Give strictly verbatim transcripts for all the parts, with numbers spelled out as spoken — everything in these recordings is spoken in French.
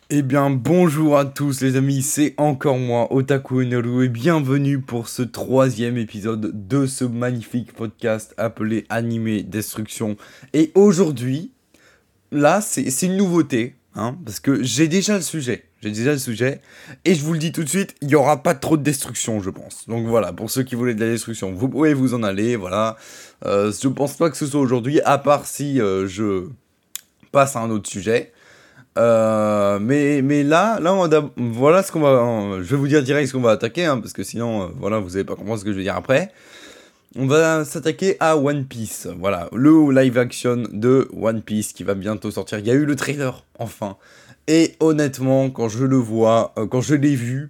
Eh bien, bonjour à tous les amis, c'est encore moi, Otaku Enoru, et bienvenue pour ce troisième épisode de ce magnifique podcast appelé Animé Destruction. Et aujourd'hui, là, c'est c'est une nouveauté, hein, parce que j'ai déjà le sujet, j'ai déjà le sujet, et je vous le dis tout de suite, il n'y aura pas trop de destruction, je pense. Donc voilà, pour ceux qui voulaient de la destruction, vous pouvez vous en aller, voilà. Euh, je pense pas que ce soit aujourd'hui, à part si euh, je passe à un autre sujet. Euh, mais, mais là, là on va voilà ce qu'on va. Je vais vous dire direct ce qu'on va attaquer, hein, parce que sinon, euh, voilà, vous allez pas comprendre ce que je vais dire après. On va s'attaquer à One Piece. Voilà, le live action de One Piece qui va bientôt sortir. Il y a eu le trailer, enfin. Et honnêtement, quand je le vois, euh, quand je l'ai vu,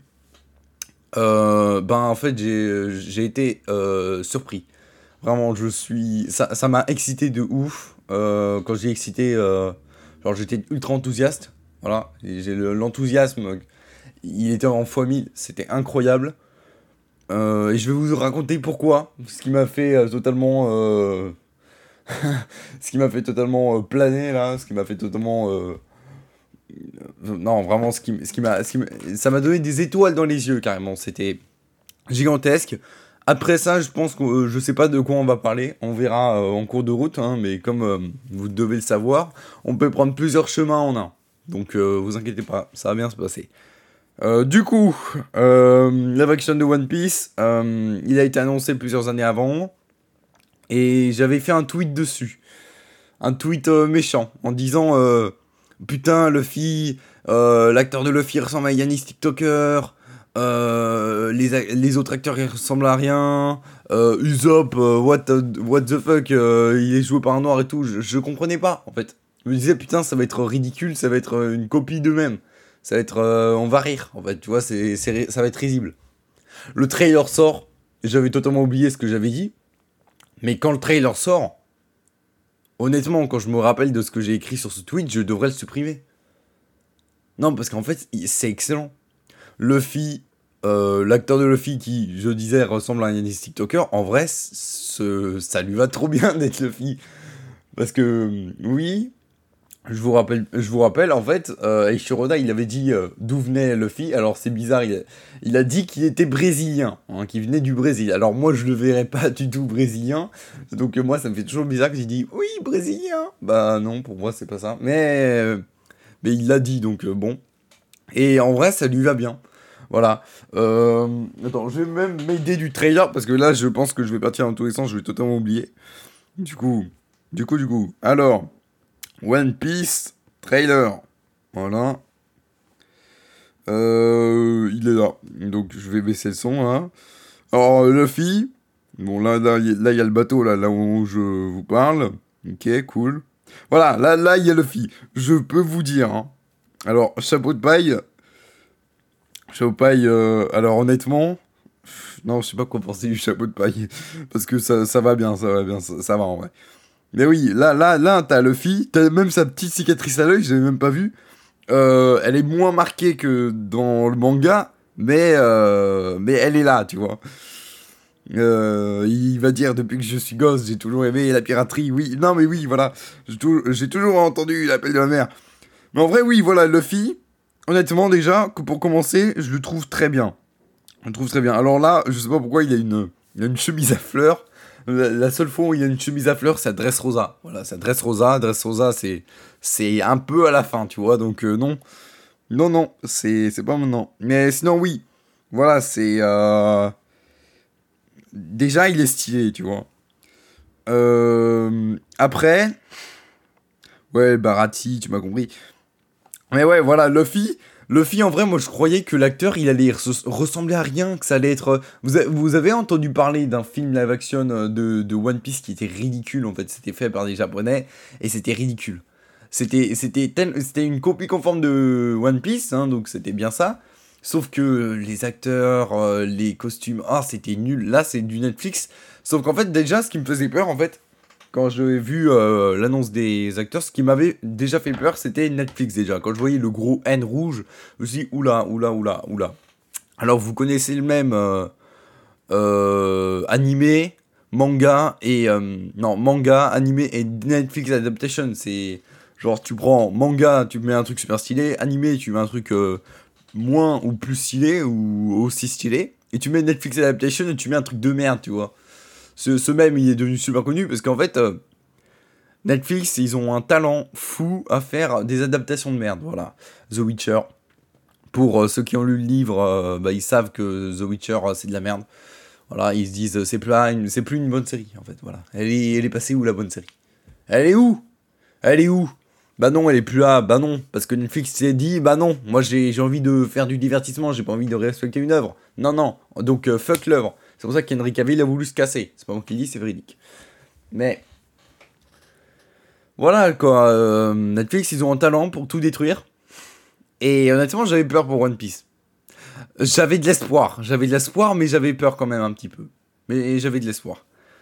euh, ben en fait, j'ai, j'ai été euh, surpris. Vraiment, je suis. Ça, ça m'a excité de ouf. Euh, quand j'ai excité. Euh, Genre, j'étais ultra enthousiaste. Voilà. Et j'ai le- l'enthousiasme. Il était en fois mille. C'était incroyable. Euh, et je vais vous raconter pourquoi. Ce qui m'a fait euh, totalement. Euh, ce qui m'a fait totalement euh, planer, là. Ce qui m'a fait totalement. Euh, non, vraiment, ce qui, ce qui m'a. ce qui m'a- Ça m'a donné des étoiles dans les yeux, carrément. C'était gigantesque. Après ça, je pense que euh, je sais pas de quoi on va parler. On verra euh, en cours de route, hein, mais comme euh, vous devez le savoir, on peut prendre plusieurs chemins en un. Donc euh, vous inquiétez pas, ça va bien se passer. Euh, du coup, euh, live action de One Piece, euh, il a été annoncé plusieurs années avant, et j'avais fait un tweet dessus, un tweet euh, méchant, en disant euh, putain Luffy, euh, l'acteur de Luffy ressemble à Yanis TikToker, euh, les, a- les autres acteurs ils ressemblent à rien, euh, Usopp, euh, what, the- what the fuck, euh, il est joué par un noir et tout, je, je comprenais pas en fait. Je me disais putain ça va être ridicule, ça va être euh, une copie d'eux-mêmes, ça va être, euh, on va rire en fait, tu vois, c'est, c'est, ri- ça va être risible. Le trailer sort, j'avais totalement oublié ce que j'avais dit, mais quand le trailer sort, honnêtement, quand je me rappelle de ce que j'ai écrit sur ce tweet, je devrais le supprimer. Non, parce qu'en fait, c'est excellent. Luffy, euh, l'acteur de Luffy qui, je disais, ressemble à un Yanis TikToker, en vrai, ce- ça lui va trop bien d'être Luffy. Parce que, oui, je vous rappelle, je vous rappelle en fait, euh, Eiichiro il avait dit euh, d'où venait Luffy. Alors c'est bizarre, il a, il a dit qu'il était brésilien, hein, qu'il venait du Brésil. Alors moi je le verrais pas du tout brésilien, donc euh, moi ça me fait toujours bizarre que j'ai dit oui brésilien. Bah non, pour moi c'est pas ça. Mais euh, mais il l'a dit donc euh, bon. Et en vrai ça lui va bien. Voilà. Euh, attends, je vais même m'aider du trailer parce que là je pense que je vais partir dans tous les sens, je vais totalement oublier. Du coup, du coup, du coup. Alors. One Piece trailer. Voilà. Euh, il est là. Donc je vais baisser le son là. Alors Luffy. Bon là, là, il y a- là, il y a le bateau là, là où je vous parle. Ok, cool. Voilà, là, là, il y a Luffy. Je peux vous dire, hein. Alors, chapeau de paille. Chapeau de paille, euh, alors honnêtement. Non, je sais pas quoi penser du chapeau de paille. Parce que ça, ça va bien, ça va bien, ça, ça va en vrai. Mais oui, là, là, là, t'as Luffy. T'as même sa petite cicatrice à l'œil, je l'avais même pas vu. Euh, elle est moins marquée que dans le manga, mais, euh, mais elle est là, tu vois. Euh, il va dire depuis que je suis gosse, j'ai toujours aimé la piraterie. Oui, non, mais oui, voilà. J'ai tou- j'ai toujours entendu l'appel de la mer. Mais en vrai, oui, voilà, Luffy, honnêtement, déjà, que pour commencer, je le trouve très bien. Je le trouve très bien. Alors là, je sais pas pourquoi il a une, il a une chemise à fleurs. La, la seule fois où il a une chemise à fleurs, c'est à Dressrosa. Voilà, c'est à Dressrosa. Dressrosa, c'est, c'est un peu à la fin, tu vois. Donc, euh, non. Non, non, c'est, c'est pas maintenant. Mais sinon, oui. Voilà, c'est. Euh... Déjà, il est stylé, tu vois. Euh... Après. Ouais, Barati, tu m'as compris. Mais ouais, voilà, Luffy. Luffy, en vrai, moi, je croyais que l'acteur, il allait res- ressembler à rien, que ça allait être... Vous, a- vous avez entendu parler d'un film live action euh, de, de One Piece qui était ridicule, en fait. C'était fait par des Japonais, et c'était ridicule. C'était, c'était, tel- c'était une copie conforme de One Piece, hein, donc c'était bien ça. Sauf que les acteurs, euh, les costumes, ah, c'était nul. Là, c'est du Netflix. Sauf qu'en fait, déjà, ce qui me faisait peur, en fait, quand j'ai vu euh, l'annonce des acteurs, ce qui m'avait déjà fait peur, c'était Netflix déjà. Quand je voyais le gros N rouge, je me suis dit, oula, oula, oula, oula. Alors, vous connaissez le même euh, euh, animé, manga et... euh, non, manga, animé et Netflix Adaptation. C'est Genre, tu prends manga, tu mets un truc super stylé, animé, tu mets un truc euh, moins ou plus stylé, ou aussi stylé, et tu mets Netflix Adaptation et tu mets un truc de merde, tu vois. Ce, ce même, il est devenu super connu parce qu'en fait, euh, Netflix, ils ont un talent fou à faire des adaptations de merde, voilà. The Witcher. Pour euh, ceux qui ont lu le livre, euh, bah, ils savent que The Witcher, euh, c'est de la merde. Voilà, ils se disent, euh, c'est plus, une, c'est plus une bonne série, en fait, voilà. Elle est, elle est passée où, la bonne série? Elle est où? Elle est où? Bah non, elle est plus là, bah non. Parce que Netflix s'est dit, bah non, moi j'ai, j'ai envie de faire du divertissement, j'ai pas envie de respecter une œuvre. Non, non, donc euh, fuck l'œuvre. C'est pour ça qu'Henry Cavill a voulu se casser. C'est pas moi qui le dis, c'est véridique. Mais... Voilà, quoi. Euh, Netflix, ils ont un talent pour tout détruire. Et honnêtement, j'avais peur pour One Piece. J'avais de l'espoir. J'avais de l'espoir, mais j'avais peur quand même un petit peu. Mais j'avais de l'espoir.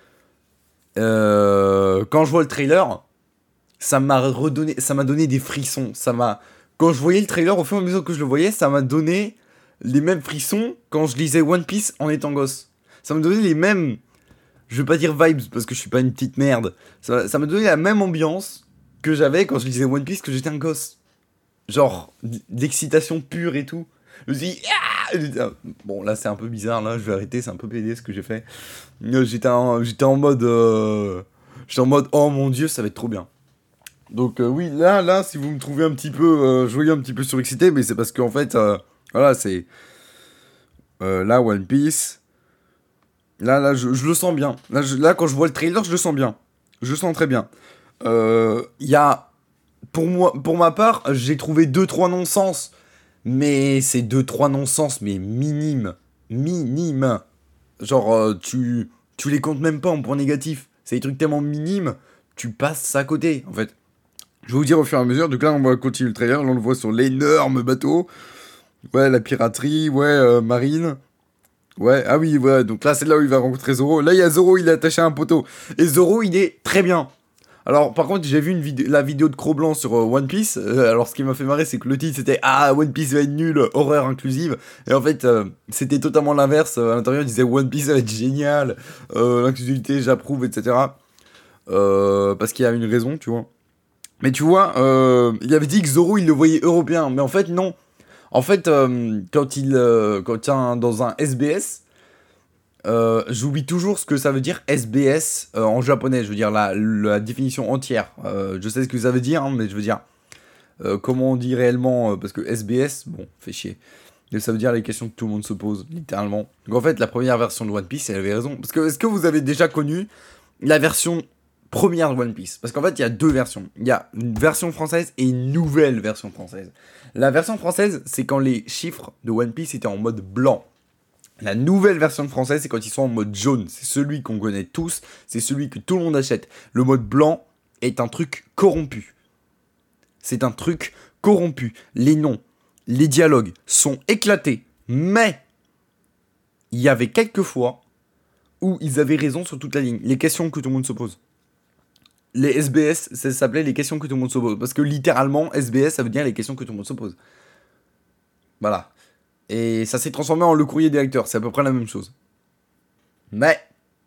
Euh, quand je vois le trailer, ça m'a redonné, ça m'a donné des frissons. Ça m'a, quand je voyais le trailer, au fur et à mesure que je le voyais, ça m'a donné les mêmes frissons quand je lisais One Piece en étant gosse. Ça me donnait les mêmes, je vais pas dire vibes parce que je suis pas une petite merde. Ça, ça m'a donné la même ambiance que j'avais quand je lisais One Piece que j'étais un gosse. Genre, d'excitation pure et tout. Je me suis dit, ah bon, là c'est un peu bizarre, là je vais arrêter, c'est un peu pédé ce que j'ai fait. J'étais en, j'étais en mode, euh, j'étais en mode, oh mon dieu, ça va être trop bien. Donc euh, oui, là, là, si vous me trouvez un petit peu, euh, je voyais un petit peu surexcité, mais c'est parce qu'en fait, euh, voilà, c'est, euh, là One Piece, là, là, je, je le sens bien. Là, je, là, quand je vois le trailer, je le sens bien. Je le sens très bien. Il euh, y a, pour moi, pour ma part, j'ai trouvé deux trois non-sens. Mais c'est deux trois non-sens, mais minimes. Minimes. Genre, euh, tu, tu les comptes même pas en point négatif. C'est des trucs tellement minimes, tu passes à côté, en fait. Je vais vous dire au fur et à mesure. Donc là, on va continuer le trailer. Là, on le voit sur l'énorme bateau. Ouais, la piraterie. Ouais, euh, marine. Ouais, ah oui, ouais. Donc là, c'est là où il va rencontrer Zoro. Là, il y a Zoro, il est attaché à un poteau. Et Zoro, il est très bien. Alors, par contre, j'ai vu une vidéo, la vidéo de Cro-Blanc sur euh, One Piece. Euh, alors, ce qui m'a fait marrer, c'est que le titre, c'était Ah, One Piece va être nul, horreur inclusive. Et en fait, euh, c'était totalement l'inverse. À l'intérieur, il disait One Piece va être génial, euh, l'inclusivité, j'approuve, et cetera. Euh, parce qu'il y a une raison, tu vois. Mais tu vois, euh, il avait dit que Zoro, il le voyait européen. Mais en fait, non. En fait, euh, quand il, euh, quand il est dans un S B S, Euh, j'oublie toujours ce que ça veut dire S B S euh, en japonais, je veux dire la, la définition entière. Euh, je sais ce que ça veut dire, hein, mais je veux dire euh, comment on dit réellement, euh, parce que S B S, bon, fait chier. Mais ça veut dire les questions que tout le monde se pose, littéralement. Donc en fait, la première version de One Piece, elle avait raison. Parce que est-ce que vous avez déjà connu la version première de One Piece? Parce qu'en fait, il y a deux versions. Il y a une version française et une nouvelle version française. La version française, c'est quand les chiffres de One Piece étaient en mode blanc. La nouvelle version française, c'est quand ils sont en mode jaune. C'est celui qu'on connaît tous. C'est celui que tout le monde achète. Le mode blanc est un truc corrompu. C'est un truc corrompu. Les noms, les dialogues sont éclatés. Mais il y avait quelques fois où ils avaient raison sur toute la ligne. Les questions que tout le monde se pose. Les S B S, ça s'appelait les questions que tout le monde se pose. Parce que littéralement, S B S, ça veut dire les questions que tout le monde se pose. Voilà. Et ça s'est transformé en le courrier des lecteurs. C'est à peu près la même chose. Mais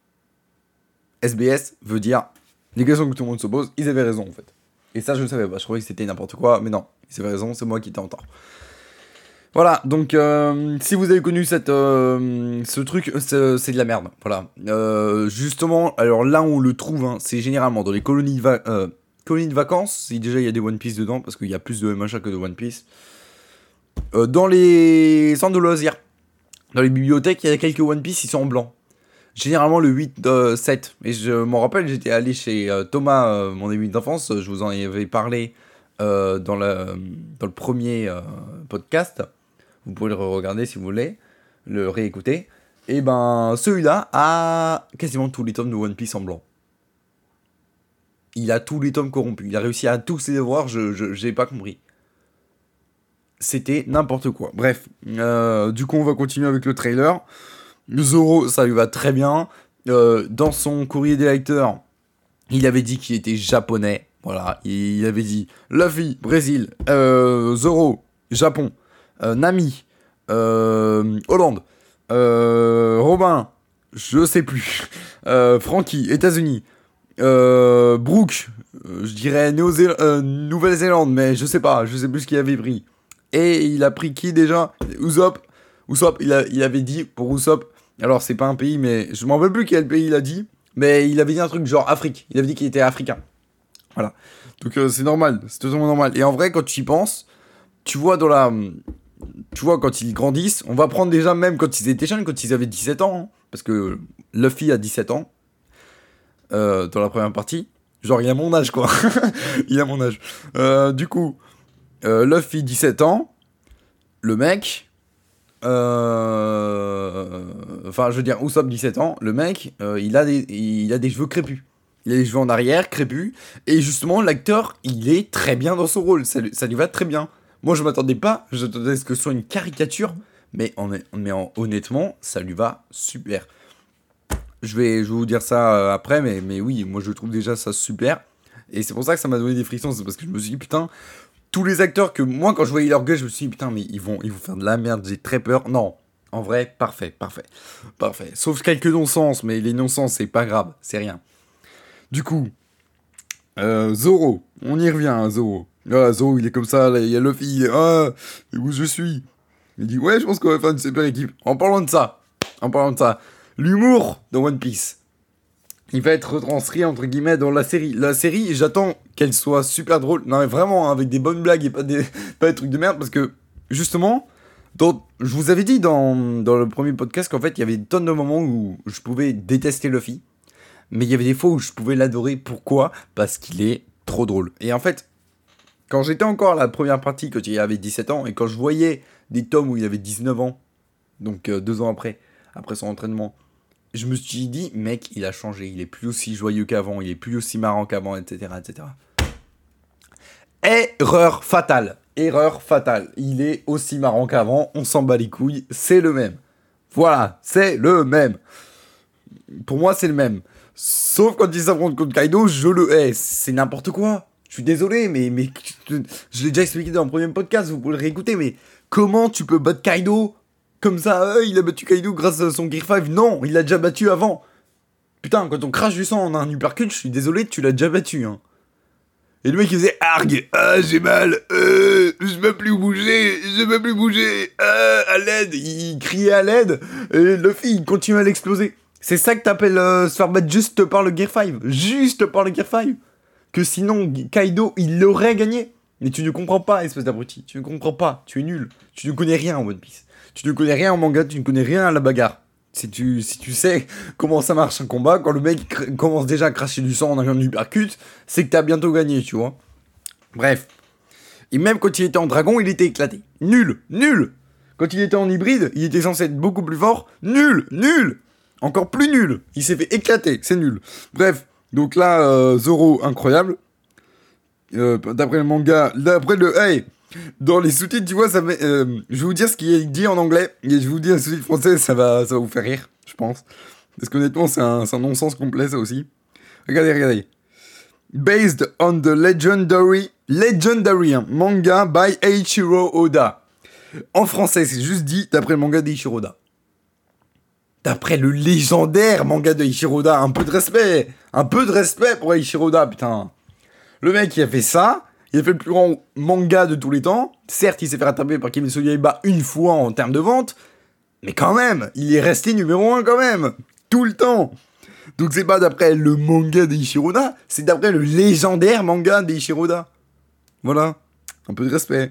S B S veut dire les questions que tout le monde se pose. Ils avaient raison en fait. Et ça je ne savais pas. Je croyais que c'était n'importe quoi. Mais non. Ils avaient raison. C'est moi qui étais en tort. Voilà. Donc euh, si vous avez connu cette, euh, ce truc, c'est, c'est de la merde. Voilà. Euh, justement, alors là où on le trouve, hein, c'est généralement dans les colonies de, va- euh, colonies de vacances. Si déjà il y a des One Piece dedans. Parce qu'il y a plus de M H A que de One Piece. Euh, dans les centres de loisirs, dans les bibliothèques, il y a quelques One Piece, ils sont en blanc. Généralement le huit, euh, sept. Et je m'en rappelle, j'étais allé chez euh, Thomas, euh, mon ami d'enfance, je vous en avais parlé euh, dans, le, dans le premier euh, podcast. Vous pouvez le regarder si vous voulez, le réécouter. Et ben celui-là a quasiment tous les tomes de One Piece en blanc. Il a tous les tomes corrompus. Il a réussi à tous les voir, je, je j'ai pas compris. C'était n'importe quoi. Bref, euh, du coup on va continuer avec le trailer. Zoro, ça lui va très bien. Euh, dans son courrier des lecteurs, il avait dit qu'il était japonais. Voilà, il avait dit Luffy, Brésil, euh, Zoro, Japon, euh, Nami, euh, Hollande, euh, Robin, je sais plus, euh, Frankie, États-Unis, Euh, Brooke, euh, je dirais Néo-Zé- euh, Nouvelle-Zélande, mais je sais pas, je sais plus ce qu'il avait pris. Et il a pris qui déjà? Usopp. Usopp, il, a, il avait dit pour Usopp, alors c'est pas un pays, mais je m'en rappelle plus quel pays il a dit, mais il avait dit un truc genre Afrique. Il avait dit qu'il était africain. Voilà. Donc euh, c'est normal, c'est totalement normal. Et en vrai, quand tu y penses, tu vois dans la... Tu vois, quand ils grandissent, on va prendre déjà même quand ils étaient jeunes, quand ils avaient dix-sept ans, hein, parce que Luffy a dix-sept ans, euh, dans la première partie. Genre, il a mon âge, quoi. Il a mon âge. Euh, du coup, euh, Luffy, dix-sept ans, le mec... Euh... Enfin, je veux dire, Usopp, dix-sept ans, le mec, euh, il, a des, il a des cheveux crépus. Il a les cheveux en arrière, crépus. Et justement, l'acteur, il est très bien dans son rôle. Ça, lui- ça lui va très bien. Moi, je m'attendais pas. Je m'attendais à ce que ce soit une caricature. Mais, en, mais en- honnêtement, ça lui va super. Je vais, je vais vous dire ça euh, après. Mais, mais oui, moi, je trouve déjà ça super. Et c'est pour ça que ça m'a donné des frissons. C'est parce que je me suis dit, putain, tous les acteurs que moi, quand je voyais leur gueule, je me suis dit, putain, mais ils vont, ils vont faire de la merde. J'ai très peur. Non. En vrai, parfait, parfait. Parfait. Sauf quelques non-sens. Mais les non-sens, c'est pas grave. C'est rien. Du coup, euh, Zoro, on y revient, hein, Zoro. Ah, Zoro, il est comme ça, là, il y a Luffy, il est, ah, et où je suis? Il dit, ouais, je pense qu'on va faire une super équipe. En parlant de ça, en parlant de ça, l'humour de One Piece, il va être retranscrit, entre guillemets, dans la série. La série, j'attends qu'elle soit super drôle. Non, mais vraiment, hein, avec des bonnes blagues et pas des, pas des trucs de merde, parce que, justement, dans, je vous avais dit dans, dans le premier podcast qu'en fait, il y avait une tonne de moments où je pouvais détester Luffy. Mais il y avait des fois où je pouvais l'adorer. Pourquoi? Parce qu'il est trop drôle. Et en fait, quand j'étais encore à la première partie, quand il avait dix-sept ans, et quand je voyais des tomes où il avait dix-neuf ans, donc euh, deux ans après, après son entraînement, je me suis dit, mec, il a changé. Il est plus aussi joyeux qu'avant, il est plus aussi marrant qu'avant, et cetera, et cetera. Erreur fatale. Erreur fatale. Il est aussi marrant qu'avant, on s'en bat les couilles, c'est le même. Voilà, c'est le même. Pour moi, c'est le même. Sauf quand il s'affronte contre Kaido, je le hais. C'est n'importe quoi. Je suis désolé, mais, mais je l'ai déjà expliqué dans le premier podcast, vous pouvez le réécouter, mais comment tu peux battre Kaido comme ça? euh, Il a battu Kaido grâce à son Gear cinq. Non, il l'a déjà battu avant. Putain, quand on crache du sang en un uppercut, je suis désolé, tu l'as déjà battu. Hein. Et le mec il faisait arg, ah j'ai mal, euh, je peux plus bouger, je peux plus bouger, ah, à l'aide, il criait à l'aide, et Luffy il continue à l'exploser. C'est ça que t'appelles euh, se faire battre juste par le Gear cinq, juste par le Gear cinq. Que sinon Kaido il l'aurait gagné. Mais tu ne comprends pas, espèce d'abruti, tu ne comprends pas, tu es nul, tu ne connais rien en One Piece. Tu ne connais rien en manga, tu ne connais rien à la bagarre. Si tu, si tu sais comment ça marche un combat, quand le mec cr- commence déjà à cracher du sang en un uppercut, c'est que t'as bientôt gagné, tu vois. Bref. Et même quand il était en dragon, il était éclaté. Nul, nul. Quand il était en hybride, il était censé être beaucoup plus fort. Nul, nul. Encore plus nul. Il s'est fait éclater, c'est nul. Bref. Donc là, euh, Zoro, incroyable. Euh, d'après le manga, d'après le... Hey, dans les sous-titres, tu vois, ça met, euh, je vais vous dire ce qui est dit en anglais, et je vais vous dire les sous-titres français, ça va, ça va vous faire rire, je pense. Parce qu'honnêtement, c'est un, c'est un non-sens complet, ça aussi. Regardez, regardez. Based on the legendary, legendary hein, manga by Eiichiro Oda. En français, c'est juste dit d'après le manga d'Eiichiro Oda. D'après le légendaire manga de Eiichiro Oda, un peu de respect, un peu de respect pour Eiichiro Oda, putain. Le mec, il a fait ça. Il a fait le plus grand manga de tous les temps. Certes, il s'est fait rattraper par Kimetsu no Yaiba une fois en termes de vente. Mais quand même, il est resté numéro un quand même. Tout le temps. Donc c'est pas d'après le manga d'Eiichiro Oda, c'est d'après le légendaire manga d'Eiichiro Oda. Voilà. Un peu de respect.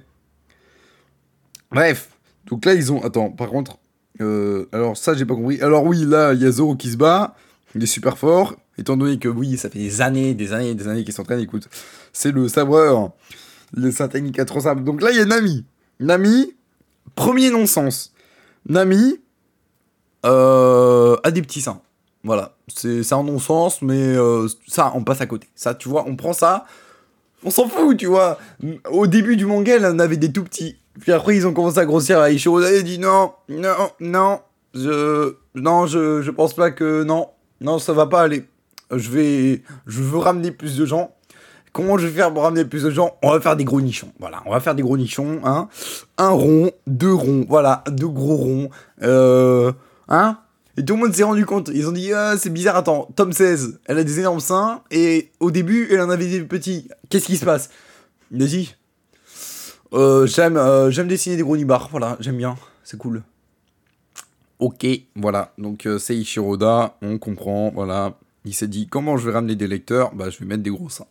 Bref. Donc là, ils ont... Attends, par contre... Euh, alors ça, j'ai pas compris. Alors oui, là, il y a Zoro qui se bat. Il est super fort. Étant donné que oui, ça fait des années, des années, des années qu'il s'entraîne, écoute, c'est le sabreur, le Saint-Technique à trois sabres. Donc là, il y a Nami. Nami, premier non-sens. Nami euh, a des petits seins. Voilà, c'est, c'est un non-sens, mais euh, ça, on passe à côté. Ça, tu vois, on prend ça, on s'en fout, tu vois. Au début du manga, elle en avait des tout petits. Puis après, ils ont commencé à grossir. À Eiichiro Oda, il a dit non, non, non, je, non, je, je pense pas que non, non, ça va pas aller. Je vais, je veux ramener plus de gens. Comment je vais faire pour ramener plus de gens? On va faire des gros nichons. Voilà, on va faire des gros nichons, hein. Un rond, deux ronds, voilà, deux gros ronds. Euh, hein. Et tout le monde s'est rendu compte. Ils ont dit, ah, c'est bizarre, attends, tome seize, elle a des énormes seins, et au début, elle en avait des petits. Qu'est-ce qui se passe? Il a dit, euh, j'aime, euh, j'aime dessiner des gros nibards, voilà, j'aime bien, c'est cool. Ok, voilà, donc euh, c'est Ishiroda, on comprend, voilà. Il s'est dit, comment je vais ramener des lecteurs? Bah, je vais mettre des gros seins.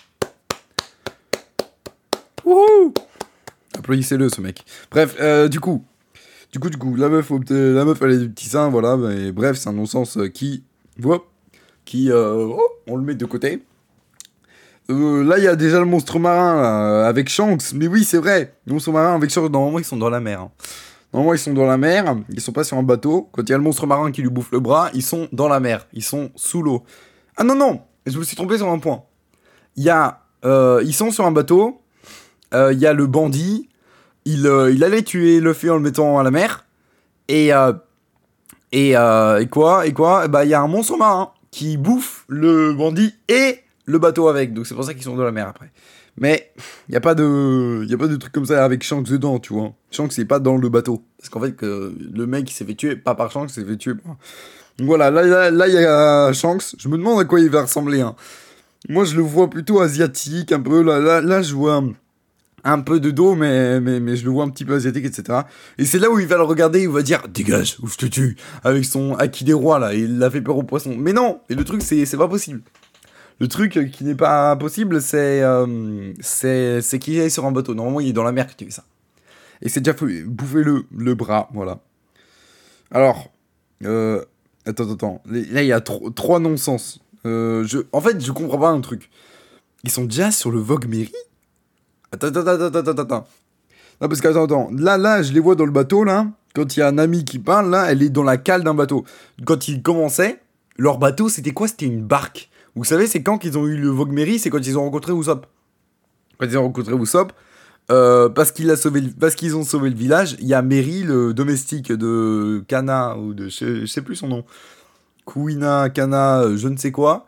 Wouhou! Applaudissez-le, ce mec. Bref, euh, du coup... Du coup, du coup, la meuf, la meuf, elle a des petits seins, voilà. Mais bref, c'est un non-sens qui, voilà, qui, euh, oh, on le met de côté. Euh, là, il y a déjà le monstre marin là, avec Shanks. Mais oui, c'est vrai. Le monstre marin avec Shanks, normalement, ils sont dans la mer. Hein. Normalement, ils sont dans la mer. Ils sont pas sur un bateau. Quand il y a le monstre marin qui lui bouffe le bras, ils sont dans la mer. Ils sont sous l'eau. Ah non, non, je me suis trompé sur un point. Il y a, euh, ils sont sur un bateau. Euh, il y a le bandit. Il, euh, il allait tuer Luffy en le mettant à la mer. Et, euh, et, euh, et quoi Et quoi Bah, il y a un monstre marin qui bouffe le bandit et le bateau avec. Donc, c'est pour ça qu'ils sont dans la mer après. Mais, il n'y a pas de, il y a pas de truc comme ça avec Shanks dedans, tu vois. Shanks, il est pas dans le bateau. Parce qu'en fait, que le mec, il s'est fait tuer, pas par Shanks, il s'est fait tuer par... Donc, voilà, là, là, là, il y a Shanks. Je me demande à quoi il va ressembler, hein. Moi, je le vois plutôt asiatique, un peu. Là, là, là je vois... un peu de dos, mais, mais, mais je le vois un petit peu asiatique, et cetera. Et c'est là où il va le regarder, il va dire « Dégage, ou je te tue !» avec son Haki des rois, là, et il l'a fait peur au poisson. Mais non. Et le truc, c'est, c'est pas possible. Le truc qui n'est pas possible, c'est, euh, c'est, c'est qu'il est sur un bateau. Normalement, il est dans la mer que tu fais ça. Et c'est déjà fait, bouffez-le, le bras, voilà. Alors, euh, attends, attends, là, il y a tro- trois non-sens. Euh, je, en fait, je comprends pas un truc. Ils sont déjà sur le Vogue Mary ? Attends, attends, attends, attends, attends. Non, parce que, attends, attends. Là, là, je les vois dans le bateau, là. Quand il y a un ami qui parle, là, elle est dans la cale d'un bateau. Quand ils commençaient, leur bateau, c'était quoi? C'était une barque. Vous savez, c'est quand qu'ils ont eu le Vogue Mary, c'est quand ils ont rencontré Usopp. Quand ils ont rencontré Usopp, euh, parce, qu'il a sauvé le, parce qu'ils ont sauvé le village, il y a Mary, le domestique de Kana, ou de... Je, je sais plus son nom. Kuina, Kana, je ne sais quoi.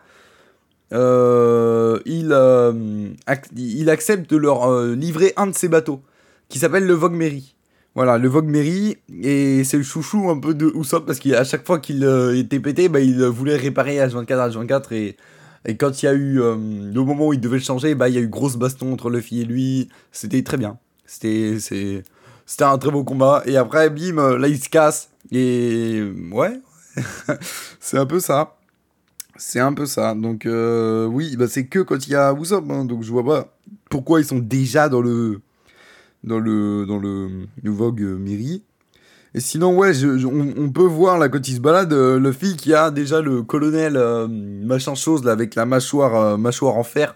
Euh, il, euh, ac- il accepte de leur euh, livrer un de ses bateaux, qui s'appelle le Vogue Mary. Voilà, le Vogue Mary, et c'est le chouchou un peu de Usopp, parce qu'à chaque fois qu'il euh, était pété, bah, il voulait réparer H vingt-quatre à H vingt-quatre, et, et quand il y a eu euh, le moment où il devait le changer, bah, il y a eu grosse baston entre Luffy et lui, c'était très bien. C'était, c'est, c'était un très beau combat, et après, bim, là il se casse, et ouais, c'est un peu ça. C'est un peu ça, donc euh, oui, bah c'est que quand il y a Usopp, hein, donc je vois pas pourquoi ils sont déjà dans le dans le dans le, le Vogue Mary. Et sinon ouais, je, je, on, on peut voir là quand il se balade, euh, Luffy qui a déjà le colonel euh, machin chose là avec la mâchoire euh, mâchoire en fer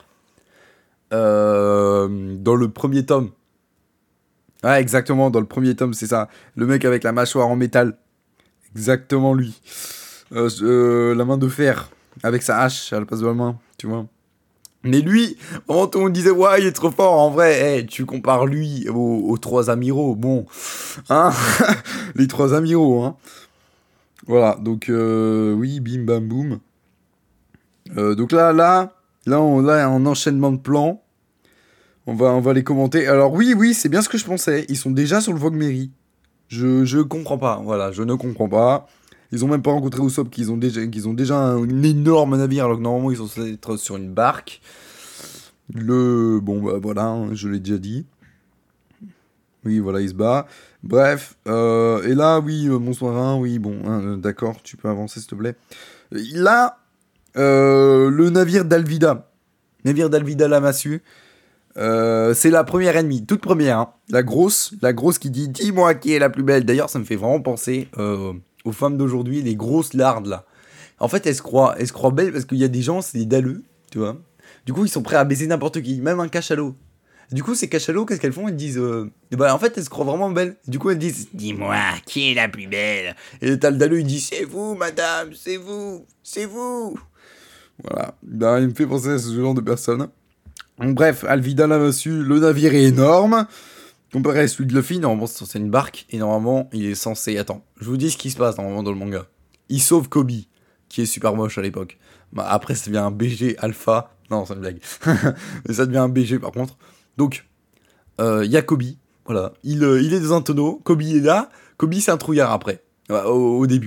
euh, dans le premier tome. Ah exactement, dans le premier tome c'est ça, le mec avec la mâchoire en métal, exactement lui, euh, euh, la main de fer. Avec sa hache à la place de la main, tu vois. Mais lui, vraiment tout le monde disait, ouais, il est trop fort. En vrai, hey, tu compares lui aux, aux trois amiraux. Bon, hein. Les trois amiraux, hein. Voilà, donc, euh, oui, bim, bam, boum. Euh, donc là, là, là, on a un enchaînement de plans. On va, on va les commenter. Alors, oui, oui, c'est bien ce que je pensais. Ils sont déjà sur le Vogue Mary. Je, je comprends pas. Voilà, je ne comprends pas. Ils ont même pas rencontré Usopp, qu'ils ont déjà, qu'ils ont déjà un, un énorme navire, alors que normalement ils sont censés être sur une barque. Le... Bon, bah voilà, hein, je l'ai déjà dit. Oui, voilà, il se bat. Bref, euh, et là, oui, euh, monstre marin, oui, bon, hein, euh, d'accord, tu peux avancer, s'il te plaît. Là, euh, le navire d'Alvida. Navire d'Alvida la massue. Euh, c'est la première ennemie, toute première, hein. La grosse, la grosse qui dit « Dis-moi qui est la plus belle ». D'ailleurs, ça me fait vraiment penser... Euh, aux femmes d'aujourd'hui, les grosses lardes là. En fait, elles se croient, elles se croient belles parce qu'il y a des gens, c'est des dalleux, tu vois. Du coup, ils sont prêts à baiser n'importe qui, même un cachalot. Du coup, ces cachalots, qu'est-ce qu'elles font? Elles disent, euh, bah en fait, elles se croient vraiment belles. Du coup, elles disent, dis-moi, qui est la plus belle? Et t'as le dalleux, il dit, c'est vous, madame, c'est vous, c'est vous. Voilà. Ben, il me fait penser à ce genre de personnes. Donc, bref, Alvida la massue, le navire est énorme. Comparé à celui de Luffy, normalement c'est censé être une barque, et normalement il est censé... Attends, je vous dis ce qui se passe normalement dans le manga. Il sauve Kobe, qui est super moche à l'époque. Bah, après ça devient un B G alpha, non c'est une blague, mais ça devient un B G par contre. Donc, il euh, y a Kobe, voilà, il, euh, il est dans un tonneau, Kobe est là, Kobe c'est un trouillard après, au, au début.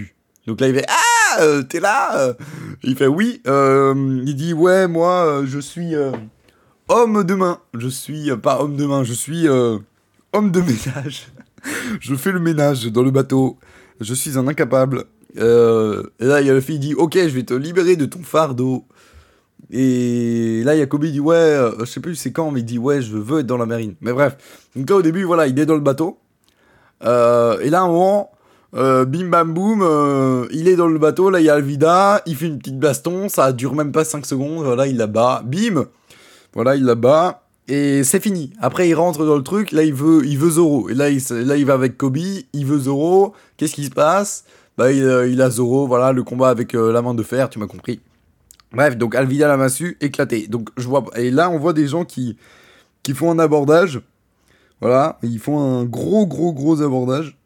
Donc là, il fait « Ah, euh, t'es là euh Il fait « Oui. Euh, » Il dit « Ouais, moi, euh, je suis euh, homme de main. Je suis... Euh, pas homme de main, je suis euh, homme de ménage. Je fais le ménage dans le bateau. Je suis un incapable. Euh, » Et là, il y a la fille qui dit « Ok, je vais te libérer de ton fardeau. » Et là, il y a Kobe qui dit « Ouais, euh, je sais plus c'est quand, mais il dit « Ouais, je veux être dans la marine. » Mais bref. Donc là, au début, voilà, il est dans le bateau. Euh, et là, à un moment... Euh, bim bam boum, euh, il est dans le bateau, là il y a Alvida, il fait une petite baston, ça dure même pas cinq secondes, voilà il la bat, bim, voilà il la bat, et c'est fini. Après il rentre dans le truc, là il veut, il veut Zoro, et là il, là il va avec Kobe, il veut Zoro, qu'est-ce qui se passe? Bah il, euh, il a Zoro, voilà le combat avec euh, la main de fer, tu m'as compris. Bref, donc Alvida la massue, éclaté. Donc je vois, et là on voit des gens qui, qui font un abordage, voilà, ils font un gros gros gros abordage.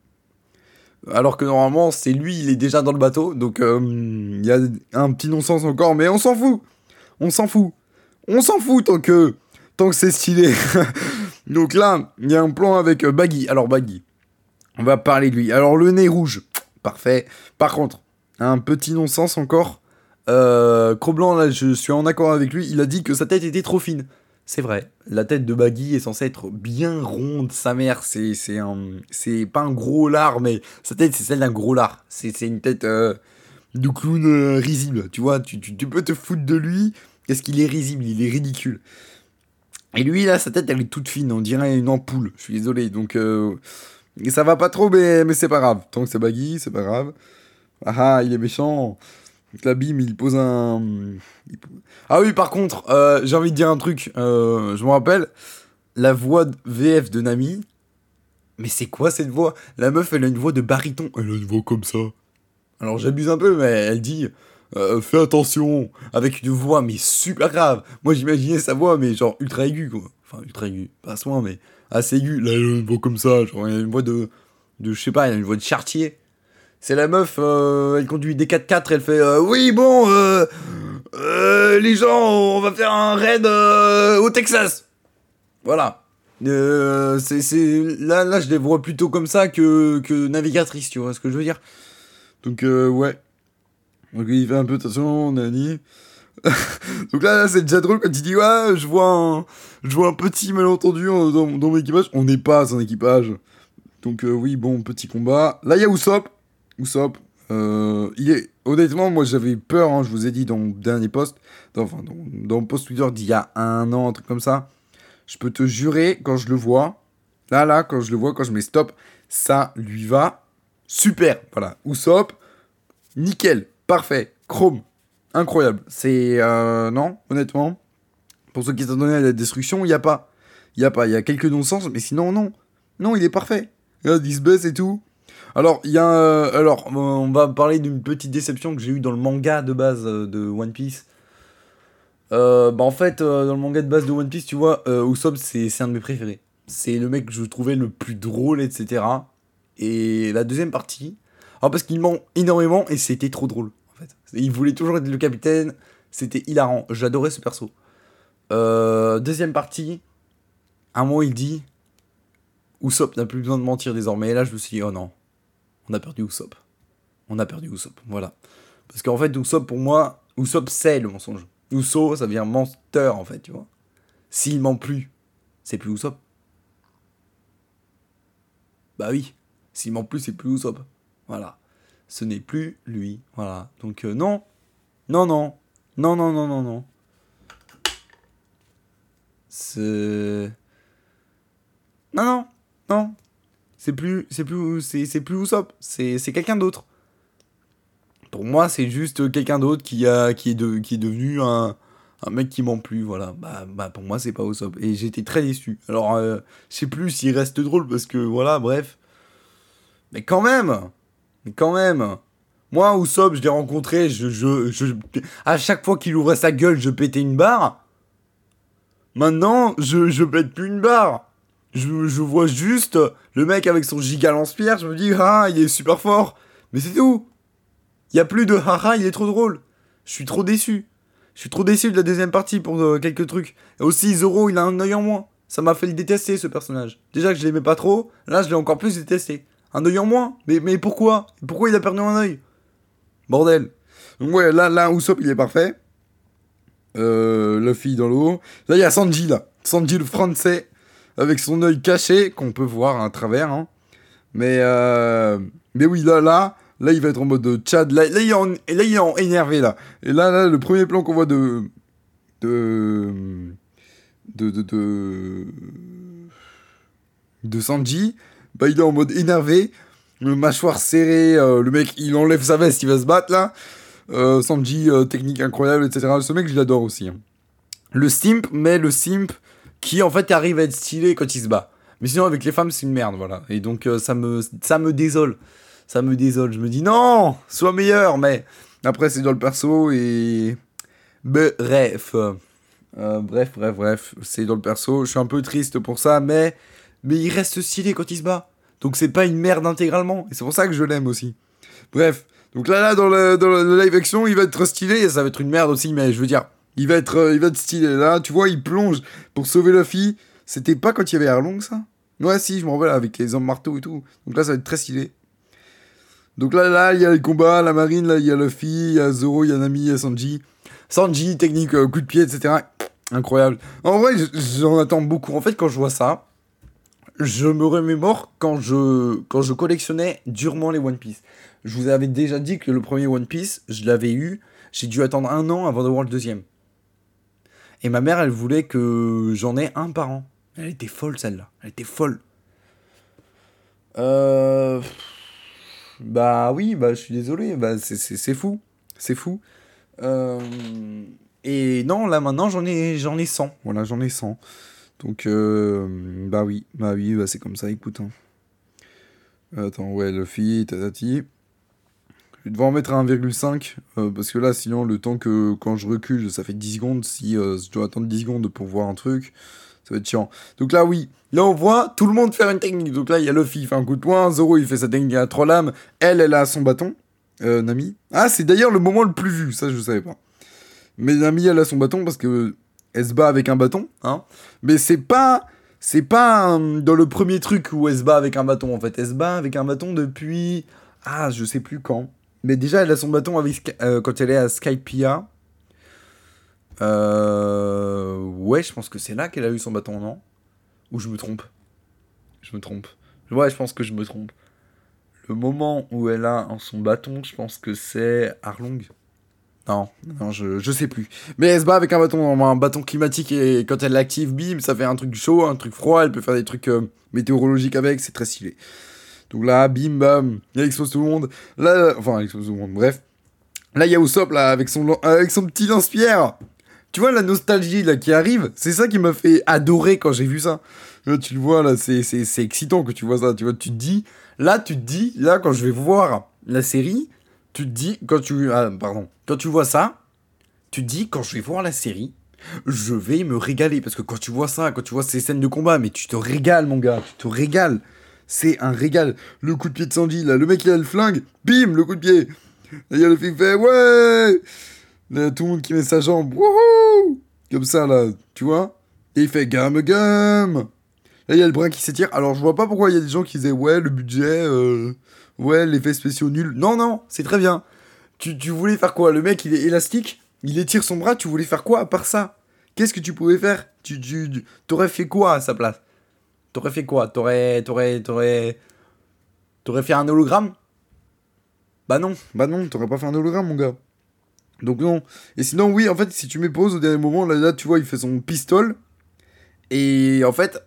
Alors que normalement, c'est lui, il est déjà dans le bateau. Donc, il euh, y a un petit non-sens encore. Mais on s'en fout. On s'en fout. On s'en fout tant que, tant que c'est stylé. Donc là, il y a un plan avec euh, Baggy. Alors, Baggy, on va parler de lui. Alors, le nez rouge. Parfait. Par contre, un petit non-sens encore. Euh, Cro-Blanc, là, je suis en accord avec lui. Il a dit que sa tête était trop fine. C'est vrai, la tête de Baggy est censée être bien ronde, sa mère, c'est, c'est, un, c'est pas un gros lard, mais sa tête c'est celle d'un gros lard. C'est, c'est une tête euh, de clown euh, risible, tu vois, tu, tu, tu peux te foutre de lui, parce qu'il est risible, il est ridicule. Et lui, là, sa tête, elle est toute fine, on dirait une ampoule, je suis désolé, donc euh, ça va pas trop, mais, mais c'est pas grave. Tant que c'est Baggy, c'est pas grave. Ah ah, il est méchant. Donc là, bim, il pose un... Ah oui, par contre, euh, j'ai envie de dire un truc. Euh, je me rappelle, la voix de V F de Nami. Mais c'est quoi cette voix? La meuf, elle a une voix de baryton. Elle a une voix comme ça. Alors j'abuse un peu, mais elle dit... Euh, fais attention. Avec une voix, mais super grave. Moi, j'imaginais sa voix, mais genre ultra aiguë, quoi. Enfin, ultra aiguë. Pas à ce point, mais assez aiguë. Là, elle a une voix comme ça. Genre, elle a une voix de... de je sais pas, elle a une voix de chartier. C'est la meuf, euh, elle conduit des quatre-quatre, elle fait euh, oui bon, euh, euh, les gens, on va faire un raid euh, au Texas. Voilà. Euh, c'est, c'est là, là, je les vois plutôt comme ça que que navigatrice, tu vois ce que je veux dire. Donc euh, ouais. Donc il fait un peu attention, Nani. Donc là, là, c'est déjà drôle quand il dit ouais, je vois un, je vois un petit malentendu dans, dans mon équipage. On n'est pas un équipage. Donc euh, oui, bon, petit combat. Là, il y a Usopp. Usopp, euh, il est... honnêtement, moi j'avais peur, hein, je vous ai dit dans le dernier post, dans, enfin dans, dans le post Twitter d'il y a un an, un truc comme ça, je peux te jurer, quand je le vois, là, là, quand je le vois, quand je mets stop, ça lui va super, voilà, Usopp, nickel, parfait, chrome, incroyable, c'est, euh, non, honnêtement, pour ceux qui s'en donné à la destruction, il n'y a pas, il n'y a pas, il y a quelques non-sens, mais sinon, non, non, il est parfait, regarde, il se baisse et tout. Alors, il y a euh, alors, on va parler d'une petite déception que j'ai eue dans le manga de base euh, de One Piece. Euh, bah en fait, euh, dans le manga de base de One Piece, tu vois, euh, Usopp, c'est, c'est un de mes préférés. C'est le mec que je trouvais le plus drôle, et cetera. Et la deuxième partie, alors parce qu'il ment énormément et c'était trop drôle, en fait. Il voulait toujours être le capitaine, c'était hilarant. J'adorais ce perso. Euh, deuxième partie, à un moment, il dit Usopp n'a plus besoin de mentir désormais. Et là, je me suis dit, oh non. On a perdu Usopp. On a perdu Usopp, voilà. Parce qu'en fait, Usopp, pour moi, Usopp, c'est le mensonge. Usopp, ça vient menteur, en fait, tu vois. S'il ment plus, c'est plus Usopp. Bah oui, s'il ment plus, c'est plus Usopp. Voilà. Ce n'est plus lui, voilà. Donc, euh, non. Non, non. Non, non, non, non, non. C'est... Non, non, non. C'est plus, c'est plus, c'est, c'est plus Usopp, c'est, c'est quelqu'un d'autre. Pour moi, c'est juste quelqu'un d'autre qui a, qui est de, qui est devenu un, un mec qui ment plus, voilà. Bah, bah pour moi, c'est pas Usopp. Et j'étais très déçu. Alors, euh, je sais plus s'il reste drôle parce que, voilà, bref. Mais quand même, mais quand même. Moi, Usopp, je l'ai rencontré, je, je, je, à chaque fois qu'il ouvrait sa gueule, je pétais une barre. Maintenant, je, je pète plus une barre. Je, je vois juste le mec avec son giga lance-pierre, je me dis, ah, il est super fort. Mais c'est tout. Il y a plus de haha, il est trop drôle. Je suis trop déçu. Je suis trop déçu de la deuxième partie pour euh, quelques trucs. Et aussi, Zoro, il a un œil en moins. Ça m'a fait le détester, ce personnage. Déjà que je l'aimais pas trop, là, je l'ai encore plus détesté. Un œil en moins. Mais, mais pourquoi Pourquoi il a perdu un œil Bordel. Donc ouais, là, là, Usopp, il est parfait. Euh, Luffy dans l'eau. Là, il y a Sanji, là. Sanji, le français, avec son œil caché, qu'on peut voir à travers. Hein. Mais, euh... mais oui, là, là, là, il va être en mode Tchad. Là, là, il est en... Et là, il est en énervé, là. Et là, là, le premier plan qu'on voit de... De... De... De... De, de Sanji, bah, il est en mode énervé. Le mâchoire serré, euh, le mec, il enlève sa veste, il va se battre, là. Euh, Sanji, euh, technique incroyable, et cetera. Ce mec, je l'adore aussi. Hein. Le simp, mais le simp qui, en fait, arrive à être stylé quand il se bat. Mais sinon, avec les femmes, c'est une merde, voilà. Et donc, euh, ça me ça me désole. Ça me désole. Je me dis, non, sois meilleur, mais... Après, c'est dans le perso, et... Bref. Euh, bref, bref, bref. C'est dans le perso. Je suis un peu triste pour ça, mais... Mais il reste stylé quand il se bat. Donc, c'est pas une merde intégralement. Et c'est pour ça que je l'aime aussi. Bref. Donc là, là, dans le, dans le live action, il va être stylé, et ça va être une merde aussi, mais je veux dire, il va être, euh, il va être stylé. Là, tu vois, il plonge pour sauver Luffy. C'était pas quand il y avait Arlong, ça ? Ouais, si, je me rappelle, avec les hommes marteaux et tout. Donc là, ça va être très stylé. Donc là, là, il y a les combats, la marine, là, il y a Luffy, il y a Zoro, il y a Nami, il y a Sanji. Sanji, technique, euh, coup de pied, et cetera. Incroyable. En vrai, j'en attends beaucoup. En fait, quand je vois ça, je me remémore quand je, quand je collectionnais durement les One Piece. Je vous avais déjà dit que le premier One Piece, je l'avais eu, j'ai dû attendre un an avant de voir le deuxième. Et ma mère, elle voulait que j'en ai un par an. Elle était folle, celle-là. Elle était folle. Euh... Bah oui, bah je suis désolé, bah c'est, c'est, c'est fou. C'est fou. Euh... Et non, là maintenant, j'en ai, j'en ai cent. Voilà, j'en ai cent. Donc, euh... bah oui, bah oui, bah c'est comme ça, écoute. Hein. Attends, ouais, Luffy, tatati. Je vais devoir en mettre à un virgule cinq, euh, parce que là, sinon, le temps que, quand je recule, ça fait dix secondes. Si euh, je dois attendre dix secondes pour voir un truc, ça va être chiant. Donc là, oui. Là, on voit tout le monde faire une technique. Donc là, il y a Luffy, il fait un coup de poing. Zoro, il fait sa technique à trois lames. Elle, elle a son bâton. Euh, Nami. Ah, c'est d'ailleurs le moment le plus vu. Ça, je savais pas. Mais Nami, elle a son bâton parce que elle se bat avec un bâton. Hein. Mais c'est pas... C'est pas euh, dans le premier truc où elle se bat avec un bâton, en fait. Elle se bat avec un bâton depuis... Ah, je sais plus quand. Mais déjà, elle a son bâton avec, euh, quand elle est à Skypiea. Euh... Ouais, je pense que c'est là qu'elle a eu son bâton, non ? Ou je me trompe ? Je me trompe. Ouais, je pense que je me trompe. Le moment où elle a son bâton, je pense que c'est Arlong. Non, non, je, je sais plus. Mais elle se bat avec un bâton, un bâton climatique, et quand elle l'active, bim, ça fait un truc chaud, un truc froid, elle peut faire des trucs euh, météorologiques avec, c'est très stylé. Donc là, bim, bam, elle explose tout le monde. Là, enfin, elle explose tout le monde, bref. Là, il y a Usopp, là, avec son, avec son petit lance-pierre. Tu vois, la nostalgie, là, qui arrive, c'est ça qui m'a fait adorer quand j'ai vu ça. Là, tu le vois, là, c'est, c'est, c'est excitant que tu vois ça, tu vois, tu te dis... Là, tu te dis, là, quand je vais voir la série, tu te dis, quand tu... Ah, pardon. Quand tu vois ça, tu te dis, quand je vais voir la série, je vais me régaler. Parce que quand tu vois ça, quand tu vois ces scènes de combat, mais tu te régales, mon gars, tu te régales. C'est un régal. Le coup de pied de Sanji, là, le mec, il a le flingue, bim, le coup de pied. Là, il y a le film qui fait, ouais. Là, tout le monde qui met sa jambe, wouhou. Comme ça, là, tu vois. Et il fait gamme gamme. Là, il y a le bras qui s'étire. Alors, je vois pas pourquoi il y a des gens qui disaient, ouais, le budget, euh, ouais, l'effet spéciaux nul. Non, non, c'est très bien. Tu, tu voulais faire quoi ? Le mec, il est élastique, il étire son bras, tu voulais faire quoi à part ça ? Qu'est-ce que tu pouvais faire ? Tu, tu, tu, T'aurais fait quoi à sa place ? T'aurais fait quoi ? T'aurais, t'aurais, t'aurais... T'aurais fait un hologramme ? Bah non, bah non, t'aurais pas fait un hologramme, mon gars. Donc non. Et sinon, oui, en fait, si tu mets pause au dernier moment, là, là, tu vois, il fait son pistol. Et en fait,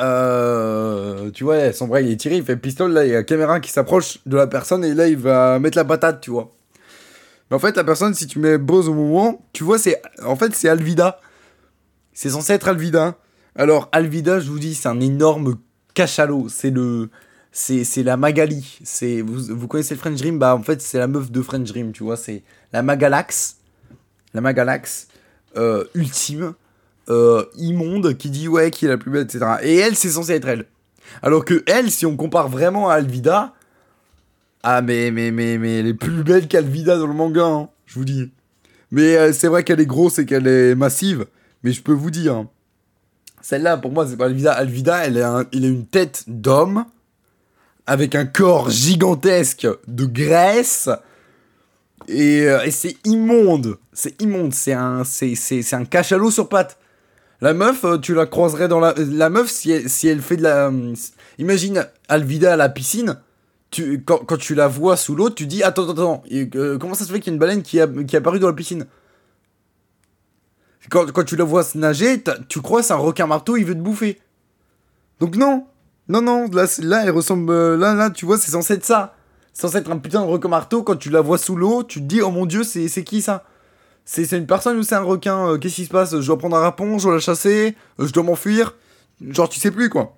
euh, tu vois, son bras, il est tiré, il fait pistol, là, il y a la caméra qui s'approche de la personne, et là, il va mettre la patate, tu vois. Mais en fait, la personne, si tu mets pause au moment, tu vois, c'est, en fait, c'est Alvida. C'est censé être Alvida. Alors, Alvida, je vous dis, c'est un énorme cachalot. C'est le... C'est, c'est la Magali. C'est, vous, vous connaissez le French Dream ? Bah, en fait, c'est la meuf de French Dream, tu vois. C'est la Magalax. La Magalax euh, ultime. Euh, immonde, qui dit, ouais, qui est la plus belle, et cetera. Et elle, c'est censé être elle. Alors que elle, si on compare vraiment à Alvida... Ah, mais, mais, mais, mais elle est plus belle qu'Alvida dans le manga, hein, je vous dis. Mais euh, c'est vrai qu'elle est grosse et qu'elle est massive. Mais je peux vous dire... Hein, celle-là, pour moi, c'est pas Alvida. Alvida, elle a, un, elle a une tête d'homme, avec un corps gigantesque de graisse. Et, euh, et c'est immonde. C'est immonde. C'est un, c'est, c'est, c'est un cachalot sur pattes. La meuf, euh, tu la croiserais dans la... La meuf, si elle, si elle fait de la... euh, imagine Alvida à la piscine. Tu, quand, quand tu la vois sous l'eau, tu dis attends, attends, attends. Et, euh, comment ça se fait qu'il y a une baleine qui, a, qui est apparue dans la piscine? Quand, quand tu la vois nager, tu crois c'est un requin marteau, il veut te bouffer. Donc non. Non, non. Là, là elle ressemble... euh, là, là, tu vois, c'est censé être ça. C'est censé être un putain de requin marteau. Quand tu la vois sous l'eau, tu te dis oh mon dieu, c'est, c'est qui ça? C'est, c'est une personne ou c'est un requin? euh, Qu'est-ce qui se passe? Je dois prendre un harpon, je dois la chasser, euh, je dois m'enfuir. Genre, tu sais plus, quoi.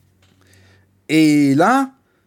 Et là...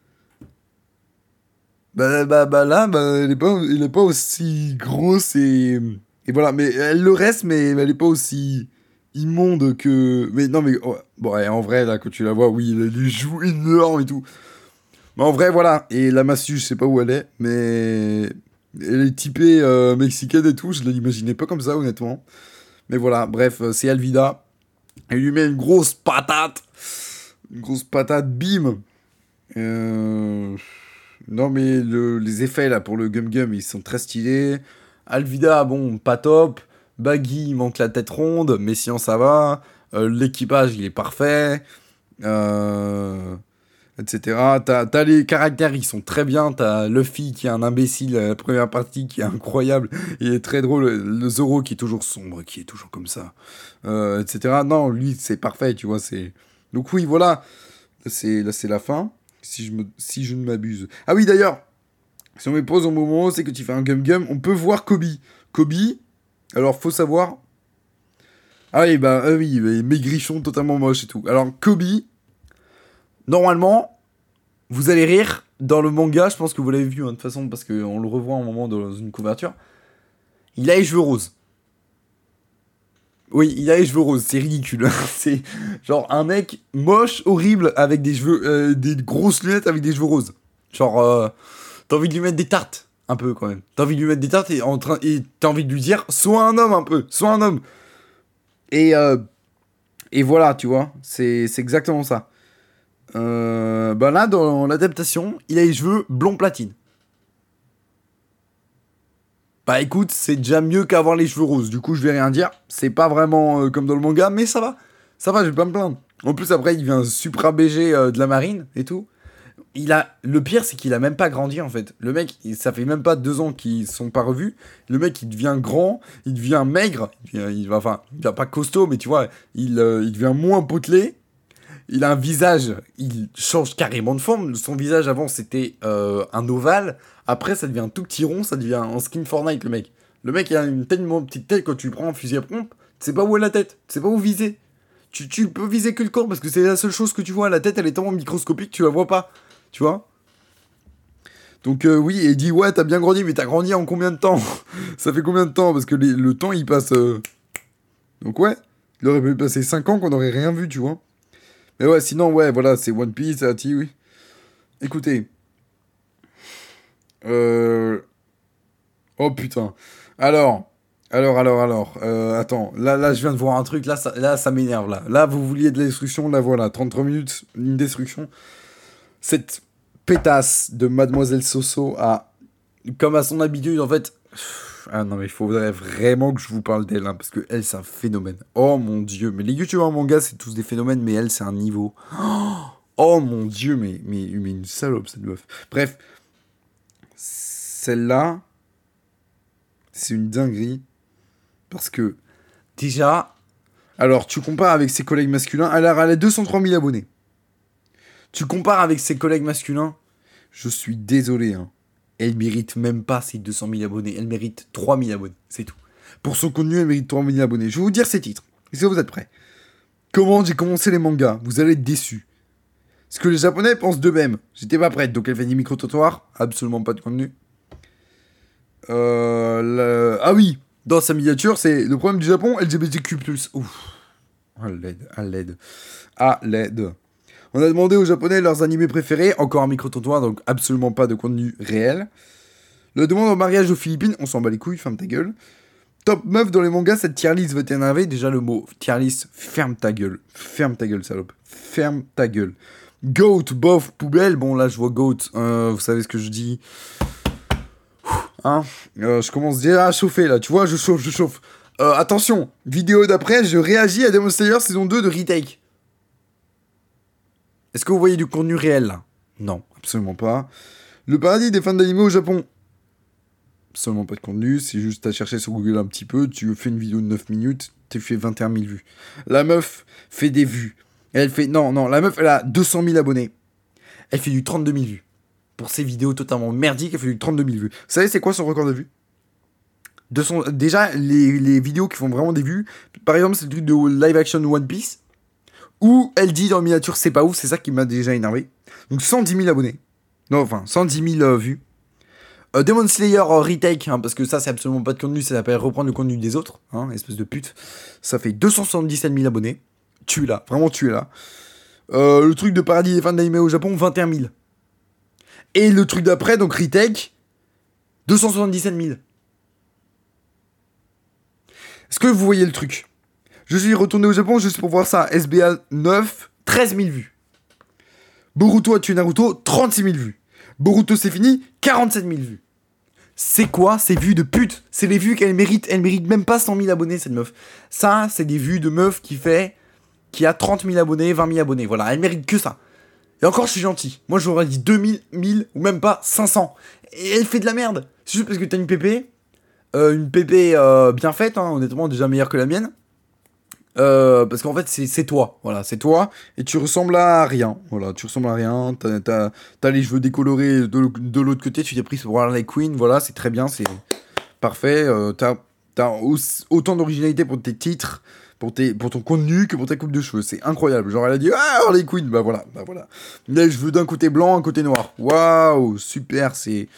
Bah, bah, bah là, bah, elle est pas, elle est pas aussi grosse et... Et voilà, mais elle le reste, mais elle est pas aussi immonde que... Mais non, mais... Oh, bon, ouais, en vrai, là, quand tu la vois, oui, elle a des joues énormes et tout. Mais en vrai, voilà. Et la massue, je sais pas où elle est, mais... Elle est typée euh, mexicaine et tout, je l'imaginais pas comme ça, honnêtement. Mais voilà, bref, euh, c'est Alvida. Elle lui met une grosse patate. Une grosse patate, bim. Euh... Non, mais le- les effets, là, pour le Gum Gum, ils sont très stylés. Alvida, bon, pas top. Baggy, il manque la tête ronde, mais sinon, ça va. Euh, l'équipage, il est parfait. Euh... Etc. T'as, t'as les caractères, ils sont très bien. T'as Luffy qui est un imbécile, la première partie qui est incroyable. Il est très drôle. Le Zoro qui est toujours sombre, qui est toujours comme ça. Euh, et cetera. Non, lui, c'est parfait, tu vois. C'est... Donc oui, voilà. Là, c'est, là, c'est la fin. Si je, me, si je ne m'abuse. Ah oui, d'ailleurs, si on me pose au moment, c'est que tu fais un Gum Gum, on peut voir Kobe. Kobe, alors faut savoir... Ah oui, bah ah oui, mais maigrichon, totalement moche et tout. Alors, Kobe, normalement, vous allez rire. Dans le manga, je pense que vous l'avez vu, hein, de toute façon, parce qu'on le revoit un moment dans une couverture. Il a les cheveux roses. Oui, il a les cheveux roses, c'est ridicule. C'est genre un mec moche, horrible, avec des cheveux, euh, des grosses lunettes avec des cheveux roses. Genre, euh, t'as envie de lui mettre des tartes, un peu quand même. T'as envie de lui mettre des tartes et, en train, et t'as envie de lui dire, sois un homme un peu, sois un homme. Et, euh, et voilà, tu vois, c'est, c'est exactement ça. Euh, bah là, dans l'adaptation, il a les cheveux blond platine. Bah écoute, c'est déjà mieux qu'avoir les cheveux roses. Du coup, je vais rien dire. C'est pas vraiment euh, comme dans le manga, mais ça va. Ça va, je vais pas me plaindre. En plus, après, il devient supra B G euh, de la marine et tout. Il a... Le pire, c'est qu'il a même pas grandi, en fait. Le mec, il- ça fait même pas deux ans qu'ils sont pas revus. Le mec, il devient grand, il devient maigre. Il devient, il va, enfin, il devient pas costaud, mais tu vois, il, euh, il devient moins potelé. Il a un visage, il change carrément de forme. Son visage avant c'était euh, un ovale. Après ça devient un tout petit rond, ça devient un skin Fortnite le mec. Le mec il a une tellement petite tête quand tu le prends en fusil à pompe, tu sais pas où est la tête, tu sais pas où viser. Tu, tu peux viser que le corps parce que c'est la seule chose que tu vois. La tête elle est tellement microscopique que tu la vois pas. Tu vois. Donc euh, oui, et il dit ouais t'as bien grandi, mais t'as grandi en combien de temps? Ça fait combien de temps? Parce que les- le temps il passe... euh, Donc ouais, il aurait pu passer cinq ans qu'on aurait rien vu, tu vois. Mais ouais, sinon, ouais, voilà, c'est One Piece, Ati, oui. Écoutez. Euh... Oh putain. Alors, alors, alors, alors. Euh, attends, là, là, je viens de voir un truc, là, ça, là, ça m'énerve, là. Là, vous vouliez de la destruction, là, voilà, trente-trois minutes, une destruction. Cette pétasse de Mademoiselle Soso a, comme à son habitude, en fait... Ah non, mais il faudrait vraiment que je vous parle d'elle, hein, parce que elle, c'est un phénomène. Oh mon dieu, mais les youtubeurs manga, c'est tous des phénomènes, mais elle, c'est un niveau. Oh mon dieu, mais, mais, mais une salope, cette meuf. Bref, celle-là, c'est une dinguerie, parce que, déjà, alors, tu compares avec ses collègues masculins, alors elle a deux cent trois mille abonnés. Tu compares avec ses collègues masculins, je suis désolé, hein. Elle mérite même pas ses deux cent mille abonnés. Elle mérite trois mille abonnés. C'est tout. Pour son contenu, elle mérite trois mille abonnés. Je vais vous dire ses titres. Est-ce que vous êtes prêts? Comment j'ai commencé les mangas? Vous allez être déçus. Ce que les Japonais pensent d'eux-mêmes. J'étais pas prête. Donc elle fait des micro-trottoirs. Absolument pas de contenu. Euh, le... Ah oui. Dans sa miniature, c'est le problème du Japon. L G B T Q plus. Ouf. À l'aide. À l'aide. À l'aide. On a demandé aux Japonais leurs animés préférés, encore un micro-trottoir, donc absolument pas de contenu réel. Le demande en mariage aux Philippines, on s'en bat les couilles, ferme ta gueule. Top meuf dans les mangas, cette tier list va t'énerver. Déjà le mot tier list, ferme ta gueule. Ferme ta gueule, salope. Ferme ta gueule. Goat, bof, poubelle. Bon, là je vois Goat, euh, vous savez ce que je dis. Hein euh, je commence déjà à chauffer là, tu vois, je chauffe, je chauffe. Euh, attention, vidéo d'après, je réagis à Demon Slayer saison deux de Retake. Est-ce que vous voyez du contenu réel là? Non, absolument pas. Le paradis des fans d'anime au Japon. Absolument pas de contenu, c'est juste à chercher sur Google un petit peu, tu fais une vidéo de neuf minutes, tu fais vingt et un mille vues. La meuf fait des vues. Elle fait... Non, non, la meuf, elle a deux cent mille abonnés. Elle fait du trente-deux mille vues. Pour ses vidéos totalement merdiques, elle fait du trente-deux mille vues. Vous savez, c'est quoi son record de vues? de son... Déjà, les, les vidéos qui font vraiment des vues, par exemple, c'est le truc de live action One Piece, où elle dit dans la miniature, c'est pas ouf, c'est ça qui m'a déjà énervé. Donc cent dix mille abonnés. Non, enfin, cent dix mille euh, vues. Euh, Demon Slayer euh, Retake, hein, parce que ça, c'est absolument pas de contenu, ça s'appelle reprendre le contenu des autres, hein, espèce de pute. Ça fait deux cent soixante-dix-sept mille abonnés. Tu es là, vraiment tu es là. Euh, le truc de paradis des fans d'anime au Japon, vingt et un mille. Et le truc d'après, donc Retake, deux cent soixante-dix-sept mille. Est-ce que vous voyez le truc? Je suis retourné au Japon juste pour voir ça. S B A neuf, treize mille vues. Boruto a tué Naruto, trente-six mille vues. Boruto c'est fini, quarante-sept mille vues. C'est quoi ces vues de pute? C'est les vues qu'elle mérite. Elle mérite même pas cent mille abonnés, cette meuf. Ça, c'est des vues de meuf qui fait... qui a trente mille abonnés, vingt mille abonnés. Voilà, elle mérite que ça. Et encore, je suis gentil. Moi, j'aurais dit deux mille, mille ou même pas cinq cents. Et elle fait de la merde. C'est juste parce que t'as une pépé. Euh, une pépé euh, bien faite, hein, honnêtement, déjà meilleure que la mienne. Euh, parce qu'en fait, c'est, c'est toi. Voilà, c'est toi. Et tu ressembles à rien. Voilà, tu ressembles à rien. T'as, t'as, t'as les cheveux décolorés de, de l'autre côté. Tu t'es pris pour Harley Quinn. Voilà, c'est très bien. C'est parfait. Euh, t'as, t'as autant d'originalité pour tes titres, pour, tes, pour ton contenu que pour ta coupe de cheveux. C'est incroyable. Genre, elle a dit ah, Harley Quinn. Bah voilà, bah voilà. Les cheveux d'un côté blanc, un côté noir. Waouh, super. C'est.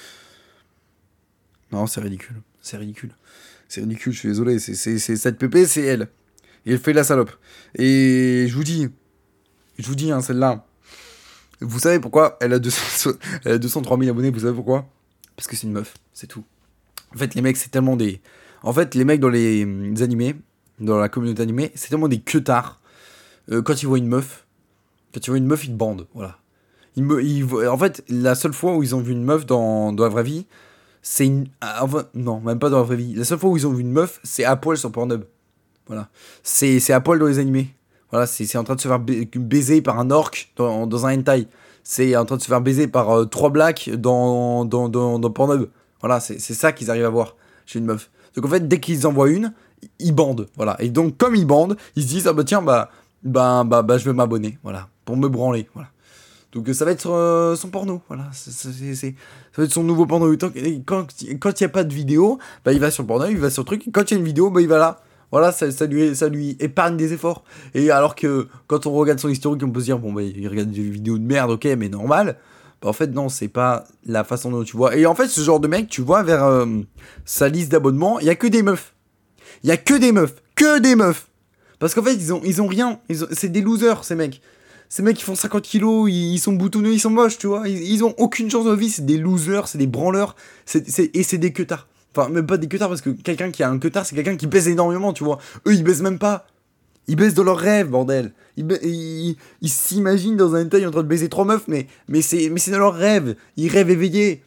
Non, c'est ridicule. C'est ridicule. C'est ridicule, je suis désolé. C'est, c'est, c'est cette pépé, c'est elle. Et elle fait la salope. Et je vous dis, je vous dis, hein, celle-là, vous savez pourquoi elle a, deux cents, elle a deux cent trois mille abonnés, vous savez pourquoi? Parce que c'est une meuf, c'est tout. En fait, les mecs, c'est tellement des... En fait, les mecs dans les, les animés, dans la communauté animée, c'est tellement des queutards. Euh, quand ils voient une meuf, quand ils voient une meuf, ils te bandent, voilà. Ils me, ils, en fait, la seule fois où ils ont vu une meuf dans, dans la vraie vie, c'est une... Enfin, non, même pas dans la vraie vie. La seule fois où ils ont vu une meuf, c'est à poil sur Pornhub. Voilà. C'est, c'est à poil dans les animés. Voilà, c'est, c'est en train de se faire baiser par un orc dans, dans un hentai. C'est en train de se faire baiser par euh, trois blacks dans, dans, dans, dans Pornhub. Voilà, c'est, c'est ça qu'ils arrivent à voir chez une meuf. Donc en fait, dès qu'ils en voient une, ils bandent. Voilà. Et donc, comme ils bandent, ils se disent, ah bah tiens, bah, bah, bah, bah je vais m'abonner. Voilà. Pour me branler. Voilà. Donc ça va être euh, son porno. Voilà. C'est, c'est, c'est, ça va être son nouveau porno. Quand il n'y a pas de vidéo, bah il va sur Pornhub, il va sur le truc. Quand il y a une vidéo, bah il va là. Voilà, ça, ça, lui, ça lui épargne des efforts. Et alors que quand on regarde son historique, on peut se dire, bon, bah, il regarde des vidéos de merde, ok, mais normal. Bah, en fait, non, c'est pas la façon dont tu vois. Et en fait, ce genre de mec, tu vois, vers euh, sa liste d'abonnements, il y a que des meufs. Il y a que des meufs. Que des meufs. Parce qu'en fait, ils ont, ils ont rien. Ils ont, c'est des losers, ces mecs. Ces mecs, ils font cinquante kilos, ils, ils sont boutonneux, ils sont moches, tu vois. Ils, ils ont aucune chance de vie. C'est des losers, c'est des branleurs. C'est, c'est, et c'est des queutards. Enfin, même pas des queutards, parce que quelqu'un qui a un queutard, c'est quelqu'un qui baise énormément, tu vois. Eux, ils baisent même pas. Ils baisent dans leurs rêves, bordel. Ils, ba- ils, ils s'imaginent dans un hentai en train de baiser trois meufs, mais, mais, c'est, mais c'est dans leurs rêves. Ils rêvent éveillés.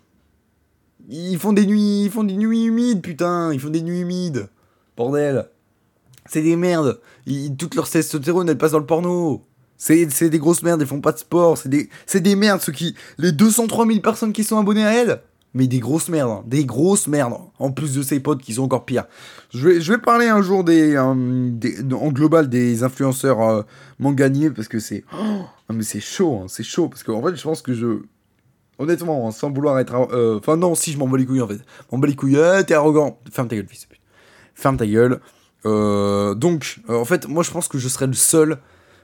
Ils font des nuits, ils font des nuits humides, putain. Ils font des nuits humides. Bordel. C'est des merdes. Ils, toute leur testostérone, elle passe dans le porno. C'est, c'est des grosses merdes, ils font pas de sport. C'est des, c'est des merdes, ceux qui... Les deux cent trois mille personnes qui sont abonnées à elle. Mais des grosses merdes, hein. Des grosses merdes, en plus de ses potes qui sont encore pires. Je vais, je vais parler un jour des, euh, des en global des influenceurs euh, manga animés parce que c'est, oh, mais c'est chaud, hein, c'est chaud parce qu'en fait je pense que je, honnêtement, hein, sans vouloir être, enfin euh, non, si je m'en bats les couilles en fait, m'en bats les couilles, eh, t'es arrogant, ferme ta gueule fils de pute, ferme ta gueule. Euh, donc, euh, en fait, moi je pense que je serais le seul,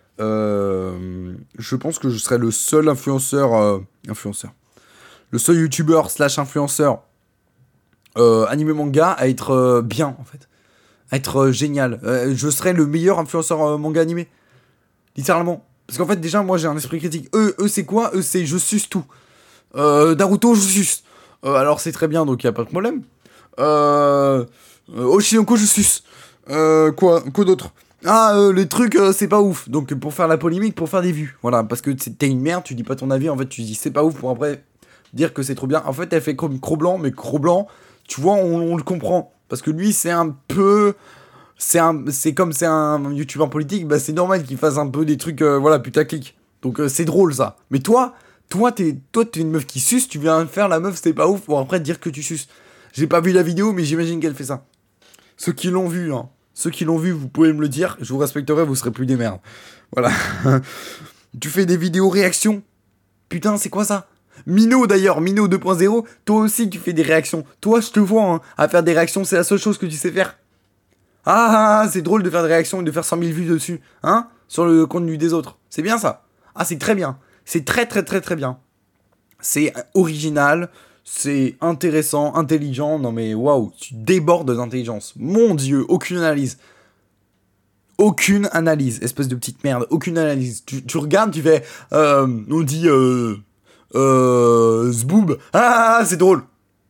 euh, je pense que je serais le seul influenceur, euh, influenceur. Le seul youtubeur slash influenceur euh, animé manga à être euh, bien, en fait. À être euh, génial. Euh, je serais le meilleur influenceur euh, manga animé. Littéralement. Parce qu'en fait, déjà, moi, j'ai un esprit critique. Eux, eux c'est quoi? Eux, c'est je suce tout. Euh, Naruto, je suce. Euh, alors, c'est très bien, donc il n'y a pas de problème. Euh, euh, Oshinoko, je suce. Euh, quoi Quoi d'autre? Ah, euh, les trucs, euh, c'est pas ouf. Donc, pour faire la polémique, pour faire des vues. Voilà, parce que t'es une merde, tu dis pas ton avis, en fait, tu dis c'est pas ouf pour après... dire que c'est trop bien. En fait, elle fait comme Cro-Blanc, mais Cro-Blanc, Tu vois, on, on le comprend. Parce que lui, c'est un peu... C'est, un, c'est comme c'est un youtubeur politique, bah c'est normal qu'il fasse un peu des trucs, euh, voilà, putaclic. Donc euh, c'est drôle, ça. Mais toi, toi t'es, toi, t'es une meuf qui suce, tu viens faire la meuf, c'était pas ouf, pour après dire que tu suces. J'ai pas vu la vidéo, mais j'imagine qu'elle fait ça. Ceux qui l'ont vu, hein. Ceux qui l'ont vu, vous pouvez me le dire. Je vous respecterai, vous serez plus des merdes. Voilà. Tu fais des vidéos réactions. Putain, c'est quoi ça? Mino d'ailleurs, Mino deux point zéro, toi aussi tu fais des réactions. Toi, je te vois hein, à faire des réactions, c'est la seule chose que tu sais faire. Ah, ah, ah, c'est drôle de faire des réactions et de faire cent mille vues dessus. Hein? Sur le contenu des autres. C'est bien ça. Ah, c'est très bien. C'est très très très très bien. C'est original. C'est intéressant, intelligent. Non mais waouh, tu débordes d'intelligence. Mon Dieu, aucune analyse. Aucune analyse, espèce de petite merde. Aucune analyse. Tu, tu regardes, tu fais... Euh, on dit... Euh, euh, zboob. Ah, c'est drôle.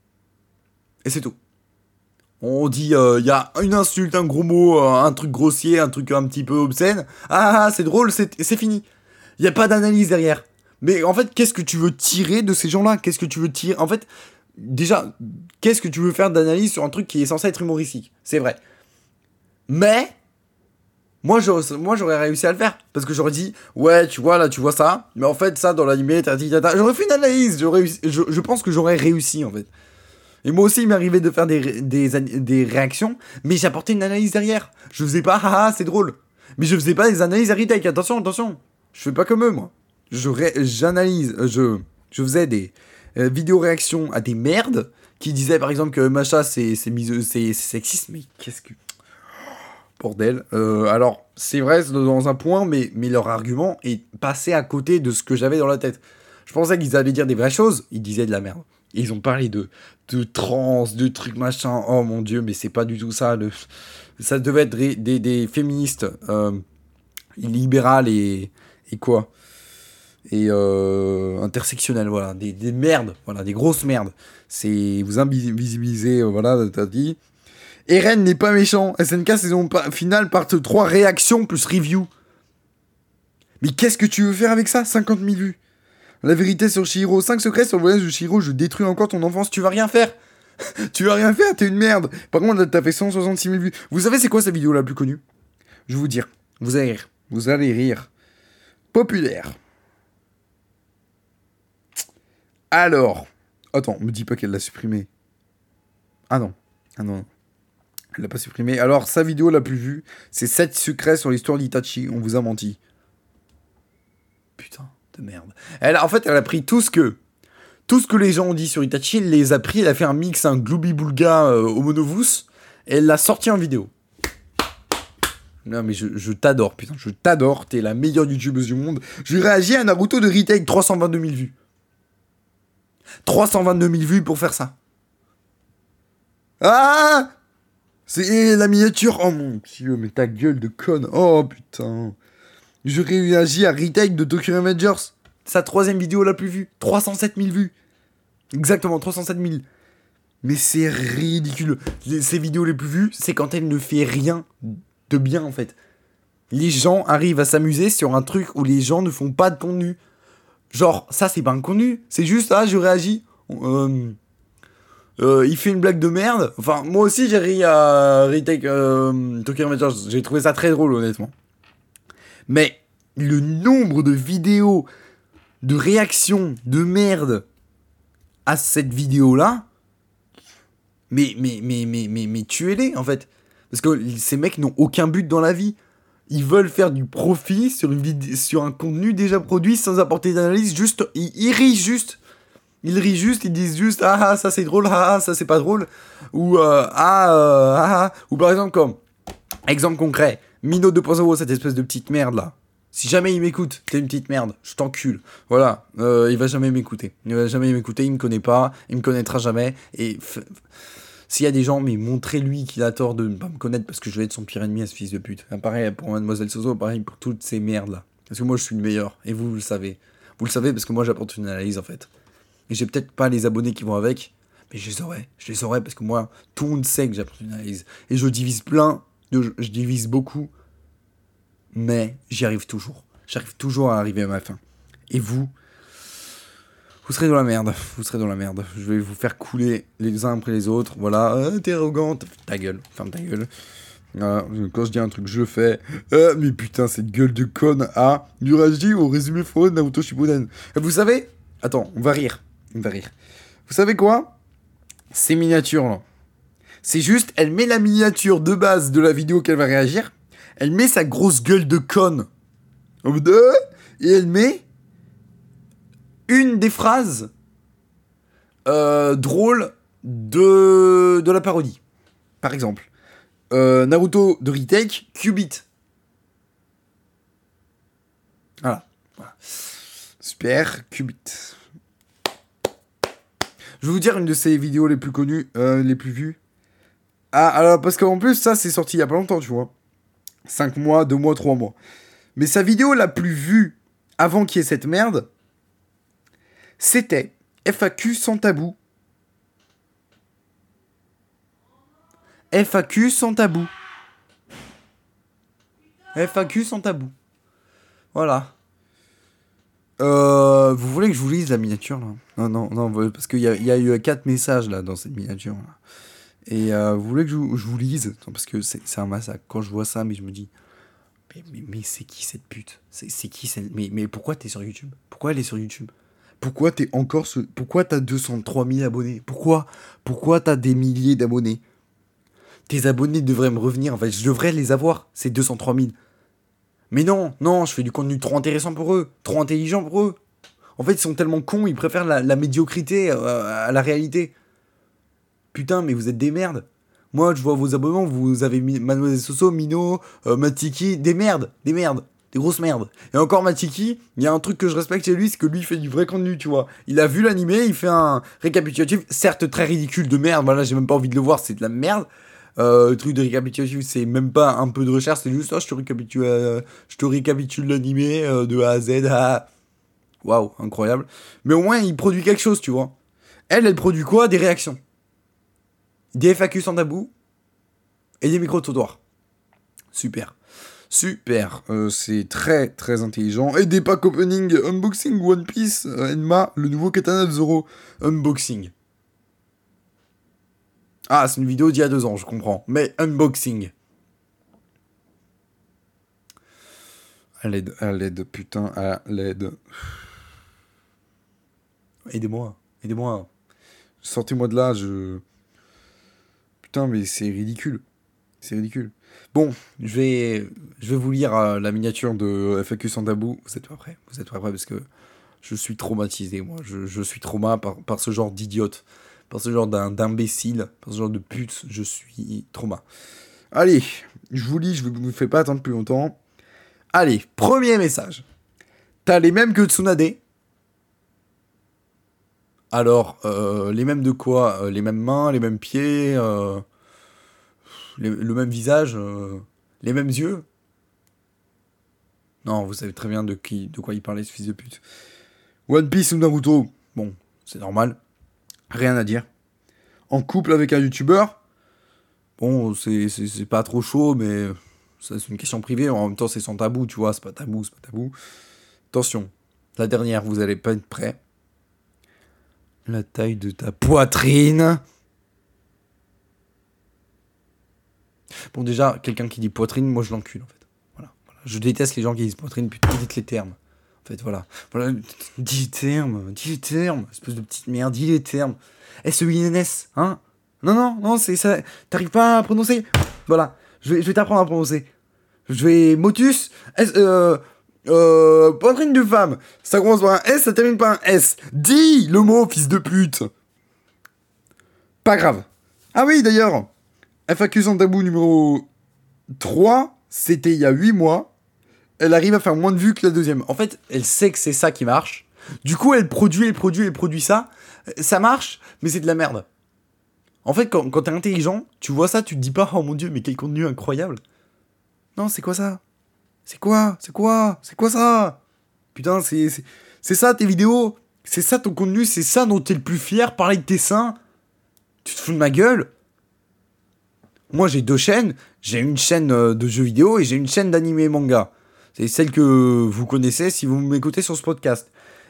Et c'est tout. On dit... Il euh, y a une insulte, un gros mot, un truc grossier, un truc un petit peu obscène. Ah, c'est drôle, c'est, c'est fini. Il n'y a pas d'analyse derrière. Mais en fait, qu'est-ce que tu veux tirer de ces gens-là? Qu'est-ce que tu veux tirer? En fait, déjà, qu'est-ce que tu veux faire d'analyse sur un truc qui est censé être humoristique? C'est vrai. Mais, moi, j'aurais, moi, j'aurais réussi à le faire. Parce que j'aurais dit, ouais, tu vois, là, tu vois ça. Mais en fait, ça, dans l'animé, t'as dit, tata. J'aurais fait une analyse. J'aurais, je, je pense que j'aurais réussi, en fait. Et moi aussi, il m'arrivait de faire des, des, des réactions. Mais j'apportais une analyse derrière. Je faisais pas, haha, c'est drôle. Mais je faisais pas des analyses à retake. Attention, attention. Je fais pas comme eux, moi. Je ré- j'analyse, je, je faisais des euh, vidéos réactions à des merdes qui disaient par exemple que Macha c'est, c'est, mise- c'est, c'est sexiste, mais qu'est-ce que... Bordel. Euh, alors, c'est vrai c'est dans un point, mais, mais leur argument est passé à côté de ce que j'avais dans la tête. Je pensais qu'ils allaient dire des vraies choses, ils disaient de la merde. Et ils ont parlé de, de trans, de trucs machin, oh mon dieu, mais c'est pas du tout ça. Le... Ça devait être des, des, des féministes euh, libérales et, et quoi et euh, intersectionnel, voilà, des, des merdes, voilà, des grosses merdes. C'est, vous invisibilisez, euh, voilà, t'as dit. Eren n'est pas méchant, S N K saison pa- finale, part trois, réaction plus review. Mais qu'est-ce que tu veux faire avec ça? cinquante mille vues. La vérité sur Shihiro, cinq secrets sur le voyage de Shihiro, je détruis encore ton enfance, tu vas rien faire. Tu vas rien faire, t'es une merde. Par contre, t'as fait cent soixante-six mille vues. Vous savez c'est quoi sa vidéo la plus connue? Je vais vous dire, vous allez rire, vous allez rire. Populaire. Alors, attends, me dis pas qu'elle l'a supprimé. Ah non, ah non, elle l'a pas supprimé. Alors, sa vidéo la plus vue, c'est sept secrets sur l'histoire d'Itachi. On vous a menti. Putain de merde. Elle, en fait, elle a pris tout ce que, tout ce que les gens ont dit sur Itachi, elle les a pris, elle a fait un mix, un gloubi-boulga euh, au monovous, et elle l'a sorti en vidéo. Non mais je, je t'adore, putain, je t'adore, t'es la meilleure youtubeuse du monde. Je réagis à Naruto de retake, trois cent vingt-deux mille vues. trois cent vingt-deux mille vues pour faire ça. Ah! C'est la miniature. Oh mon dieu, mais ta gueule de conne. Oh putain. Je réagis à retake de Tokyo Revengers. Sa troisième vidéo la plus vue. trois cent sept mille vues. Exactement, trois cent sept mille. Mais c'est ridicule. Les, ces vidéos les plus vues, c'est quand elle ne fait rien de bien en fait. Les gens arrivent à s'amuser sur un truc où les gens ne font pas de contenu. Genre, ça c'est pas un contenu. C'est juste, ah, je réagis. Euh, euh, il fait une blague de merde. Enfin, moi aussi j'ai ri à Retake euh, Tokyo Revengers. J'ai trouvé ça très drôle, honnêtement. Mais le nombre de vidéos de réactions de merde à cette vidéo-là, mais, mais, mais, mais, mais, mais tuez-les, en fait. Parce que ces mecs n'ont aucun but dans la vie. Ils veulent faire du profit sur, une vidéo, sur un contenu déjà produit sans apporter d'analyse. Juste, ils, ils rient juste. Ils rient juste, ils disent juste ah ah ça c'est drôle, ah ah ça c'est pas drôle, ou euh, ah, euh, ah ah, ou par exemple comme exemple concret, Mino deux point zéro, cette espèce de petite merde là. Si jamais il m'écoute, t'es une petite merde, je t'encule. Voilà, euh, il va jamais m'écouter, il va jamais m'écouter, il me connaît pas, il me connaîtra jamais. Et f- s'il y a des gens, mais montrez-lui qu'il a tort de ne pas me connaître parce que je vais être son pire ennemi à ce fils de pute. Pareil pour Mademoiselle Soso, pareil pour toutes ces merdes là. Parce que moi je suis le meilleur et vous vous le savez, vous le savez parce que moi j'apporte une analyse en fait. Et j'ai peut-être pas les abonnés qui vont avec, mais je les aurai. Je les aurai parce que moi, tout le monde sait que j'apporte une analyse. Et je divise plein, de, je divise beaucoup, mais j'y arrive toujours. J'arrive toujours à arriver à ma fin. Et vous, Vous serez dans la merde, vous serez dans la merde. Je vais vous faire couler les uns après les autres. Voilà, euh, t'es arrogante. Ta gueule, ferme ta gueule. Voilà, quand je dis un truc, je le fais. Euh, mais putain, cette gueule de conne a du Raji au résumé faux de Naruto Shippuden. Et vous savez, attends, on va rire. On va rire. Vous savez quoi? Ces miniatures là. C'est juste, elle met la miniature de base de la vidéo qu'elle va réagir. Elle met sa grosse gueule de conne. Et elle met une des phrases euh, drôles de, de la parodie. Par exemple, euh, Naruto de retake, Qubit. Voilà. voilà. Super, Qubit. Je vais vous dire une de ces vidéos les plus connues, euh, les plus vues. Ah, alors, parce qu'en plus, ça, c'est sorti il y a pas longtemps, tu vois. cinq mois, deux mois, trois mois. Mais sa vidéo la plus vue avant qu'il y ait cette merde, c'était F A Q sans tabou. F A Q sans tabou. F A Q sans tabou. Voilà. Euh, vous voulez que je vous lise la miniature là? Non, non, non, parce qu'il y a, y a eu quatre messages là dans cette miniature là. Et euh, vous voulez que je, je vous lise? Non, parce que c'est, c'est un massacre. Quand je vois ça, mais je me dis, mais, mais, mais c'est qui cette pute? C'est, c'est qui cette... mais, mais pourquoi t'es sur YouTube? Pourquoi elle est sur YouTube? Pourquoi t'es encore ce... Pourquoi t'as deux cent trois mille abonnés? Pourquoi? Pourquoi t'as des milliers d'abonnés? Tes abonnés devraient me revenir. En fait, je devrais les avoir, ces deux cent trois mille. Mais non, non, je fais du contenu trop intéressant pour eux, trop intelligent pour eux. En fait, ils sont tellement cons, ils préfèrent la, la médiocrité à, à la réalité. Putain, mais vous êtes des merdes. Moi, je vois vos abonnements, vous avez mis Mademoiselle Soso, Mino, euh, Matiki, des merdes, des merdes, des grosses merdes. Et encore Matiki, il y a un truc que je respecte chez lui, c'est que lui, il fait du vrai contenu, tu vois. Il a vu l'animé, il fait un récapitulatif, certes très ridicule de merde, voilà, j'ai même pas envie de le voir, c'est de la merde. Euh, le truc de récapitulatif, c'est même pas un peu de recherche, c'est juste, oh, je te récapitule, euh, je te récapitule l'animé euh, de A à Z à... Waouh, incroyable. Mais au moins, il produit quelque chose, tu vois. Elle, elle produit quoi? Des réactions. Des F A Q sans tabou. Et des micro-trottoirs. Super. Super. Euh, c'est très, très intelligent. Et des packs opening, unboxing, One Piece, euh, Enma, le nouveau katana de Zoro. Unboxing. Ah, c'est une vidéo d'il y a deux ans, je comprends. Mais unboxing. À l'aide, à l'aide, putain, à l'aide. Aidez-moi, aidez-moi. Sortez-moi de là, je... Putain, mais c'est ridicule. C'est ridicule. Bon, je vais, je vais vous lire euh, la miniature de F A Q sans tabou. Vous êtes pas prêts? Vous êtes pas prêts parce que je suis traumatisé, moi. Je, je suis trauma par, par ce genre d'idiote. Par ce genre d'un, d'imbécile. Par ce genre de pute. Je suis trauma. Allez, je vous lis, je ne vous fais pas attendre plus longtemps. Allez, premier message. T'as les mêmes que Tsunade. Alors, euh, les mêmes de quoi? euh, Les mêmes mains, les mêmes pieds, euh, les- le même visage, euh, les mêmes yeux? Non, vous savez très bien de qui, de quoi il parlait, ce fils de pute. One Piece ou Naruto? Bon, c'est normal. Rien à dire. En couple avec un youtubeur? Bon, c'est, c'est, c'est pas trop chaud, mais ça, c'est une question privée. En même temps, c'est sans tabou, tu vois. C'est pas tabou, c'est pas tabou. Attention, la dernière, vous allez pas être prêts. La taille de ta poitrine. Bon, déjà, quelqu'un qui dit poitrine, moi je l'encule, en fait. Voilà. voilà. Je déteste les gens qui disent poitrine, putain, dites les termes. En fait, voilà. Voilà. Dis les termes, dis les termes. Espèce de petite merde, dis les termes. S E I N S, hein? Non, non, non, c'est ça. T'arrives pas à prononcer? Voilà. Je vais, je vais t'apprendre à prononcer. Je vais. Motus. S, euh. Euh. Poitrine de femme. Ça commence par un S, ça termine par un S. Dis le mot, fils de pute. Pas grave. Ah oui, d'ailleurs. F A Q sans tabou numéro trois, c'était il y a huit mois. Elle arrive à faire moins de vues que la deuxième. En fait, elle sait que c'est ça qui marche. Du coup, elle produit, elle produit, elle produit ça. Ça marche, mais c'est de la merde. En fait, quand, quand t'es intelligent, tu vois ça, tu te dis pas, oh mon dieu, mais quel contenu incroyable. Non, c'est quoi ça? C'est quoi? C'est quoi? C'est quoi ça? Putain, c'est, c'est, c'est ça tes vidéos? C'est ça ton contenu? C'est ça dont t'es le plus fier? Parler de tes seins? Tu te fous de ma gueule? Moi, j'ai deux chaînes. J'ai une chaîne de jeux vidéo et j'ai une chaîne d'animé et manga. C'est celle que vous connaissez si vous m'écoutez sur ce podcast.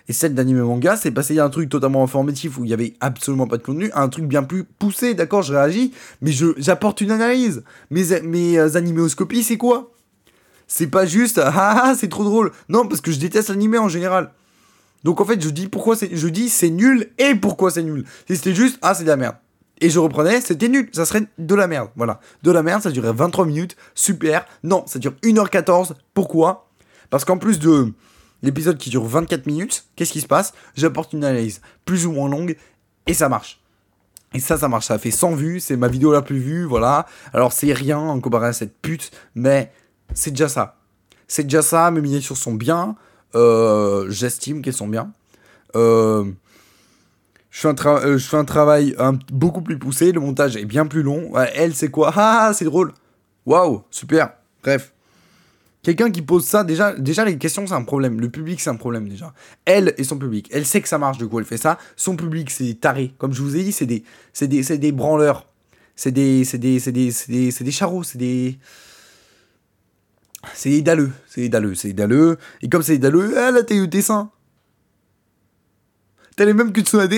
Et celle d'anime manga, c'est passé d'un truc totalement informatif où il y avait absolument pas de contenu à un truc bien plus poussé. D'accord, je réagis, mais je, j'apporte une analyse. Mes, mes euh, animéoscopies, c'est quoi? C'est pas juste, ah ah, c'est trop drôle. Non, parce que je déteste l'animé en général. Donc en fait, je dis pourquoi c'est, je dis c'est nul et pourquoi c'est nul. Si c'était juste, ah, c'est de la merde. Et je reprenais, c'était nul, ça serait de la merde. Voilà, de la merde, ça durait vingt-trois minutes, super. Non, ça dure une heure quatorze, pourquoi? Parce qu'en plus de l'épisode qui dure vingt-quatre minutes, qu'est-ce qui se passe? J'apporte une analyse plus ou moins longue et ça marche. Et ça, ça marche, ça a fait cent vues, c'est ma vidéo la plus vue, voilà. Alors c'est rien en comparé à cette pute, mais c'est déjà ça. C'est déjà ça, mes miniatures sont bien, euh, j'estime qu'elles sont bien. Euh... Je fais, un tra- euh, je fais un travail un, beaucoup plus poussé, le montage est bien plus long. Ouais, elle, c'est quoi? Ah, c'est drôle. Waouh, super. Bref. Quelqu'un qui pose ça, déjà, déjà, les questions, c'est un problème. Le public, c'est un problème, déjà. Elle et son public. Elle sait que ça marche, du coup, elle fait ça. Son public, c'est des tarés. Comme je vous ai dit, c'est des, c'est des, c'est des branleurs. C'est des, c'est des, c'est des, c'est des, c'est des charros. C'est des... C'est des dalleux. C'est des dalleux. C'est des dalleux. Et comme c'est des dalleux, elle a tes, tes seins. T'as les mêmes que Tsunade.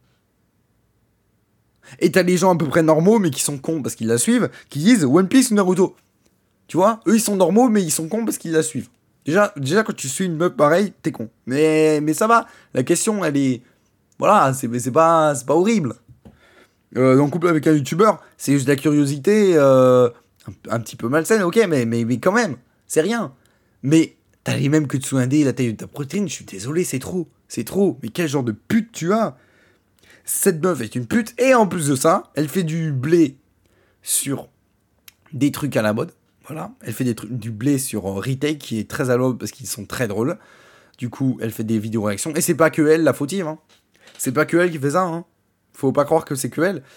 Et t'as les gens à peu près normaux, mais qui sont cons parce qu'ils la suivent, qui disent One Piece ou Naruto. Tu vois, eux ils sont normaux, mais ils sont cons parce qu'ils la suivent. Déjà, déjà quand tu suis une meuf pareille, t'es con. Mais, mais ça va. La question, elle est. Voilà, c'est, c'est, pas, c'est pas horrible. Euh, en couple avec un youtubeur, c'est juste de la curiosité euh, un, un petit peu malsaine, ok, mais, mais, mais quand même, c'est rien. Mais t'as les mêmes que Tsunade, la taille de ta protéine, je suis désolé, c'est trop. C'est trop. Mais quel genre de pute tu as? Cette meuf est une pute, et en plus de ça, elle fait du blé sur des trucs à la mode. Voilà, elle fait des trucs, du blé sur euh, Retake, qui est très à la mode parce qu'ils sont très drôles. Du coup, elle fait des vidéos réactions, et c'est pas que elle la fautive, hein. C'est pas que elle qui fait ça, hein. Faut pas croire que c'est que elle.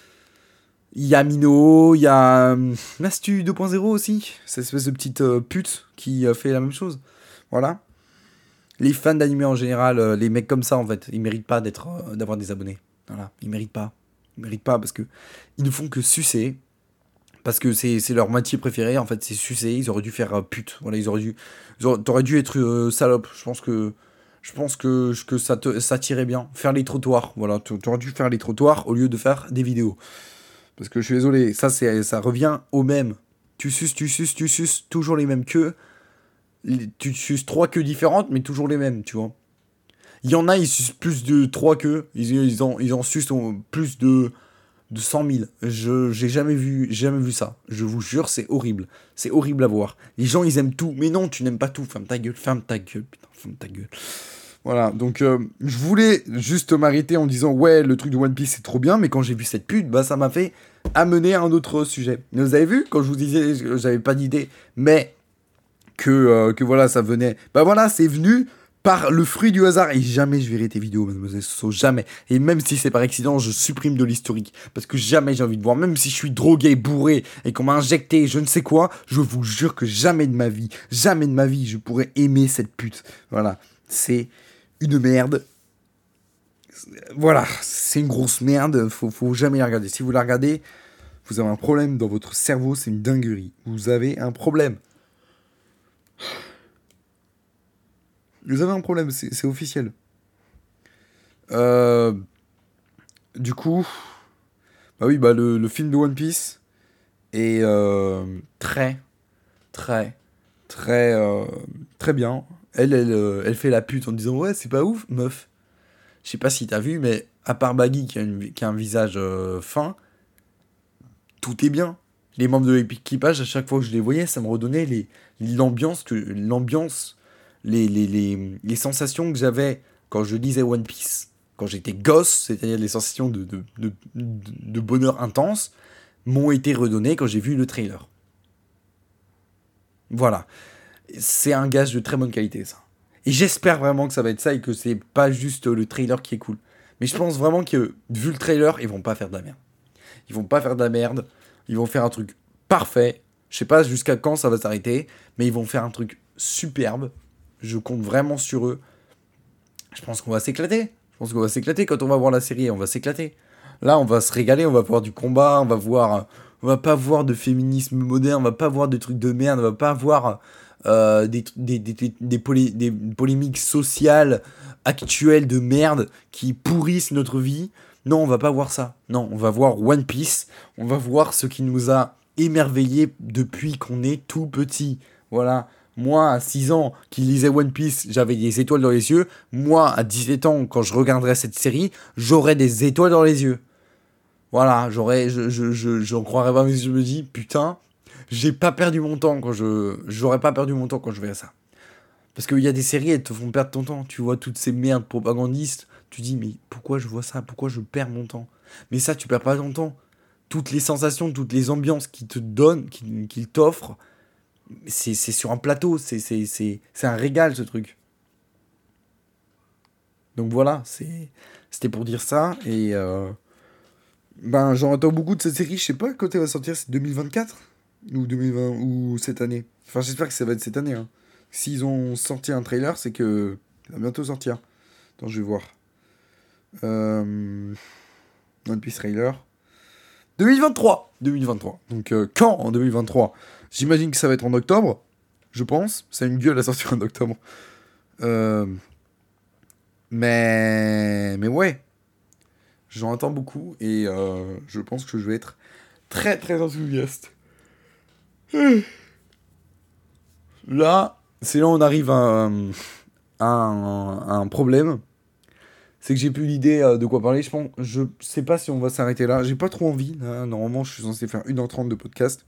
Il y a Mino, il y a euh, Mastu deux point zéro aussi, cette espèce de petite euh, pute qui euh, fait la même chose. Voilà. Les fans d'anime en général, euh, les mecs comme ça, en fait, ils méritent pas d'être, euh, d'avoir des abonnés. Voilà, ils méritent pas. Ils méritent pas parce que ils ne font que sucer. Parce que c'est, c'est leur métier préféré, en fait, c'est sucer. Ils auraient dû faire euh, pute. Voilà, ils auraient dû. Ils auraient, t'aurais dû être euh, salope. Je pense que. Je pense que, que ça, te, ça tirait bien. Faire les trottoirs. Voilà, t'aurais dû faire les trottoirs au lieu de faire des vidéos. Parce que je suis désolé, ça, c'est, ça revient au même. Tu suces, tu suces, tu suces, toujours les mêmes queues. Tu suces trois queues différentes, mais toujours les mêmes, tu vois. Il y en a, ils sucent plus de trois queues. Ils, ils, en, ils en sucent plus de, de cent mille. Je j'ai jamais vu, jamais vu ça. Je vous jure, c'est horrible. C'est horrible à voir. Les gens, ils aiment tout. Mais non, tu n'aimes pas tout. Ferme ta gueule, ferme ta gueule. Putain, ferme ta gueule. Voilà, donc euh, je voulais juste m'arrêter en disant ouais, le truc de One Piece c'est trop bien, mais quand j'ai vu cette pute, bah ça m'a fait amener à un autre sujet. Vous avez vu, quand je vous disais, j'avais pas d'idée, mais que, euh, que voilà, ça venait. Bah voilà, c'est venu par le fruit du hasard. Et jamais je verrai tes vidéos, mademoiselle Soso, jamais. Et même si c'est par accident, je supprime de l'historique. Parce que jamais j'ai envie de voir, même si je suis drogué, bourré, et qu'on m'a injecté je ne sais quoi, je vous jure que jamais de ma vie, jamais de ma vie, je pourrais aimer cette pute. Voilà, c'est une merde. Voilà, c'est une grosse merde, faut, faut jamais la regarder. Si vous la regardez, vous avez un problème dans votre cerveau, c'est une dinguerie. Vous avez un problème. Vous avez un problème, c'est, c'est officiel. Euh, du coup, bah oui, bah le, le film de One Piece est euh, très, très, très, euh, très bien. Elle, elle, euh, elle fait la pute en disant ouais, c'est pas ouf, meuf. Je sais pas si t'as vu, mais à part Baggy qui a, une, qui a un visage euh, fin, tout est bien. Les membres de l'équipage, à chaque fois que je les voyais, ça me redonnait les, l'ambiance, que, l'ambiance les, les, les, les sensations que j'avais quand je lisais One Piece, quand j'étais gosse, c'est-à-dire les sensations de, de, de, de bonheur intense, m'ont été redonnées quand j'ai vu le trailer. Voilà. C'est un gage de très bonne qualité, ça. Et j'espère vraiment que ça va être ça et que c'est pas juste le trailer qui est cool. Mais je pense vraiment que, vu le trailer, ils vont pas faire de la merde. Ils vont pas faire de la merde. Ils vont faire un truc parfait. Je sais pas jusqu'à quand ça va s'arrêter, mais ils vont faire un truc superbe. Je compte vraiment sur eux. Je pense qu'on va s'éclater. Je pense qu'on va s'éclater quand on va voir la série. On va s'éclater. Là, on va se régaler. On va voir du combat. On va voir... On va pas voir de féminisme moderne. On va pas voir de trucs de merde. On va pas voir euh, des, des, des, des, des, polé- des polémiques sociales actuelles de merde qui pourrissent notre vie. Non, on va pas voir ça. Non, on va voir One Piece. On va voir ce qui nous a émerveillés depuis qu'on est tout petit. Voilà. Moi, à six ans, qui lisais One Piece, j'avais des étoiles dans les yeux. Moi, à dix-sept ans, quand je regarderais cette série, j'aurais des étoiles dans les yeux. Voilà, j'aurais, je, je, je, j'en croirais pas, mais je me dis, putain, j'ai pas perdu mon temps quand je, j'aurais pas perdu mon temps quand je verrais ça. Parce qu'il y a des séries, elles te font perdre ton temps. Tu vois toutes ces merdes propagandistes, tu dis, mais pourquoi je vois ça? Pourquoi je perds mon temps? Mais ça, tu perds pas ton temps. Toutes les sensations, toutes les ambiances qu'ils te donnent, qu'ils, qu'ils t'offrent, c'est, c'est sur un plateau, c'est, c'est, c'est, c'est un régal ce truc. Donc voilà, c'est, c'était pour dire ça, et... Euh, Ben, j'en attends beaucoup de cette série. Je sais pas quand elle va sortir, c'est deux mille vingt-quatre ou deux mille vingt ou cette année. Enfin, j'espère que ça va être cette année. Hein. S'ils ont sorti un trailer, c'est que ça va bientôt sortir. Attends, je vais voir. Euh... One Piece trailer. deux mille vingt-trois deux mille vingt-trois. Donc, euh, quand en deux mille vingt-trois? J'imagine que ça va être en octobre. Je pense. Ça a une gueule à sortir en octobre. Euh... Mais... Mais ouais. J'en attends beaucoup et euh, je pense que je vais être très très enthousiaste. Là, c'est là où on arrive à, à, un, à un problème. C'est que j'ai plus l'idée euh, de quoi parler. Je pense, je sais pas si on va s'arrêter là. J'ai pas trop envie. Là. Normalement, je suis censé faire une heure trente de podcast.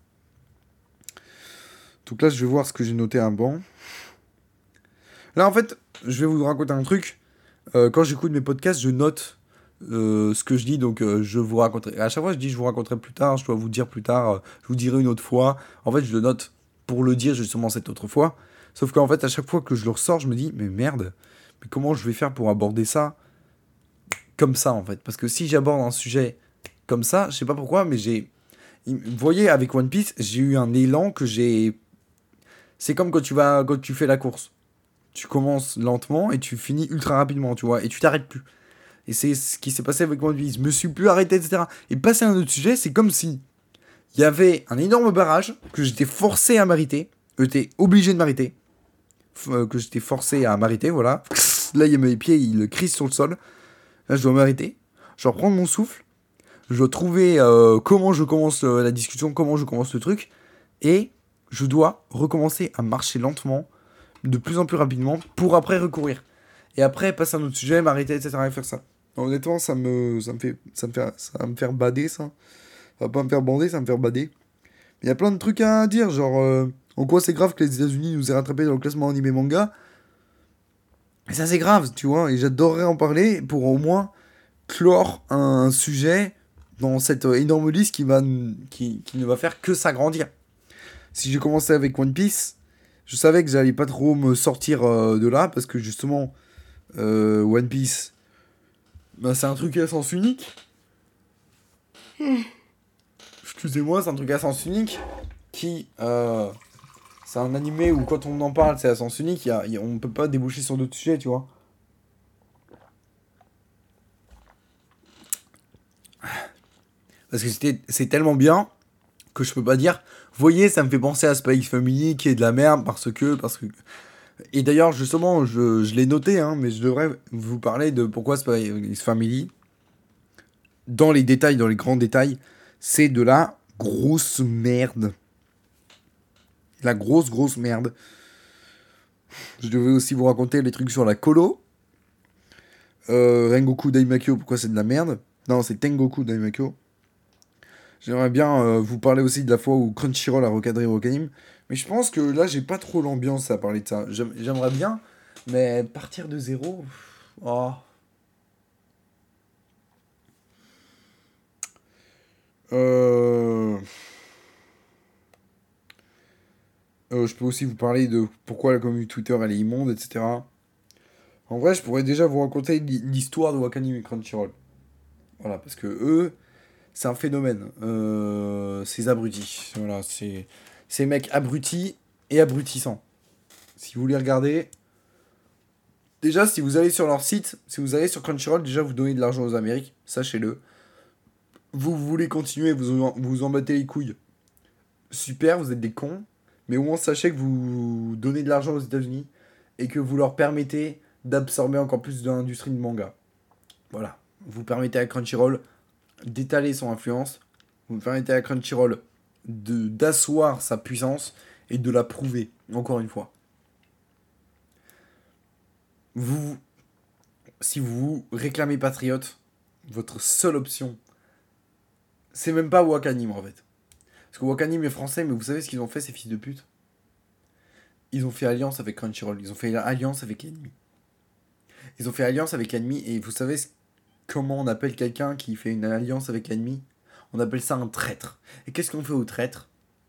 Donc là, je vais voir ce que j'ai noté à un banc. Là, en fait, je vais vous raconter un truc. Euh, quand j'écoute mes podcasts, je note euh, ce que je dis. Donc, euh, je vous raconterai. À chaque fois, je dis je vous raconterai plus tard. Je dois vous dire plus tard. Euh, je vous dirai une autre fois. En fait, je le note pour le dire justement cette autre fois. Sauf qu'en fait, à chaque fois que je le ressors, je me dis mais merde. Mais comment je vais faire pour aborder ça comme ça, en fait? Parce que si j'aborde un sujet comme ça, je sais pas pourquoi, mais j'ai... Vous voyez, avec One Piece, j'ai eu un élan que j'ai... C'est comme quand tu vas, quand tu fais la course. Tu commences lentement et tu finis ultra rapidement, tu vois, et tu t'arrêtes plus. Et c'est ce qui s'est passé avec One Piece. Je me suis plus arrêté, et cetera. Et passer à un autre sujet, c'est comme si il y avait un énorme barrage que j'étais forcé à m'arrêter, que j'étais obligé de m'arrêter, euh, que j'étais forcé à m'arrêter, voilà. Là, il y a mes pieds, ils crissent sur le sol. Là, je dois m'arrêter. Je dois reprendre mon souffle. Je dois trouver euh, comment je commence euh, la discussion, comment je commence le truc. Et je dois recommencer à marcher lentement, de plus en plus rapidement, pour après recourir. Et après, passer à un autre sujet, m'arrêter, et cetera et faire ça. Honnêtement, ça me, ça me fait, ça me fait, ça va me faire bader, ça. Ça va pas me faire bander, ça va me faire bader. Il y a plein de trucs à dire, genre... Euh, en quoi c'est grave que les États-Unis nous aient rattrapés dans le classement animé manga. Et ça, c'est grave, tu vois. Et j'adorerais en parler pour au moins clore un sujet dans cette énorme liste qui, va, qui, qui ne va faire que s'agrandir. Si j'ai commencé avec One Piece, je savais que j'allais pas trop me sortir euh, de là, parce que justement, euh, One Piece, bah, c'est un truc à sens unique. Excusez-moi, c'est un truc à sens unique qui... Euh, c'est un animé où quand on en parle, c'est à sens unique, y a, y a, on peut pas déboucher sur d'autres sujets, tu vois. Parce que c'était, c'est tellement bien que je peux pas dire, voyez, ça me fait penser à Spy X Family qui est de la merde parce que... parce que Et d'ailleurs, justement, je, je l'ai noté, hein, mais je devrais vous parler de pourquoi Spy X Family, dans les détails, dans les grands détails, c'est de la grosse merde. La grosse, grosse merde. Je devais aussi vous raconter les trucs sur la colo. Euh, Rengoku Daimakyo, pourquoi c'est de la merde. Non, c'est Tengoku Daimakyo. J'aimerais bien euh, vous parler aussi de la fois où Crunchyroll a recadré Wakanim. Mais je pense que là, j'ai pas trop l'ambiance à parler de ça. J'aime, j'aimerais bien, mais partir de zéro... Pff, oh. Euh... Euh, je peux aussi vous parler de pourquoi la communauté Twitter elle est immonde, et cetera. En vrai, je pourrais déjà vous raconter l'histoire de Wakanim et Crunchyroll. Voilà, parce que eux, c'est un phénomène. Euh, ces abrutis. Voilà, c'est ces mecs abrutis et abrutissants. Si vous voulez regarder, déjà, si vous allez sur leur site, si vous allez sur Crunchyroll, déjà vous donnez de l'argent aux Amériques, sachez-le. Vous, vous voulez continuer, vous vous en battez les couilles. Super, vous êtes des cons. Mais au moins, sachez que vous donnez de l'argent aux États-Unis et que vous leur permettez d'absorber encore plus de l'industrie de manga. Voilà. Vous permettez à Crunchyroll d'étaler son influence. Vous permettez à Crunchyroll de, d'asseoir sa puissance et de la prouver, encore une fois. Vous, si vous réclamez patriote, votre seule option, c'est même pas Wakanim en fait. Parce que Wakanim est français, mais vous savez ce qu'ils ont fait, ces fils de pute? Ils ont fait alliance avec Crunchyroll, ils ont fait alliance avec l'ennemi. Ils ont fait alliance avec l'ennemi, et vous savez comment on appelle quelqu'un qui fait une alliance avec l'ennemi? On appelle ça un traître. Et qu'est-ce qu'on fait aux traîtres?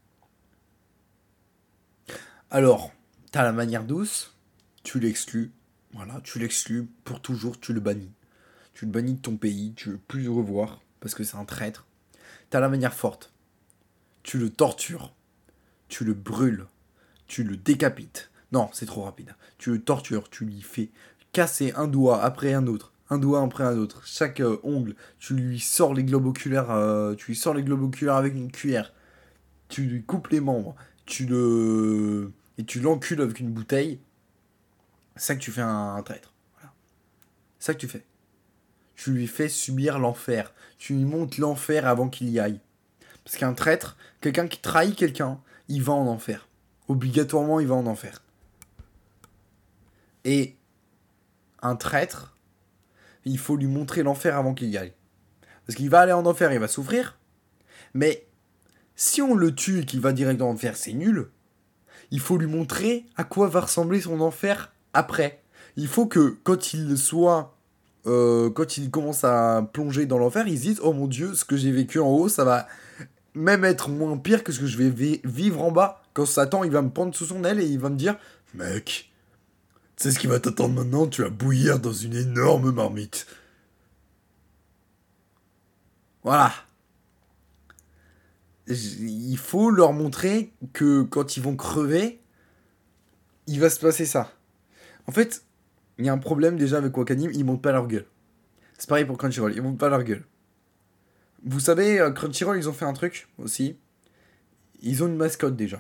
Alors, t'as la manière douce, tu l'exclus, voilà, tu l'exclus pour toujours, tu le bannis. Tu le bannis de ton pays, tu veux plus le revoir, parce que c'est un traître. T'as la manière forte, tu le tortures, tu le brûles, tu le décapites. Non, c'est trop rapide. Tu le tortures, tu lui fais casser un doigt après un autre, un doigt après un autre. Chaque euh, ongle, tu lui sors les globes oculaires, euh, tu lui sors les globes oculaires avec une cuillère. Tu lui coupes les membres, tu le et tu l'encules avec une bouteille. C'est ça que tu fais un, un traître. Voilà. C'est ça que tu fais. Tu lui fais subir l'enfer. Tu lui montres l'enfer avant qu'il y aille. Parce qu'un traître, quelqu'un qui trahit quelqu'un, il va en enfer. Obligatoirement, il va en enfer. Et un traître, il faut lui montrer l'enfer avant qu'il y aille. Parce qu'il va aller en enfer, il va souffrir. Mais si on le tue et qu'il va direct en enfer, c'est nul. Il faut lui montrer à quoi va ressembler son enfer après. Il faut que quand il soit... Euh, quand il commence à plonger dans l'enfer, il se dit « Oh mon Dieu, ce que j'ai vécu en haut, ça va même être moins pire que ce que je vais vi- vivre en bas. » Quand Satan, il va me prendre sous son aile et il va me dire « Mec, tu sais ce qui va t'attendre maintenant? Tu vas bouillir dans une énorme marmite. » Voilà. Il faut leur montrer que quand ils vont crever, il va se passer ça. En fait, il y a un problème déjà avec Wakanim, ils montent pas leur gueule. C'est pareil pour Crunchyroll, ils montent pas leur gueule. Vous savez, Crunchyroll, ils ont fait un truc aussi. Ils ont une mascotte déjà.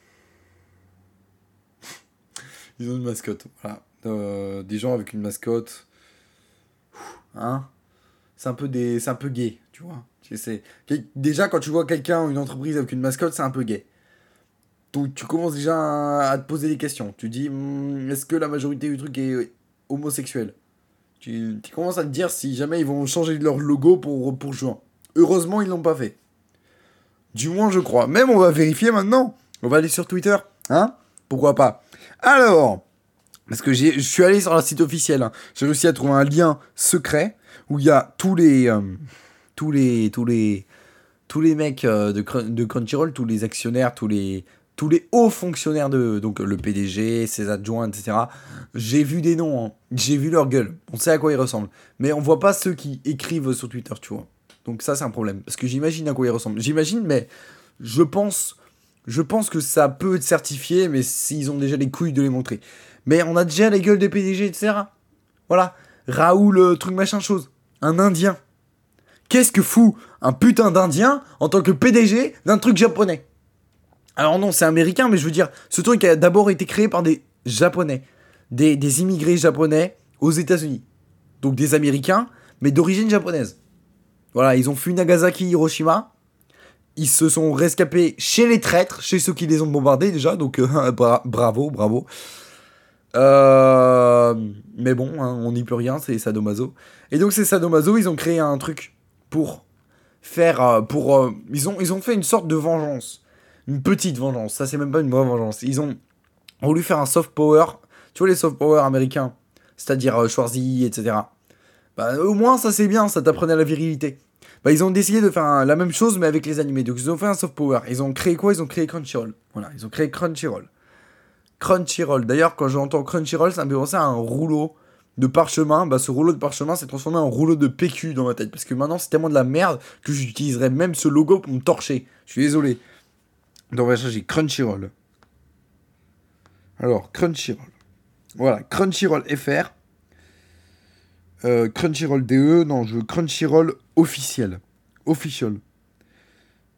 Ils ont une mascotte, voilà. Euh, des gens avec une mascotte. Hein? C'est un peu des, c'est un peu gay, tu vois. C'est, déjà, quand tu vois quelqu'un, une entreprise avec une mascotte, c'est un peu gay. Donc tu commences déjà à te poser des questions. Tu dis, hm, est-ce que la majorité du truc est homosexuel? tu, tu commences à te dire si jamais ils vont changer leur logo pour, pour juin. Heureusement, ils l'ont pas fait. Du moins, je crois. Même, on va vérifier maintenant. On va aller sur Twitter. Hein? Pourquoi pas? Alors, parce que j'ai, je suis allé sur le site officiel. Hein. J'ai réussi à trouver un lien secret où il y a tous les... Euh, tous les... Tous les... Tous les mecs euh, de, de Crunchyroll, tous les actionnaires, tous les... Tous les hauts fonctionnaires de... Donc, le P D G, ses adjoints, et cetera. J'ai vu des noms. Hein. J'ai vu leur gueule. On sait à quoi ils ressemblent. Mais on voit pas ceux qui écrivent sur Twitter, tu vois. Donc ça, c'est un problème. Parce que j'imagine à quoi ils ressemblent. J'imagine, mais je pense... Je pense que ça peut être certifié, mais s'ils ont déjà les couilles de les montrer. Mais on a déjà les gueules des P D G, et cetera. Voilà. Raoul, euh, truc machin chose. Un Indien. Qu'est-ce que fout un putain d'Indien en tant que P D G d'un truc japonais? Alors non, c'est américain, mais je veux dire, ce truc a d'abord été créé par des Japonais. Des, des immigrés japonais aux États-Unis. Donc des Américains, mais d'origine japonaise. Voilà, ils ont fui Nagasaki, Hiroshima. Ils se sont rescapés chez les traîtres, chez ceux qui les ont bombardés déjà, donc euh, bra- bravo, bravo. Euh, mais bon, hein, on n'y peut rien, c'est Sadomaso. Et donc ces Sadomaso, ils ont créé un truc pour faire, euh, pour, euh, ils ont, ils ont fait une sorte de vengeance, une petite vengeance. Ça c'est même pas une vraie vengeance. Ils ont voulu faire un soft power. Tu vois les soft power américains, c'est-à-dire euh, Schwarzy, et cetera. Bah au moins ça c'est bien, ça t'apprenait la virilité. Bah, ils ont décidé de faire un, la même chose mais avec les animés. Donc ils ont fait un soft power. Ils ont créé quoi? Ils ont créé Crunchyroll. Voilà, ils ont créé Crunchyroll. Crunchyroll. D'ailleurs, quand j'entends Crunchyroll, ça me fait penser à un rouleau de parchemin. Bah, ce rouleau de parchemin s'est transformé en rouleau de P Q dans ma tête. Parce que maintenant, c'est tellement de la merde que j'utiliserais même ce logo pour me torcher. Je suis désolé. Donc, on va chercher Crunchyroll. Alors, Crunchyroll. Voilà, Crunchyroll F R. Euh, Crunchyroll D E. Non, je veux Crunchyroll officiel. Official.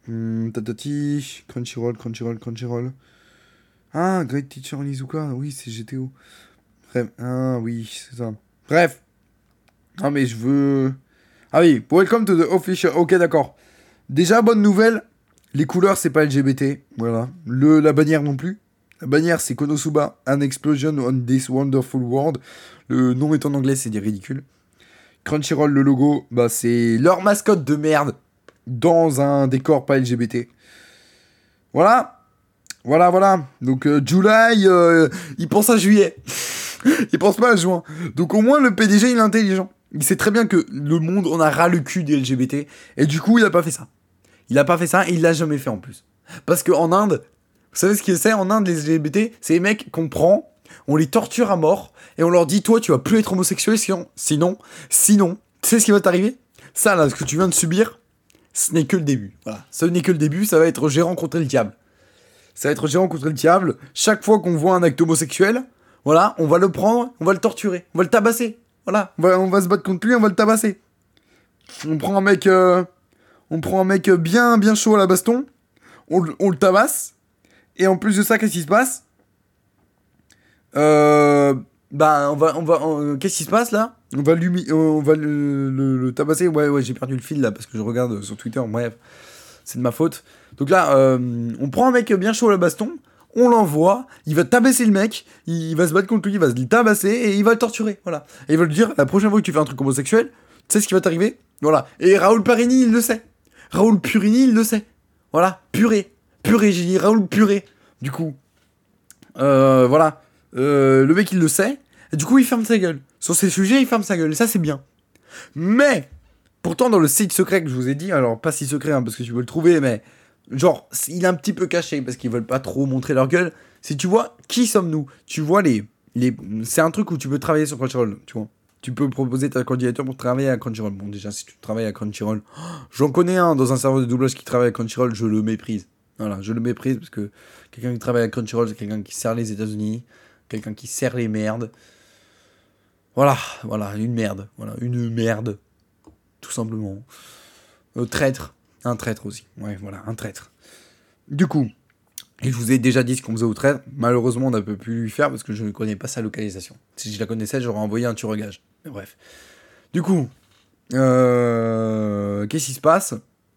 Hmm, tatati, Crunchyroll, Crunchyroll, Crunchyroll. Ah, Great Teacher Onizuka, oui, c'est G T O. Bref, ah oui, c'est ça. Bref. Ah, mais je veux... Ah oui, welcome to the official... Ok, d'accord. Déjà, bonne nouvelle, les couleurs, c'est pas L G B T. Voilà. Le, la bannière non plus. La bannière, c'est Konosuba, An Explosion on This Wonderful World. Le nom est en anglais, c'est des ridicules. Crunchyroll, le logo, bah, c'est leur mascotte de merde dans un décor pas L G B T. Voilà. Voilà, voilà. Donc, euh, July, euh, il pense à juillet. Il pense pas à juin. Donc, au moins, le P D G, il est intelligent. Il sait très bien que le monde en a ras le cul des L G B T. Et du coup, il a pas fait ça. Il a pas fait ça et il l'a jamais fait en plus. Parce qu'en Inde, vous savez ce qu'il c'est en Inde, les L G B T? C'est les mecs qu'on prend, on les torture à mort et on leur dit, toi, tu vas plus être homosexuel sinon, sinon, sinon, tu sais ce qui va t'arriver? Ça, là, ce que tu viens de subir, ce n'est que le début. Voilà. Ce n'est que le début, ça va être j'ai rencontré le diable. Ça va être j'ai rencontré le diable. Chaque fois qu'on voit un acte homosexuel, voilà, on va le prendre, on va le torturer, on va le tabasser. Voilà, on va, on va se battre contre lui, on va le tabasser. On prend un mec, euh, on prend un mec bien, bien chaud à la baston, on, on le tabasse, et en plus de ça, qu'est-ce qui se passe? Euh, bah, on va, on va, on, qu'est-ce qui se passe là? On va lui, on va le, le, le tabasser. Ouais, ouais, j'ai perdu le fil là parce que je regarde sur Twitter. Bref, c'est de ma faute. Donc là, euh, on prend un mec bien chaud à la baston. On l'envoie, il va tabasser le mec, il va se battre contre lui, il va se le tabasser et il va le torturer, voilà. Et il va lui dire, la prochaine fois que tu fais un truc homosexuel, tu sais ce qui va t'arriver? Voilà. Et Raoul Parini, il le sait. Raoul Purini, il le sait. Voilà. Purée. Purée, j'ai dit Raoul Purée. Du coup, euh, voilà. Euh, le mec, il le sait. Et du coup, il ferme sa gueule. Sur ces sujets, il ferme sa gueule. Et ça, c'est bien. Mais, pourtant, dans le site secret que je vous ai dit, alors pas si secret, hein, parce que tu peux le trouver, mais... Genre, il est un petit peu caché parce qu'ils veulent pas trop montrer leur gueule. Si tu vois, qui sommes-nous? Tu vois les, les... C'est un truc où tu peux travailler sur Crunchyroll, tu vois. Tu peux proposer ta candidature pour travailler à Crunchyroll. Bon, déjà, si tu travailles à Crunchyroll... Oh, j'en connais un dans un serveur de doublage qui travaille à Crunchyroll, je le méprise. Voilà, je le méprise parce que quelqu'un qui travaille à Crunchyroll, c'est quelqu'un qui sert les États-Unis, quelqu'un qui sert les merdes. Voilà, voilà, une merde. Voilà, une merde. Tout simplement. Euh, traître. Un traître aussi. Ouais, voilà, un traître. Du coup, et je vous ai déjà dit ce qu'on faisait au traître. Malheureusement, on n'a pas pu lui faire parce que je ne connais pas sa localisation. Si je la connaissais, j'aurais envoyé un tueur-gage. Mais bref. Du coup, euh, qu'est-ce qui se passe?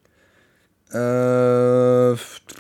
euh...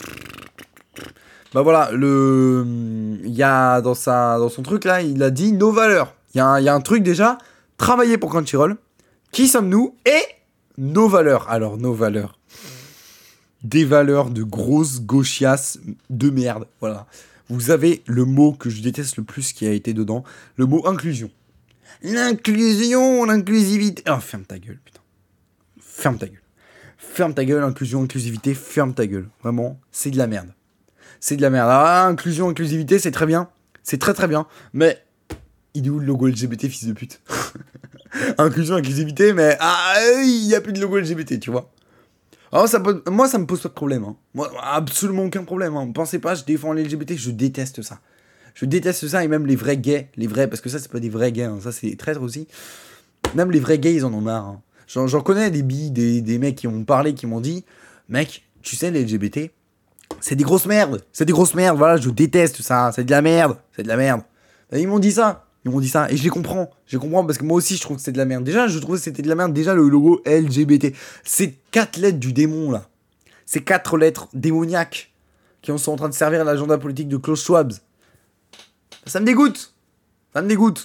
Bah voilà, le... il y a dans, sa... dans son truc là, il a dit nos valeurs. Il y a un, il y a un truc déjà, travailler pour Crunchyroll. Qui sommes-nous? Et nos valeurs. Alors, nos valeurs. Des valeurs de grosses gauchias de merde. Voilà. Vous avez le mot que je déteste le plus qui a été dedans. Le mot inclusion. L'inclusion, l'inclusivité. Oh, ferme ta gueule, putain. Ferme ta gueule. Ferme ta gueule, inclusion, inclusivité, ferme ta gueule. Vraiment, c'est de la merde. C'est de la merde. Ah, inclusion, inclusivité, c'est très bien. C'est très très bien. Mais, il est où le logo L G B T, fils de pute? Inclusion, inclusivité, mais ah, il n'y a plus de logo L G B T, tu vois. Alors ça peut... Moi, ça me pose pas de problème. Hein. Moi, absolument aucun problème. Hein. Pensez pas, je défends les L G B T, je déteste ça. Je déteste ça, et même les vrais gays, les vrais, parce que ça, c'est pas des vrais gays, hein. Ça, c'est des traîtres aussi. Même les vrais gays, ils en ont marre. Hein. J'en, j'en connais des billes, des, des mecs qui m'ont parlé, qui m'ont dit, mec, tu sais, les L G B T, c'est des grosses merdes. C'est des grosses merdes, voilà, je déteste ça. C'est de la merde. C'est de la merde. Et ils m'ont dit ça. Ils m'ont dit ça, et je les comprends, je les comprends, parce que moi aussi je trouve que c'est de la merde. Déjà, je trouve que c'était de la merde, déjà le logo L G B T. C'est quatre lettres du démon, là. C'est quatre lettres démoniaques qui sont en train de servir à l'agenda politique de Klaus Schwab. Ça me dégoûte. Ça me dégoûte.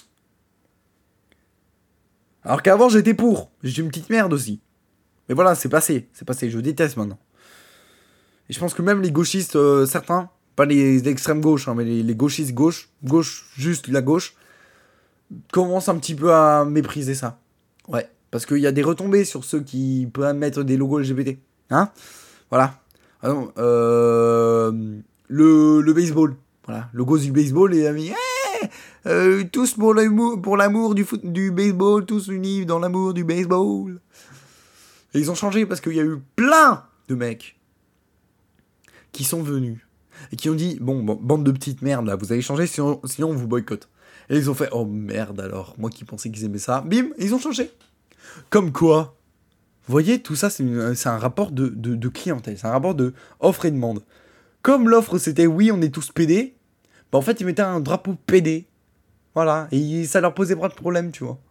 Alors qu'avant, j'étais pour. J'étais une petite merde aussi. Mais voilà, c'est passé, c'est passé, je déteste maintenant. Et je pense que même les gauchistes, euh, certains, pas les extrêmes gauches, hein, mais les, les gauchistes gauche, gauche, juste la gauche, commence un petit peu à mépriser ça. Ouais, parce qu'il y a des retombées sur ceux qui peuvent mettre des logos L G B T. Hein? Voilà. Alors, euh, le, le baseball. Voilà, le logo du baseball, les amis. Hey euh, tous pour l'amour, pour l'amour du, foot, du baseball, tous unis dans l'amour du baseball. Et ils ont changé parce qu'il y a eu plein de mecs qui sont venus et qui ont dit, bon, bon bande de petites merdes là, vous allez changer, sinon, sinon on vous boycotte. Et ils ont fait, oh merde alors, moi qui pensais qu'ils aimaient ça, bim, ils ont changé. Comme quoi, Vous voyez, tout ça, c'est, une, c'est un rapport de, de, de clientèle. C'est un rapport de offre et demande. Comme l'offre, c'était oui, on est tous pédés, bah en fait, ils mettaient un drapeau pédé. Voilà. Et ça leur posait pas de problème, tu vois.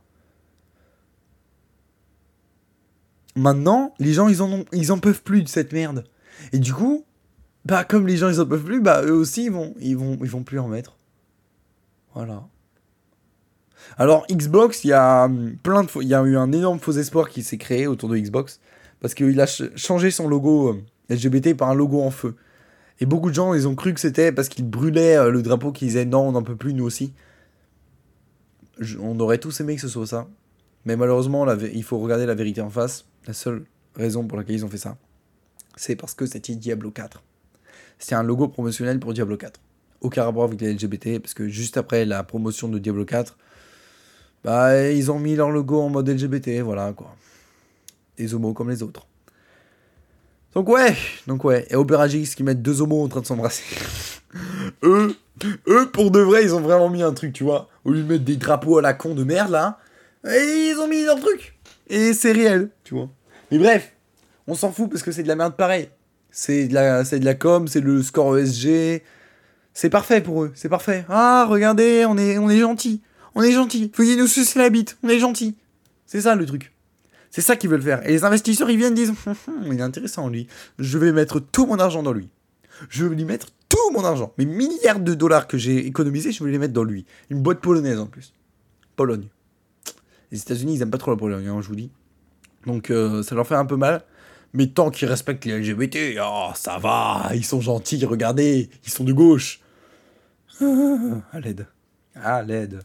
Maintenant, les gens, ils en, ont, ils en peuvent plus de cette merde. Et du coup, bah comme les gens, ils en peuvent plus, bah eux aussi, ils vont, ils vont, ils vont plus en mettre. Voilà. Alors, Xbox, il y a plein de, il y a eu un énorme faux espoir qui s'est créé autour de Xbox. Parce qu'il a ch- changé son logo euh, L G B T par un logo en feu. Et beaucoup de gens, ils ont cru que c'était parce qu'ils brûlaient euh, le drapeau, qu'ils disaient non, on n'en peut plus, nous aussi. Je, on aurait tous aimé que ce soit ça. Mais malheureusement, la, il faut regarder la vérité en face. La seule raison pour laquelle ils ont fait ça, c'est parce que c'était Diablo quatre. C'était un logo promotionnel pour Diablo quatre. Aucun rapport avec les L G B T, parce que juste après la promotion de Diablo quatre, bah, ils ont mis leur logo en mode L G B T, voilà, quoi. Des homos comme les autres. Donc ouais, donc ouais. Et Opera G X qui mettent deux homos en train de s'embrasser. eux, eux, pour de vrai, ils ont vraiment mis un truc, tu vois. Au lieu de mettre des drapeaux à la con de merde, là, et ils ont mis leur truc. Et c'est réel, tu vois. Mais bref, on s'en fout parce que c'est de la merde pareil. C'est de la, c'est de la com, c'est le score E S G. C'est parfait pour eux, c'est parfait. Ah, regardez, on est, on est gentil. On est gentil. Veuillez nous sucer la bite, on est gentil. C'est ça le truc. C'est ça qu'ils veulent faire. Et les investisseurs, ils viennent et disent hum, hum, il est intéressant, lui. Je vais mettre tout mon argent dans lui. Je vais lui mettre tout mon argent. Mes milliards de dollars que j'ai économisés, je vais les mettre dans lui. Une boîte polonaise en plus. Pologne. Les États-Unis, ils aiment pas trop la Pologne, hein, je vous dis. Donc euh, ça leur fait un peu mal. Mais tant qu'ils respectent les L G B T, oh, ça va, ils sont gentils, regardez, ils sont de gauche. Ah, à l'aide. À l'aide.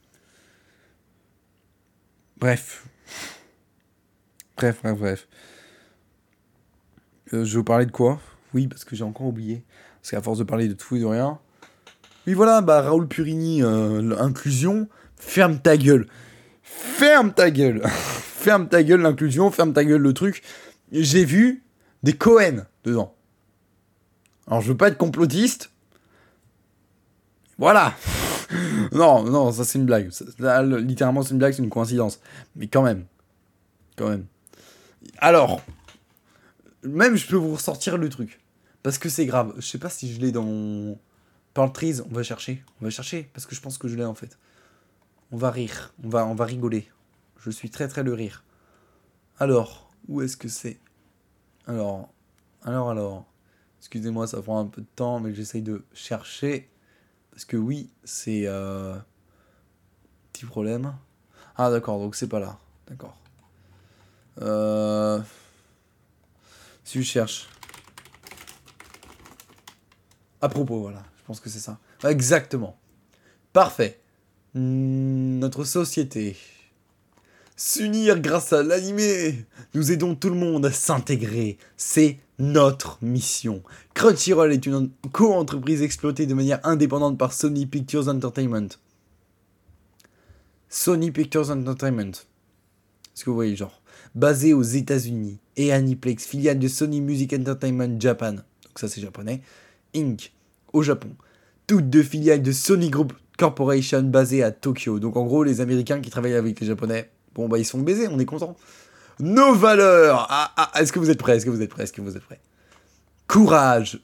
Bref. Bref, bref, bref. Euh, je vais vous parler de quoi ? Oui, parce que j'ai encore oublié. Parce qu'à force de parler de tout et de rien. Oui, voilà, bah Raoul Purini, euh, l'inclusion, ferme ta gueule. Ferme ta gueule. Ferme ta gueule, l'inclusion, ferme ta gueule, le truc. J'ai vu des Cohen dedans. Alors, je veux pas être complotiste. Voilà. non, non, ça c'est une blague. Ça, là, littéralement, c'est une blague, c'est une coïncidence. Mais quand même. Quand même. Alors, même je peux vous ressortir le truc. Parce que c'est grave. Je sais pas si je l'ai dans mon... Paltries, on va chercher. On va chercher, parce que je pense que je l'ai en fait. On va rire. On va, on va rigoler. Je suis très très le rire. Alors, où est-ce que c'est ? Alors, alors, alors. Excusez-moi, ça prend un peu de temps, mais j'essaye de chercher. Parce que oui, c'est... Euh... Petit problème. Ah d'accord, donc c'est pas là. D'accord. Euh... Si je cherche. À propos, voilà. Je pense que c'est ça. Exactement. Parfait. Mmh, notre société. S'unir grâce à l'animé. Nous aidons tout le monde à s'intégrer. C'est notre mission. Crunchyroll est une co-entreprise exploitée de manière indépendante par Sony Pictures Entertainment. Sony Pictures Entertainment. Est-ce que vous voyez le genre ? Basée aux États-Unis. Et Aniplex, filiale de Sony Music Entertainment Japan. Donc ça c'est japonais. Inc. Au Japon. Toutes deux filiales de Sony Group Corporation basées à Tokyo. Donc en gros, les Américains qui travaillent avec les Japonais, bon bah ils sont baisés, on est content. Nos valeurs. Ah, ah, est-ce que vous êtes prêts ? Est-ce que vous êtes prêts ? Est-ce que vous êtes prêts ? Courage.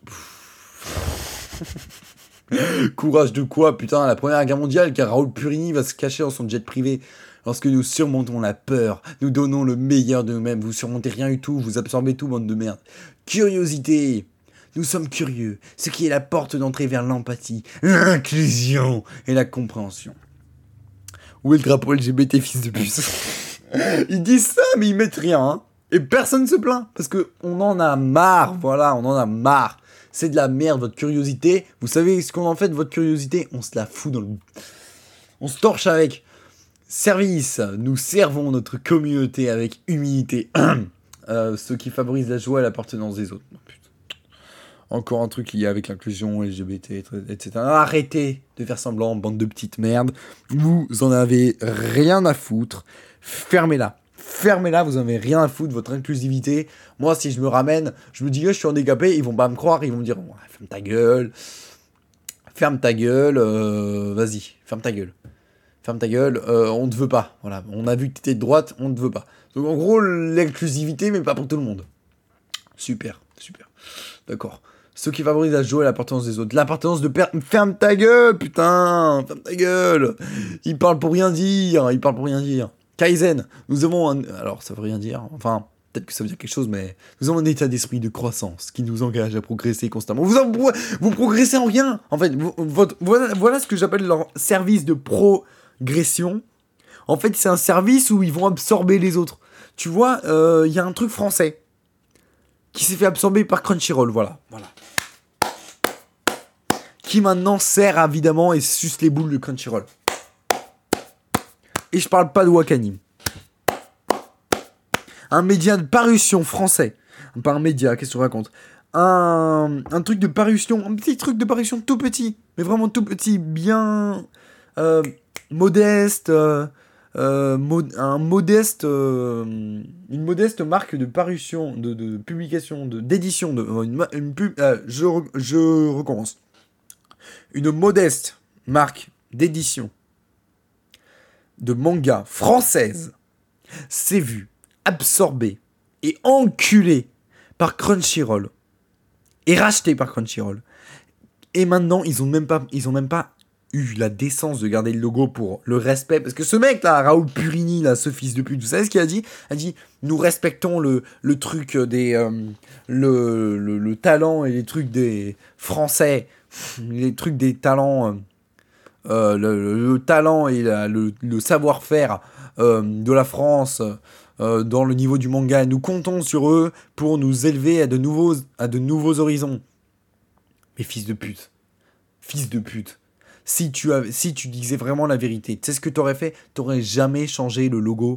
Courage de quoi, putain ? La Première Guerre mondiale, car Raoul Purini va se cacher dans son jet privé. Lorsque nous surmontons la peur, nous donnons le meilleur de nous-mêmes. Vous surmontez rien du tout, vous absorbez tout, bande de merde. Curiosité. Nous sommes curieux, ce qui est la porte d'entrée vers l'empathie, l'inclusion et la compréhension. Où est le drapeau L G B T, fils de puce ? Ils disent ça, mais ils mettent rien. Hein. Et personne se plaint, parce que on en a marre, voilà, on en a marre. C'est de la merde, votre curiosité. Vous savez ce qu'on en fait de votre curiosité ? On se la fout dans le... On se torche avec. Service, nous servons notre communauté avec humilité. euh, ce qui favorise la joie et l'appartenance des autres. Encore un truc lié avec l'inclusion L G B T, et cetera. Arrêtez de faire semblant, bande de petites merdes. Vous en avez rien à foutre. Fermez-la. Fermez-la, vous en avez rien à foutre de votre inclusivité. Moi, si je me ramène, je me dis, je suis handicapé, ils vont pas me croire, ils vont me dire, ouais, ferme ta gueule. Ferme ta gueule, euh, vas-y, ferme ta gueule. ferme ta gueule, euh, on te veut pas. Voilà, on a vu que t'étais de droite, on te veut pas. Donc en gros, l'inclusivité, mais pas pour tout le monde. Super, super. D'accord. Ce qui favorise la joie et l'appartenance des autres. L'appartenance de père... Ferme ta gueule, putain. Ferme ta gueule. Il parle pour rien dire. Il parle pour rien dire. Kaizen. Nous avons un... Alors, ça veut rien dire. Enfin, peut-être que ça veut dire quelque chose, mais... Nous avons un état d'esprit de croissance qui nous engage à progresser constamment. Vous, en... vous progressez en rien. En fait, vous... Votre... Voilà... voilà ce que j'appelle leur service de progression. En fait, c'est un service où ils vont absorber les autres. Tu vois, il euh, y a un truc français qui s'est fait absorber par Crunchyroll, voilà. Voilà. Qui maintenant sert évidemment et suce les boules de Crunchyroll. Et je parle pas de Wakanim. Un média de parution français. Pas un média, qu'est-ce que tu racontes ? Un, un truc de parution, un petit truc de parution tout petit. Mais vraiment tout petit, bien euh, modeste. Euh, euh, mod, un modeste, euh, une modeste marque de parution, de, de publication, de, d'édition. De, une, une pub, euh, je, je recommence. Une modeste marque d'édition de manga française s'est vue absorbée et enculée par Crunchyroll et rachetée par Crunchyroll. Et maintenant, ils ont même pas, ils ont même pas eu la décence de garder le logo pour le respect. Parce que ce mec là, Raoul Purini, là, ce fils de pute, vous savez ce qu'il a dit ? Il a dit, nous respectons le, le truc des... Euh, le, le, le talent et les trucs des Français. Les trucs des talents... Euh, euh, le, le, le talent et la, le, le savoir-faire euh, de la France euh, dans le niveau du manga. Nous comptons sur eux pour nous élever à de nouveaux, à de nouveaux horizons. Mais fils de pute. Fils de pute. Si tu, avais, si tu disais vraiment la vérité, tu sais ce que t'aurais fait ? T'aurais jamais changé le logo.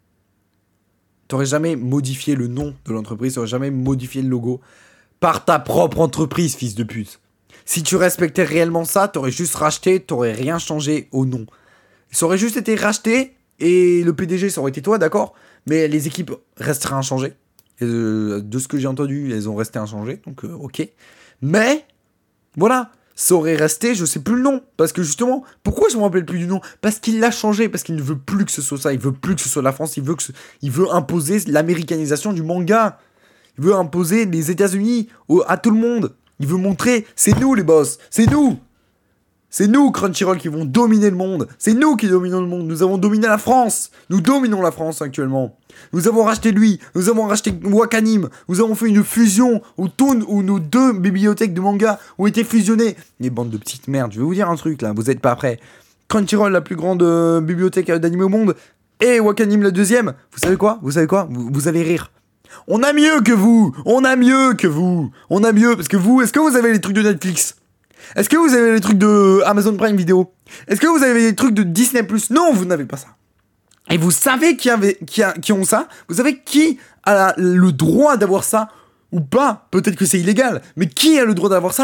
T'aurais jamais modifié le nom de l'entreprise. T'aurais jamais modifié le logo par ta propre entreprise, fils de pute. Si tu respectais réellement ça, t'aurais juste racheté, t'aurais rien changé au nom. Ça aurait juste été racheté et le P D G, ça aurait été toi, d'accord ? Mais les équipes resteraient inchangées. Et de, de ce que j'ai entendu, elles ont resté inchangées, donc euh, ok. Mais, voilà. Ça aurait resté, je sais plus le nom. Parce que justement, pourquoi je me rappelle plus du nom ? Parce qu'il l'a changé, parce qu'il ne veut plus que ce soit ça. Il veut plus que ce soit la France, il veut, que ce... il veut imposer l'américanisation du manga. Il veut imposer les États-Unis au... à tout le monde. Il veut montrer, c'est nous les boss, c'est nous. C'est nous, Crunchyroll, qui vont dominer le monde. C'est nous qui dominons le monde. Nous avons dominé la France. Nous dominons la France actuellement. Nous avons racheté lui. Nous avons racheté Wakanim. Nous avons fait une fusion où, tout, où nos deux bibliothèques de manga ont été fusionnées. Les bandes de petites merdes. Je vais vous dire un truc là. Vous êtes pas prêts. Crunchyroll, la plus grande euh, bibliothèque d'anime au monde. Et Wakanim, la deuxième. Vous savez quoi ? Vous savez quoi ? vous, vous allez rire. On a mieux que vous. On a mieux que vous. On a mieux. Parce que vous, est-ce que vous avez les trucs de Netflix ? Est-ce que vous avez les trucs de Amazon Prime Video ? Est-ce que vous avez les trucs de Disney plus ? Non, vous n'avez pas ça. Et vous savez qui, avait, qui, a, qui ont ça ? Vous savez qui a la, le droit d'avoir ça ou pas ? Peut-être que c'est illégal, mais qui a le droit d'avoir ça ?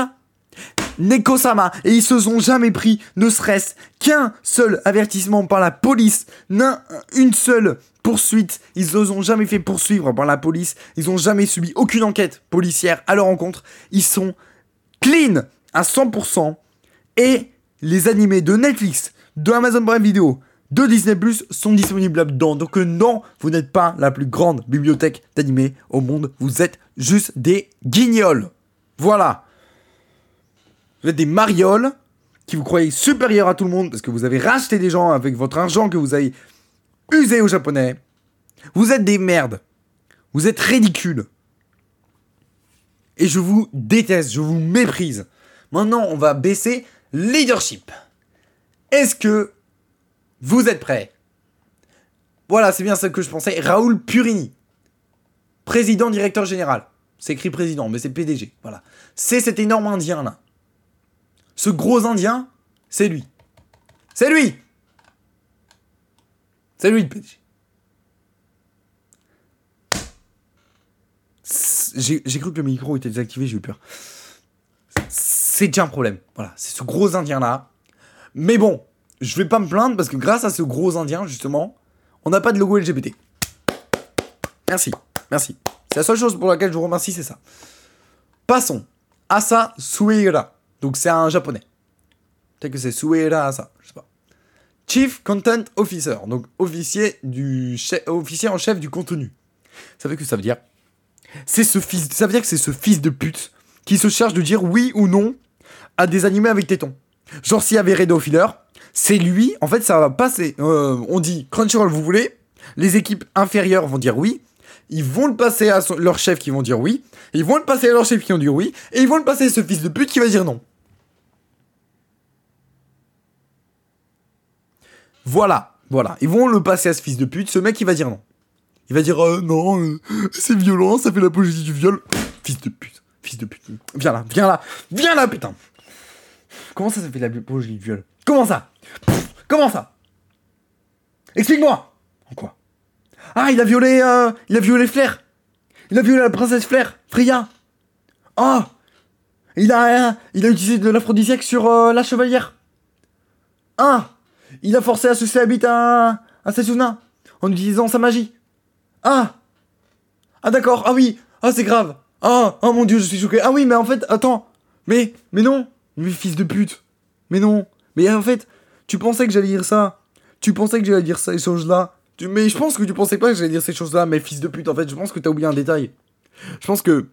Neko-sama. Et ils se sont jamais pris, ne serait-ce qu'un seul avertissement par la police, non, une seule poursuite. Ils se sont jamais fait poursuivre par la police. Ils n'ont jamais subi aucune enquête policière à leur encontre. Ils sont clean à cent pour cent, et les animés de Netflix, de Amazon Prime Video, de Disney plus, sont disponibles là-dedans. Donc non, vous n'êtes pas la plus grande bibliothèque d'animés au monde, vous êtes juste des guignols. Voilà. Vous êtes des marioles qui vous croyez supérieurs à tout le monde parce que vous avez racheté des gens avec votre argent que vous avez usé aux Japonais. Vous êtes des merdes. Vous êtes ridicules. Et je vous déteste, je vous méprise. Maintenant, on va baisser leadership. Est-ce que vous êtes prêts ? Voilà, c'est bien ça que je pensais. Raoul Purini, président, directeur général. C'est écrit président, mais c'est P D G. Voilà. C'est cet énorme Indien là. Ce gros Indien, c'est lui. C'est lui. C'est lui le P D G. J'ai, j'ai cru que le micro était désactivé, j'ai eu peur. C'est déjà un problème. Voilà, c'est ce gros Indien là. Mais bon, je vais pas me plaindre parce que grâce à ce gros Indien, justement, on n'a pas de logo L G B T. Merci, merci. C'est la seule chose pour laquelle je vous remercie, c'est ça. Passons. Asa Sueira. Donc c'est un japonais. Peut-être que c'est Sueira Asa, je sais pas. Chief Content Officer, donc officier, du chef, officier en chef du contenu. Ça veut que ça veut dire c'est ce fils, ça veut dire que c'est ce fils de pute qui se charge de dire oui ou non à des animés avec tétons. Genre s'il y avait Redo Filler, c'est lui, en fait ça va passer, euh, on dit Crunchyroll vous voulez, les équipes inférieures vont dire oui, ils vont le passer à son, leur chef qui vont dire oui, ils vont le passer à leur chef qui vont dire oui, et ils vont le passer à ce fils de pute qui va dire non. Voilà, voilà, ils vont le passer à ce fils de pute, ce mec il va dire non. Il va dire euh, non, euh, c'est violent, ça fait l'apologie du viol. Pff, fils de pute, fils de pute. Viens là, viens là, viens là, putain. Comment ça, ça fait l'apologie du viol? Comment ça? Pff, comment ça? Explique-moi. En quoi? Ah, il a violé, euh, il a violé Flair. Il a violé la princesse Flair, Freya. Ah, il a, euh, il a utilisé de l'aphrodisiaque sur euh, la chevalière. Ah, il a forcé à se cohabiter à, à Setsuna en utilisant sa magie. Ah Ah d'accord, ah oui, ah c'est grave. Ah, oh mon dieu, je suis choqué. Ah oui, mais en fait, attends. Mais, mais non. Mais fils de pute. Mais non. Mais en fait, tu pensais que j'allais dire ça. Tu pensais que j'allais dire ces choses-là. Tu... Mais je pense que tu pensais pas que j'allais dire ces choses-là, mais fils de pute, en fait, je pense que t'as oublié un détail. Je pense que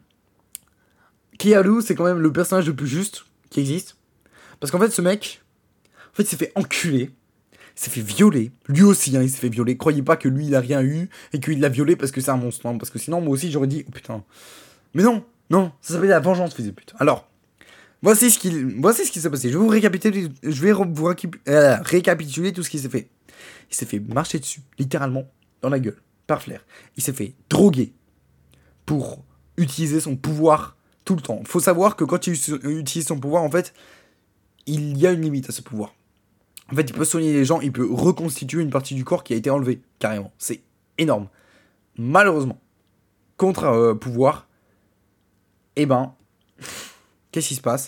Kiaru, c'est quand même le personnage le plus juste qui existe. Parce qu'en fait, ce mec, en fait, il s'est fait enculer. Il s'est fait violer. Lui aussi, hein, il s'est fait violer. Croyez pas que lui, il a rien eu et qu'il l'a violé parce que c'est un monstre. Hein, parce que sinon, moi aussi, j'aurais dit, oh putain. Mais non, non, ça s'appelle la vengeance, fils de pute. Alors, voici ce qui, voici ce qui s'est passé. Je vais vous récapituler, je vais vous récap... euh, récapituler tout ce qui s'est fait. Il s'est fait marcher dessus, littéralement, dans la gueule, par Flair. Il s'est fait droguer pour utiliser son pouvoir tout le temps. Faut savoir que quand il utilise son pouvoir, en fait, il y a une limite à ce pouvoir. En fait, il peut soigner les gens, il peut reconstituer une partie du corps qui a été enlevée, carrément. C'est énorme. Malheureusement, contre euh, pouvoir, eh ben, qu'est-ce qui se passe?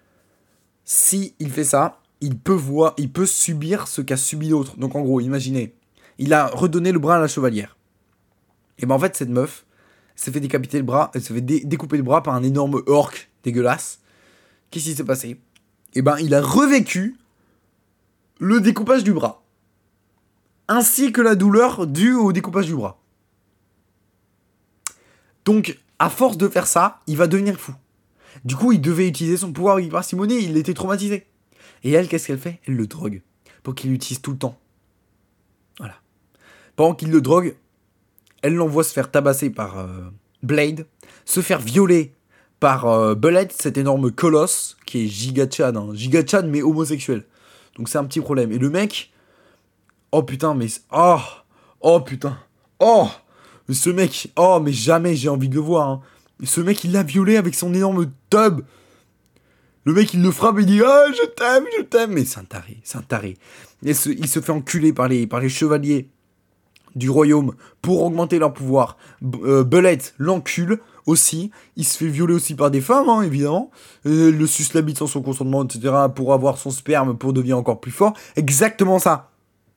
Si il fait ça, il peut voir, il peut subir ce qu'a subi l'autre. Donc en gros, imaginez, il a redonné le bras à la chevalière. Et ben en fait, cette meuf s'est fait décapiter le bras, elle s'est fait dé- découper le bras par un énorme orc dégueulasse. Qu'est-ce qui s'est passé? Et ben il a revécu le découpage du bras, ainsi que la douleur due au découpage du bras. Donc, à force de faire ça, il va devenir fou. Du coup, il devait utiliser son pouvoir avec parcimonie, il était traumatisé. Et elle, qu'est-ce qu'elle fait? Elle le drogue, pour qu'il l'utilise tout le temps. Voilà. Pendant qu'il le drogue, elle l'envoie se faire tabasser par euh, Blade, se faire violer par euh, Bullet, cet énorme colosse, qui est Giga-chan, hein. Giga-chan, mais homosexuel. Donc c'est un petit problème. Et le mec... Oh putain, mais... Oh Oh putain Oh Ce mec... Oh, mais jamais j'ai envie de le voir. Hein. Ce mec, il l'a violé avec son énorme tub. Le mec, il le frappe et il dit « Ah, je t'aime, je t'aime !» Mais c'est un taré, c'est un taré. Et ce, il se fait enculer par les, par les chevaliers du royaume pour augmenter leur pouvoir. B- euh, Bullet l'encule aussi. Il se fait violer aussi par des femmes, hein, évidemment. Euh, le suce la bite sans son consentement, et cetera. Pour avoir son sperme, pour devenir encore plus fort. Exactement ça.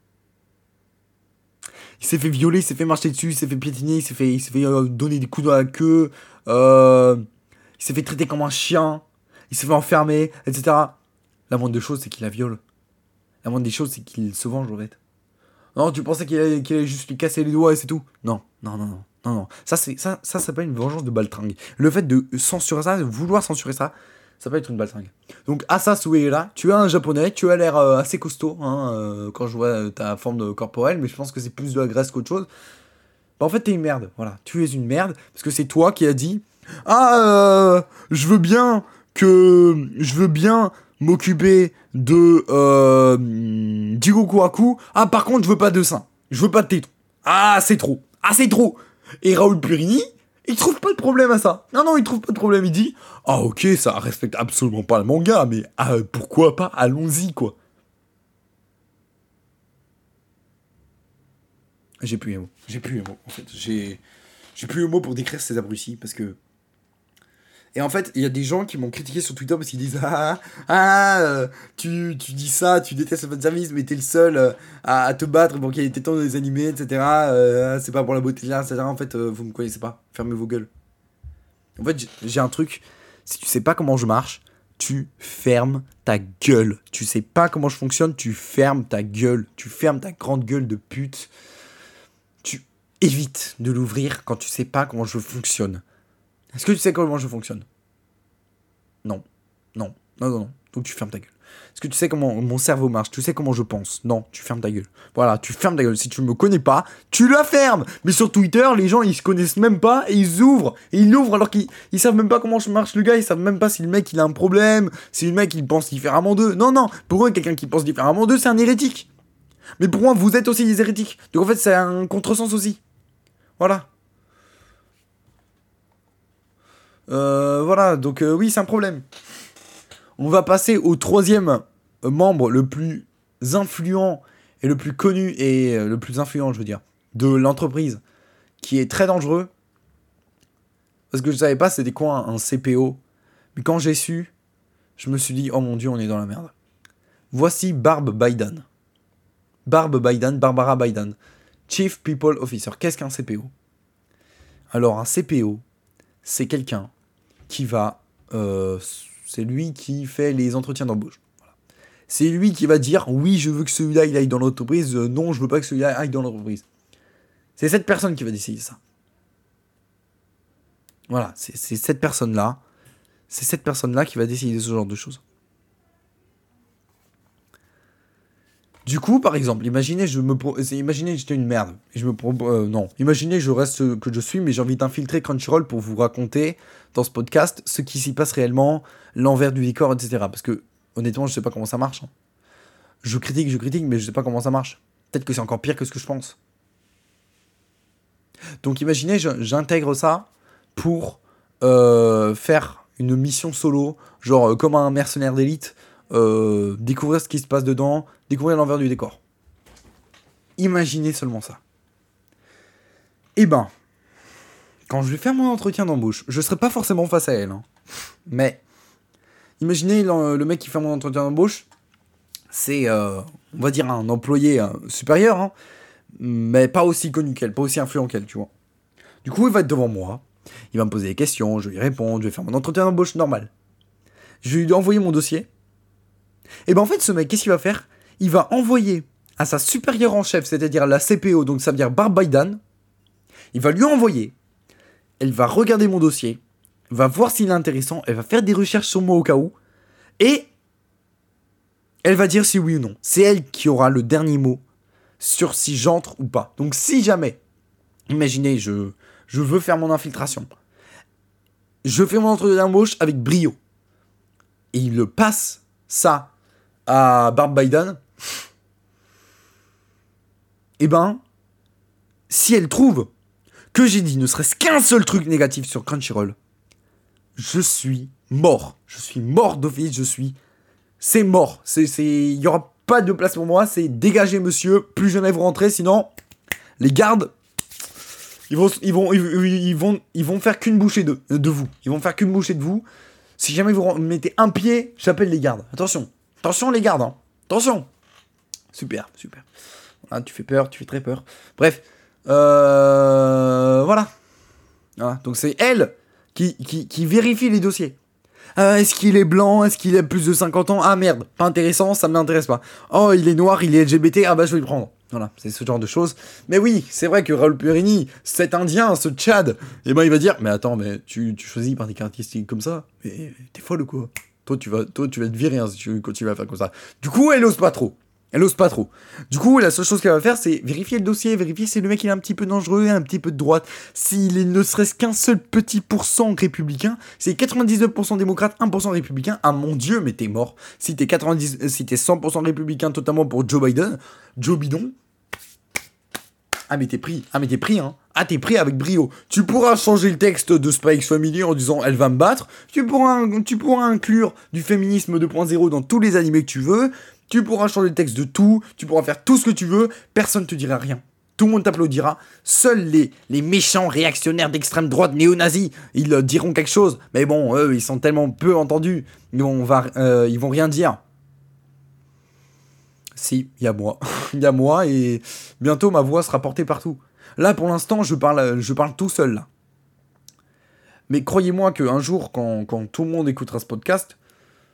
Il s'est fait violer, il s'est fait marcher dessus, il s'est fait piétiner, il s'est fait, il s'est fait euh, donner des coups dans la queue. Euh, il s'est fait traiter comme un chien. Il s'est fait enfermer, et cetera. La moindre des choses, c'est qu'il la viole. La moindre des choses, c'est qu'il se venge, en fait. Non, tu pensais qu'il allait, qu'il allait juste lui casser les doigts et c'est tout? Non, non, non, non, non, non. Ça, c'est, ça, ça s'appelle une vengeance de baltringue. Le fait de censurer ça, de vouloir censurer ça, ça peut être une baltringue. Donc, Asasue est là. Tu es un japonais, tu as l'air euh, assez costaud, hein, euh, quand je vois ta forme de corporelle, mais je pense que c'est plus de la graisse qu'autre chose. Bah, en fait, t'es une merde. Voilà, tu es une merde, parce que c'est toi qui as dit « Ah, euh, je veux bien que... Je veux bien... » m'occuper de euh, Jigokuraku. Ah, par contre, je veux pas de sein. Je veux pas de téton. Ah, c'est trop. Ah, c'est trop. Et Raoul Purini, il trouve pas de problème à ça. Non, non, il trouve pas de problème. Il dit, ah, ok, ça respecte absolument pas le manga, mais ah, pourquoi pas, allons-y, quoi. J'ai plus les mots. J'ai plus les mots, en fait. J'ai, j'ai plus les mots pour décrire ces abrutis, parce que... Et en fait, il y a des gens qui m'ont critiqué sur Twitter parce qu'ils disent Ah, ah euh, tu, tu dis ça, tu détestes le fanservice, mais t'es le seul euh, à, à te battre pour qu'il y ait des tétons dans les animés, et cetera. Euh, c'est pas pour la beauté là, et cetera. En fait, euh, vous me connaissez pas. Fermez vos gueules. En fait, j'ai un truc. Si tu sais pas comment je marche, tu fermes ta gueule. Tu sais pas comment je fonctionne, tu fermes ta gueule. Tu fermes ta grande gueule de pute. Tu évites de l'ouvrir quand tu sais pas comment je fonctionne. Est-ce que tu sais comment je fonctionne ? Non. Non. Non, non, non. Donc tu fermes ta gueule. Est-ce que tu sais comment mon cerveau marche ? Tu sais comment je pense ? Non, tu fermes ta gueule. Voilà, tu fermes ta gueule. Si tu me connais pas, tu la fermes. Mais sur Twitter, les gens, ils se connaissent même pas et ils ouvrent. Et ils l'ouvrent alors qu'ils ils savent même pas comment marche le gars. Ils savent même pas si le mec, il a un problème. Si le mec, il pense différemment d'eux. Non, non. Pour eux, quelqu'un qui pense différemment d'eux, c'est un hérétique. Mais pour moi, vous êtes aussi des hérétiques. Donc en fait, c'est un contresens aussi. Voilà. Euh, voilà, donc euh, oui, c'est un problème. On va passer au troisième membre le plus influent et le plus connu et le plus influent, je veux dire, de l'entreprise, qui est très dangereux. Parce que je savais pas c'était quoi un, un C P O. Mais quand j'ai su, je me suis dit, oh mon dieu, on est dans la merde. Voici Barb Biden. Barb Biden, Barbara Biden, Chief People Officer. Qu'est-ce qu'un C P O ? Alors, un C P O, c'est quelqu'un qui va... Euh, c'est lui qui fait les entretiens d'embauche. Voilà. C'est lui qui va dire, oui, je veux que celui-là, il aille dans l'entreprise. Euh, non, je veux pas que celui-là aille dans l'entreprise. C'est cette personne qui va décider ça. Voilà, c'est, c'est cette personne-là. C'est cette personne-là qui va décider ce genre de choses. Du coup, par exemple, imaginez, je me pro... imaginez j'étais une merde. Et je me pro... euh, non, imaginez je reste que je suis, mais j'ai envie d'infiltrer Crunchyroll pour vous raconter dans ce podcast ce qui s'y passe réellement, l'envers du décor, et cetera. Parce que, honnêtement, je sais pas comment ça marche. Hein. Je critique, je critique, mais je sais pas comment ça marche. Peut-être que c'est encore pire que ce que je pense. Donc imaginez, je, j'intègre ça pour euh, faire une mission solo, genre euh, comme un mercenaire d'élite, euh, découvrir ce qui se passe dedans, découvrir l'envers du décor. Imaginez seulement ça. Eh ben, quand je vais faire mon entretien d'embauche, je serai pas forcément face à elle, hein, mais imaginez le, le mec qui fait mon entretien d'embauche, c'est, euh, on va dire, un employé euh, supérieur, hein, mais pas aussi connu qu'elle, pas aussi influent qu'elle, tu vois. Du coup, il va être devant moi, il va me poser des questions, je vais lui répondre, je vais faire mon entretien d'embauche normal. Je vais lui envoyer mon dossier. Et ben en fait, ce mec, qu'est-ce qu'il va faire ? Il va envoyer à sa supérieure en chef, c'est-à-dire la C P O, donc ça veut dire Barb Biden, il va lui envoyer, elle va regarder mon dossier, va voir s'il est intéressant, elle va faire des recherches sur moi au cas où, et elle va dire si oui ou non. C'est elle qui aura le dernier mot sur si j'entre ou pas. Donc si jamais, imaginez, je, je veux faire mon infiltration, je fais mon entretien d'embauche avec brio, et il le passe ça à Barb Biden, et ben, si elle trouve que j'ai dit ne serait-ce qu'un seul truc négatif sur Crunchyroll, je suis mort. Je suis mort d'office, je suis... C'est mort. C'est, c'est... Il n'y aura pas de place pour moi, c'est dégagez monsieur, plus jamais vous rentrez, sinon les gardes, ils vont, ils vont, ils, ils vont, ils vont faire qu'une bouchée de, de vous. Ils vont faire qu'une bouchée de vous. Si jamais vous mettez un pied, j'appelle les gardes. Attention. Attention les gardes, hein. Attention. Super, super. Voilà, tu fais peur, tu fais très peur. Bref. Euh... Voilà. Voilà. Donc c'est elle qui, qui, qui vérifie les dossiers. Euh, est-ce qu'il est blanc ? Est-ce qu'il a plus de cinquante ans ? Ah merde, pas intéressant, ça m'intéresse pas. Oh, il est noir, il est L G B T, ah bah je vais le prendre. Voilà, c'est ce genre de choses. Mais oui, c'est vrai que Raoul Perini, cet Indien, ce Tchad, et ben il va dire, mais attends, mais tu, tu choisis par des caractéristiques comme ça ? Mais t'es folle ou quoi ? Toi tu vas, toi tu vas te virer hein, si tu continues à faire comme ça. Du coup, elle ose pas trop. Elle ose pas trop. Du coup, la seule chose qu'elle va faire, c'est vérifier le dossier, vérifier si le mec il est un petit peu dangereux, un petit peu de droite, s'il est ne serait-ce qu'un seul petit pourcent républicain, c'est quatre-vingt-dix-neuf pour cent démocrate, un pour cent républicain, ah mon dieu, mais t'es mort. Si t'es quatre-vingt-dix, si t'es cent pour cent républicain, totalement pour Joe Biden, Joe Bidon, ah mais t'es pris, ah mais t'es pris, hein. Ah t'es pris avec brio. Tu pourras changer le texte de Spy X Family en disant elle va me battre, tu pourras, tu pourras inclure du féminisme deux point zéro dans tous les animés que tu veux, tu pourras changer le texte de tout, tu pourras faire tout ce que tu veux, personne te dira rien. Tout le monde t'applaudira. Seuls les, les méchants réactionnaires d'extrême droite néo-nazis, ils euh, diront quelque chose. Mais bon, eux, ils sont tellement peu entendus, ils vont, va, euh, ils vont rien dire. Si, il y a moi. Il y a moi et bientôt ma voix sera portée partout. Là, pour l'instant, je parle, je parle tout seul, là. Mais croyez-moi qu'un jour, quand, quand tout le monde écoutera ce podcast,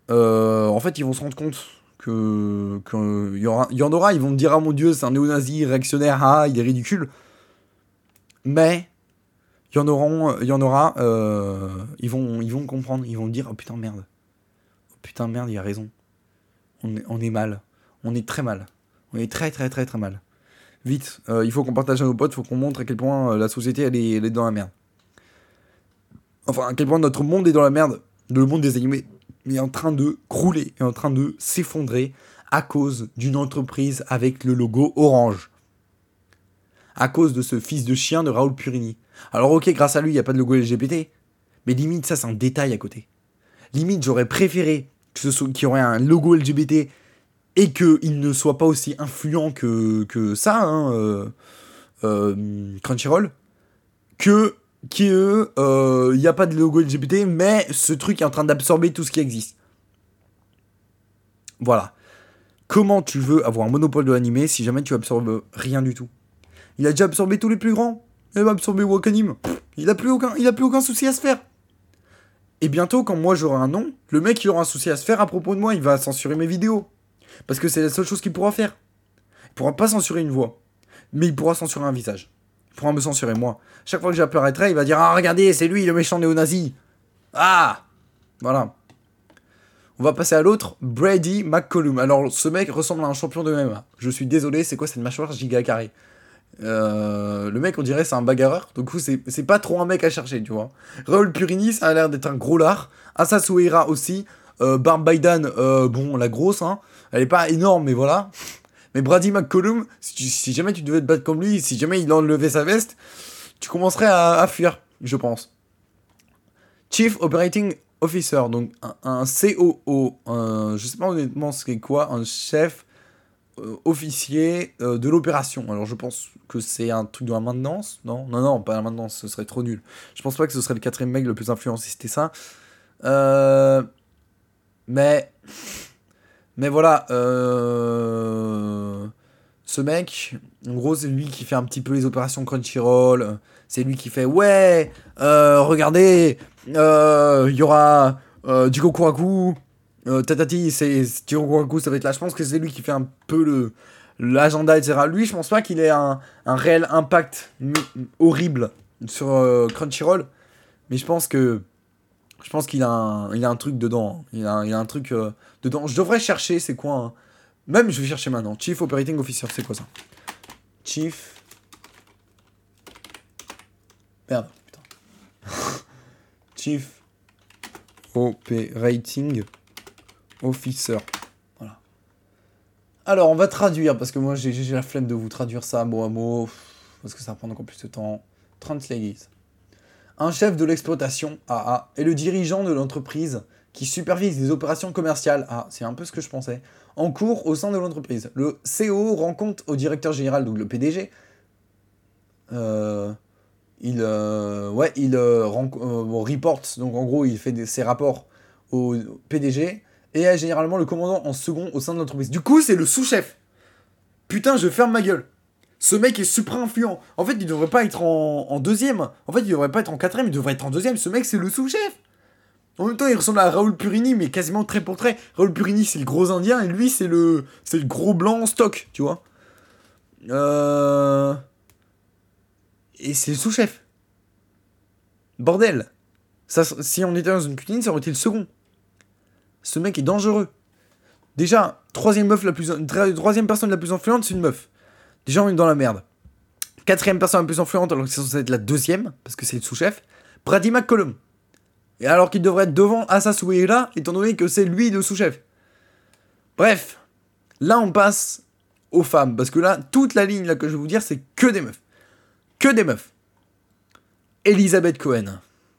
euh, en fait, ils vont se rendre compte que qu'il y, aura, il y en aura, ils vont me dire « Ah mon Dieu, c'est un néo-nazi, réactionnaire, ah, il est ridicule ». Mais il y en auront, il y en aura, euh, ils, vont, ils vont comprendre, ils vont me dire « Oh putain, merde. Oh putain, merde, il a raison. On est, on est mal. On est très mal. On est très, très, très, très mal. Vite, euh, il faut qu'on partage à nos potes, il faut qu'on montre à quel point euh, la société, elle est, elle est dans la merde. Enfin, à quel point notre monde est dans la merde. Le monde des animés est en train de crouler, est en train de s'effondrer à cause d'une entreprise avec le logo orange. À cause de ce fils de chien de Raoul Purini. Alors ok, grâce à lui, il n'y a pas de logo L G B T, mais limite, ça, c'est un détail à côté. Limite, j'aurais préféré que ce soit, qu'il y aurait un logo L G B T et qu'il ne soit pas aussi influent que, que ça, hein, euh, euh, Crunchyroll, que qu'il n'y euh, a pas de logo L G B T, mais ce truc est en train d'absorber tout ce qui existe. Voilà. Comment tu veux avoir un monopole de l'animé si jamais tu absorbes rien du tout? Il a déjà absorbé tous les plus grands. Il va absorber Wakanim. Il a plus aucun, il a plus aucun souci à se faire. Et bientôt, quand moi j'aurai un nom, le mec il aura un souci à se faire à propos de moi, il va censurer mes vidéos. Parce que c'est la seule chose qu'il pourra faire. Il pourra pas censurer une voix. Mais il pourra censurer un visage. Il pourra me censurer moi. Chaque fois que j'apparaîtrai, il va dire « Ah, regardez, c'est lui le méchant néo-nazi !» Ah ! Voilà. On va passer à l'autre, Brady McCollum. Alors, ce mec ressemble à un champion de M M A. Je suis désolé, c'est quoi cette mâchoire giga carré? Euh, le mec, on dirait, c'est un bagarreur. Du coup, c'est, c'est pas trop un mec à chercher, tu vois. Raoul Purini, ça a l'air d'être un gros lard. Asasu Eira aussi. Euh, Barb Baidan, euh, bon, la grosse, hein. Elle est pas énorme, mais voilà. Mais Brady McCollum, si, tu, si jamais tu devais te battre comme lui, si jamais il enlevait sa veste, tu commencerais à, à fuir, je pense. Chief Operating Officer, donc un, un C O O, un, je sais pas honnêtement ce qu'est quoi, un chef euh, officier euh, de l'opération. Alors je pense que c'est un truc de la maintenance, non Non, non, pas la maintenance, ce serait trop nul. Je pense pas que ce serait le quatrième mec le plus influent si c'était ça. Euh... Mais... Mais voilà, euh... ce mec, en gros, c'est lui qui fait un petit peu les opérations Crunchyroll. C'est lui qui fait, ouais, euh, regardez, il euh, y aura euh, du Gokuraku, euh, Tatati, c'est du Gokuraku, ça va être là. Je pense que c'est lui qui fait un peu le l'agenda, et cetera. Lui, je pense pas qu'il ait un, un réel impact m- horrible sur euh, Crunchyroll, mais je pense que je pense qu'il a un, il a un truc dedans. Il a, il a un truc euh, dedans. Je devrais chercher, c'est quoi hein. Même, je vais chercher maintenant. Chief Operating Officer, c'est quoi ça? Chief... Merde, putain. Chief Operating Officer. Voilà. Alors, on va traduire, parce que moi, j'ai, j'ai la flemme de vous traduire ça mot à mot, parce que ça va prendre encore plus de temps. Translate. Un chef de l'exploitation, A A, est le dirigeant de l'entreprise qui supervise les opérations commerciales, ah, c'est un peu ce que je pensais, en cours au sein de l'entreprise. Le C O O rend compte au directeur général, donc le P D G. Euh, il, euh, ouais, il euh, rend, euh, bon, report, donc en gros, il fait des, ses rapports au P D G, et est généralement le commandant en second au sein de l'entreprise. Du coup, c'est le sous-chef. Putain, je ferme ma gueule. Ce mec est super influent. En fait, il devrait pas être en, en deuxième. En fait, il devrait pas être en quatrième, il devrait être en deuxième. Ce mec, c'est le sous-chef. En même temps, il ressemble à Raoul Purini, mais quasiment trait pour trait. Raoul Purini, c'est le gros indien, et lui, c'est le, c'est le gros blanc en stock, tu vois. Euh... Et c'est le sous-chef. Bordel. Ça, si on était dans une cutine, ça aurait été le second. Ce mec est dangereux. Déjà, troisième meuf la plus, troisième personne la plus influente, c'est une meuf. Déjà, on est dans la merde. Quatrième personne la plus influente, alors que c'est censé être la deuxième, parce que c'est le sous-chef, Brady McCollum. Et alors qu'il devrait être devant Asasu Eira, étant donné que c'est lui le sous-chef. Bref, là on passe aux femmes, parce que là, toute la ligne là que je vais vous dire, c'est que des meufs. Que des meufs. Elizabeth Cohen.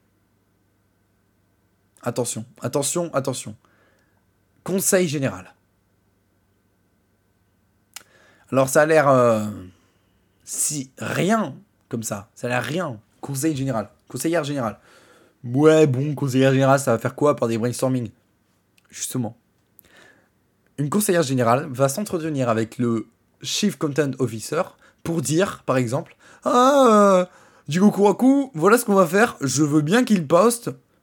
Attention, attention, attention. Conseil général. Alors ça a l'air... Euh, si rien comme ça, ça a l'air rien. Conseil général, conseillère générale. Ouais, bon, conseillère générale, ça va faire quoi par des brainstorming? Justement. Une conseillère générale va s'entretenir avec le Chief Content Officer pour dire, par exemple, ah, euh, du Gokuraku, voilà ce qu'on va faire, je veux bien qu'il poste,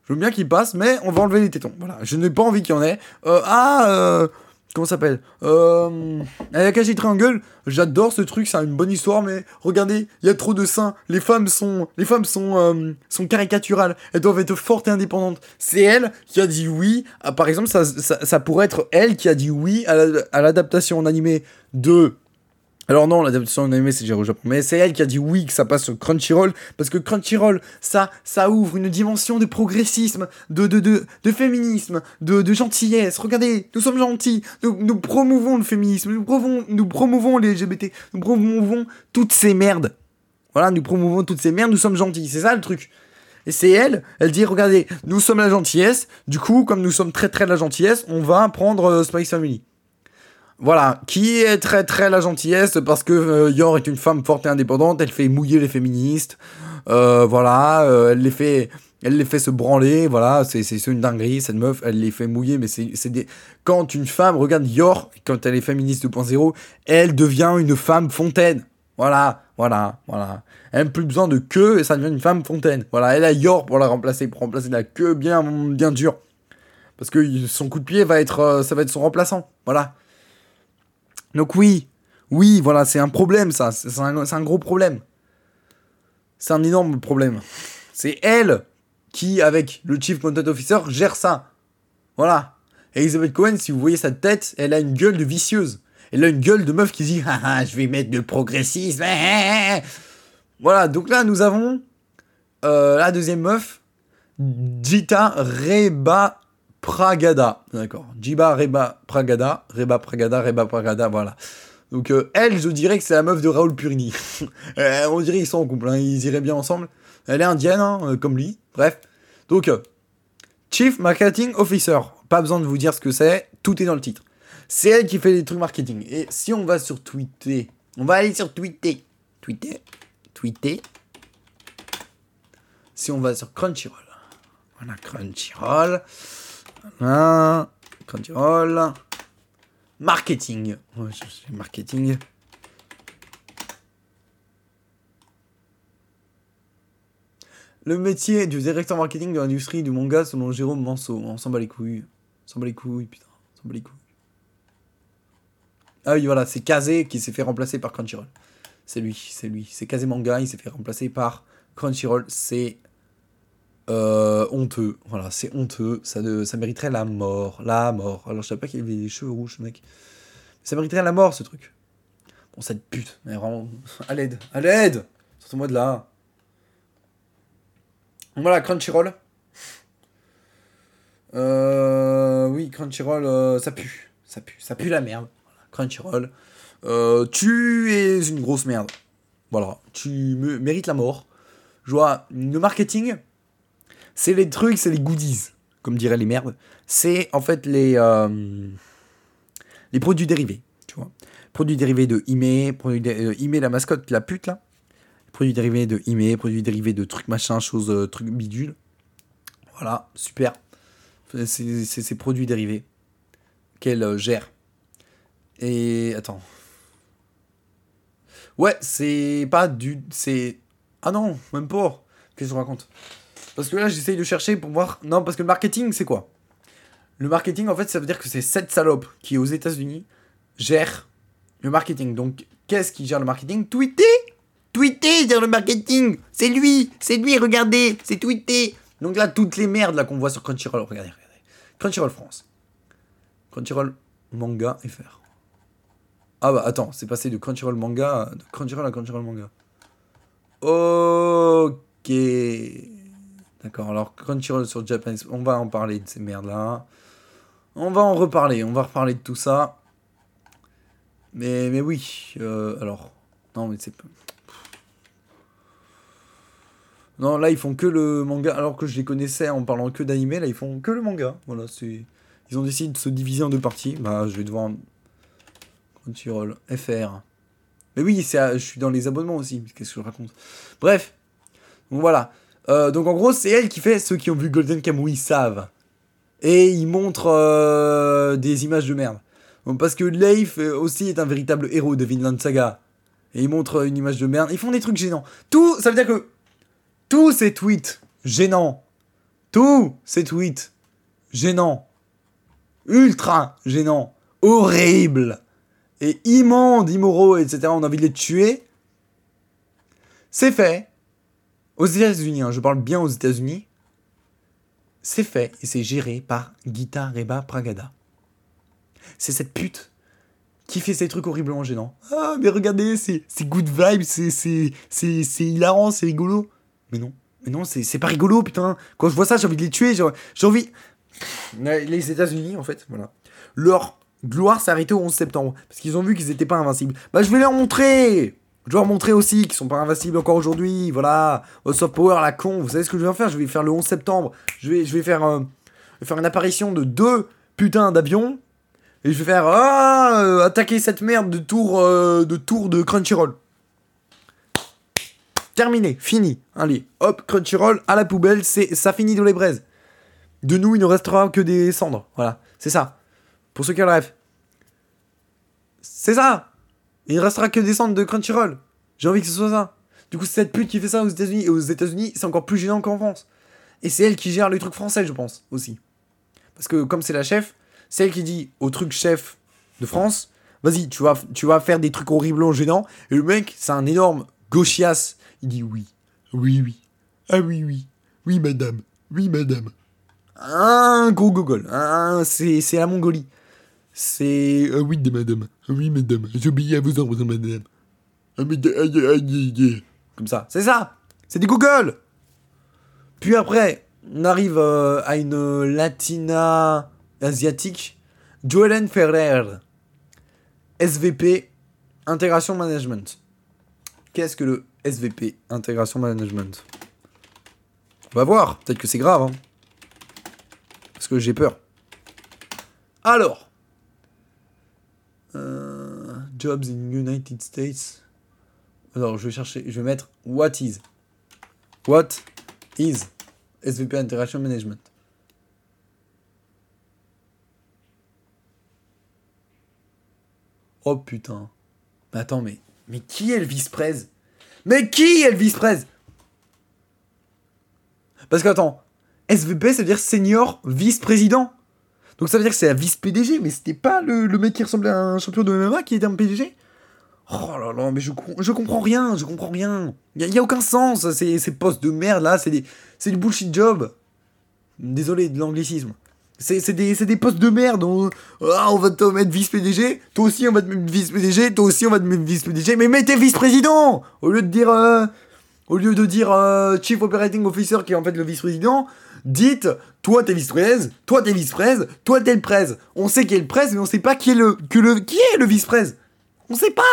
Je veux bien qu'il passe, mais on va enlever les tétons. Voilà, je n'ai pas envie qu'il y en ait. Euh, ah, euh, comment ça s'appelle euh, Ayakashi Triangle, j'adore ce truc, c'est une bonne histoire, mais regardez, il y a trop de seins. Les femmes sont, les femmes sont, euh, sont caricaturales. Elles doivent être fortes et indépendantes. C'est elle qui a dit oui. Ah, par exemple, ça, ça, ça pourrait être elle qui a dit oui à, la, à l'adaptation en animé de... Alors non, l'adaptation en animé c'est géré au Japon, mais c'est elle qui a dit oui que ça passe sur Crunchyroll, parce que Crunchyroll, ça, ça ouvre une dimension de progressisme, de, de, de, de féminisme, de, de gentillesse. Regardez, nous sommes gentils, nous, nous promouvons le féminisme, nous promouvons, nous promouvons les L G B T, nous promouvons toutes ces merdes. Voilà, nous promouvons toutes ces merdes, nous sommes gentils, c'est ça le truc. Et c'est elle, elle dit, regardez, nous sommes la gentillesse, du coup, comme nous sommes très très la gentillesse, on va prendre euh, Spice Family. Voilà, qui est très très la gentillesse parce que euh, Yor est une femme forte et indépendante, elle fait mouiller les féministes, euh, voilà, euh, elle les fait, elle les fait se branler, voilà, c'est, c'est une dinguerie, cette meuf, elle les fait mouiller, mais c'est, c'est des... Quand une femme regarde Yor, quand elle est féministe deux point zéro, elle devient une femme fontaine, voilà, voilà, voilà, elle n'a plus besoin de queue et ça devient une femme fontaine, voilà, elle a Yor pour la remplacer, pour remplacer la queue bien, bien dure, parce que son coup de pied va être, euh, ça va être son remplaçant, voilà. Donc oui, oui, voilà, c'est un problème ça, c'est un, c'est un gros problème. C'est un énorme problème. C'est elle qui, avec le Chief Content Officer, gère ça. Voilà. Et Elizabeth Cohen, si vous voyez sa tête, elle a une gueule de vicieuse. Elle a une gueule de meuf qui dit « Ah ah, je vais mettre de progressisme. » Voilà, donc là, nous avons euh, la deuxième meuf, Jita Reba Pragada, d'accord. Jiba Reba Pragada, Reba Pragada, Reba Pragada, voilà. Donc euh, elle, je dirais que c'est la meuf de Raoul Purini. euh, on dirait qu'ils sont en couple, hein, ils iraient bien ensemble. Elle est indienne, hein, euh, comme lui. Bref. Donc, euh, Chief Marketing Officer. Pas besoin de vous dire ce que c'est, tout est dans le titre. C'est elle qui fait les trucs marketing. Et si on va sur Twitter, on va aller sur Twitter. Twitter. Twitter. Si on va sur Crunchyroll. Voilà, Crunchyroll. Voilà, Crunchyroll, marketing, ouais, je sais, marketing, le métier du directeur marketing de l'industrie du manga selon Jérôme Manceau, on s'en bat les couilles, on s'en bat les couilles, putain, on s'en bat les couilles. Ah oui, voilà, c'est Kazé qui s'est fait remplacer par Crunchyroll, c'est lui, c'est lui, c'est Kazé Manga, il s'est fait remplacer par Crunchyroll, c'est... Euh, honteux, voilà, c'est honteux, ça, de, ça mériterait la mort, la mort. Alors je savais pas qu'il avait les cheveux rouges, ce mec. Ça mériterait la mort, ce truc. Bon, cette pute, mais vraiment, à l'aide, à l'aide, sortez-moi de là. Voilà, Crunchyroll. Euh, oui, Crunchyroll, euh, ça pue, ça pue, ça pue la merde. Voilà, Crunchyroll, euh, tu es une grosse merde. Voilà, tu me, mérites la mort. Je vois, le marketing... C'est les trucs, c'est les goodies, comme diraient les merdes. C'est en fait les, euh, les produits dérivés, tu vois. Produits dérivés de Ime, produits dé- euh, Ime la mascotte, la pute là. Produits dérivés de Ime, produits dérivés de trucs machin, choses, euh, trucs bidules. Voilà, super. C'est, c'est, c'est ces produits dérivés qu'elle euh, gère. Et attends. Ouais, c'est pas du... C'est... Ah non, même pas. Qu'est-ce que je raconte ? Parce que là, j'essaye de chercher pour voir... Non, parce que le marketing, c'est quoi ? Le marketing, en fait, ça veut dire que c'est cette salope qui, aux États-Unis, gère le marketing. Donc, qu'est-ce qui gère le marketing ? Tweeter ! Tweeter gère le marketing ! C'est lui ! C'est lui, regardez ! C'est Tweeter ! Donc là, toutes les merdes là qu'on voit sur Crunchyroll, regardez, regardez. Crunchyroll France. Crunchyroll Manga F R. Ah bah, attends, c'est passé de Crunchyroll Manga... De Crunchyroll à Crunchyroll Manga. Ok... D'accord, alors Crunchyroll sur Japan, on va en parler de ces merdes-là. On va en reparler, on va reparler de tout ça. Mais, mais oui, euh, alors... Non, mais c'est... Non, là, ils font que le manga, alors que je les connaissais en parlant que d'anime, là, ils font que le manga. Voilà, c'est... Ils ont décidé de se diviser en deux parties. Bah, je vais devoir... Crunchyroll, F R. Mais oui, c'est à... je suis dans les abonnements aussi, qu'est-ce que je raconte ? Bref, donc voilà. Euh, donc en gros, c'est elle qui fait, ceux qui ont vu Golden Kamuy savent. Et ils montrent euh, des images de merde. Donc, parce que Leif aussi est un véritable héros de Vinland Saga. Et ils montrent une image de merde. Ils font des trucs gênants. Tout, ça veut dire que tous ces tweets gênants Tous ces tweets gênants, ultra gênants, horribles et immondes, immoraux, et cetera. On a envie de les tuer. C'est fait. Aux États-Unis, hein, je parle bien aux États-Unis. C'est fait et c'est géré par Gita Reba Pragada. C'est cette pute qui fait ces trucs horriblement gênants. Ah, mais regardez, c'est, c'est good vibe, c'est, c'est, c'est, c'est hilarant, c'est rigolo. Mais non, mais non, c'est, c'est pas rigolo, putain. Quand je vois ça, j'ai envie de les tuer, j'ai, j'ai envie... Les États-Unis, en fait, voilà. Leur gloire s'est arrêtée au onze septembre. Parce qu'ils ont vu qu'ils étaient pas invincibles. Bah, je vais leur montrer. Je vais leur montrer aussi qu'ils sont pas invincibles encore aujourd'hui. Voilà. Au soft power, la con. Vous savez ce que je vais faire? Je vais faire le onze septembre. Je vais, je vais faire, euh, je vais faire une apparition de deux putains d'avions. Et je vais faire ah, euh, attaquer cette merde de tour, euh, de tour de Crunchyroll. Terminé, fini. Allez, hop, Crunchyroll à la poubelle, c'est, ça finit dans les braises. De nous, il ne restera que des cendres. Voilà, c'est ça. Pour ceux qui ont le rêve. C'est ça. Il ne restera que des cendres de Crunchyroll. J'ai envie que ce soit ça. Du coup, c'est cette pute qui fait ça aux États-Unis. Et aux États-Unis, c'est encore plus gênant qu'en France. Et c'est elle qui gère les trucs français, je pense, aussi. Parce que comme c'est la chef, c'est elle qui dit au truc chef de France, vas-y, tu vas, tu vas faire des trucs horriblement gênants. Et le mec, c'est un énorme gauchias. Il dit oui, oui, oui. Ah oui, oui. Oui, madame. Oui, madame. Un gros gogol. Un, c'est, c'est la Mongolie. C'est... Ah oui, de madame. Ah oui, madame. J'obéis à vos ordres, madame. Ah, mais... Aïe, aïe, aïe. Comme ça. C'est ça. C'est des gogoles. Puis après, on arrive euh, à une latina asiatique. Joellen Ferrer. S V P Intégration Management. Qu'est-ce que le S V P Intégration Management? On va voir. Peut-être que c'est grave, hein. Parce que j'ai peur. Alors. Euh, jobs in United States. Alors, je vais chercher. Je vais mettre what is. What is S V P Intégration Management. Oh putain. Mais attends, mais. Mais qui est le vice-prez? Mais qui est le vice-prez? Parce que attends. S V P, ça veut dire senior vice-président. Donc ça veut dire que c'est la vice-P D G, mais c'était pas le, le mec qui ressemblait à un champion de M M A qui était un P D G? Oh là là, mais je, je comprends rien, je comprends rien. Il y, y a aucun sens, ces, ces postes de merde là, c'est des, c'est du bullshit job. Désolé de l'anglicisme. C'est, c'est, des, c'est des postes de merde. On, ah, on va te mettre vice-P D G, toi aussi on va te mettre vice-P D G, toi aussi on va te mettre vice-P D G, mais mettez vice-président. Au lieu de dire, euh, au lieu de dire euh, Chief Operating Officer qui est en fait le vice-président, dites, toi t'es vice-prez, toi t'es vice-prez, toi t'es le prez. On sait qui est le prez, mais on sait pas qui est le, que le, qui est le vice-prez. On sait pas.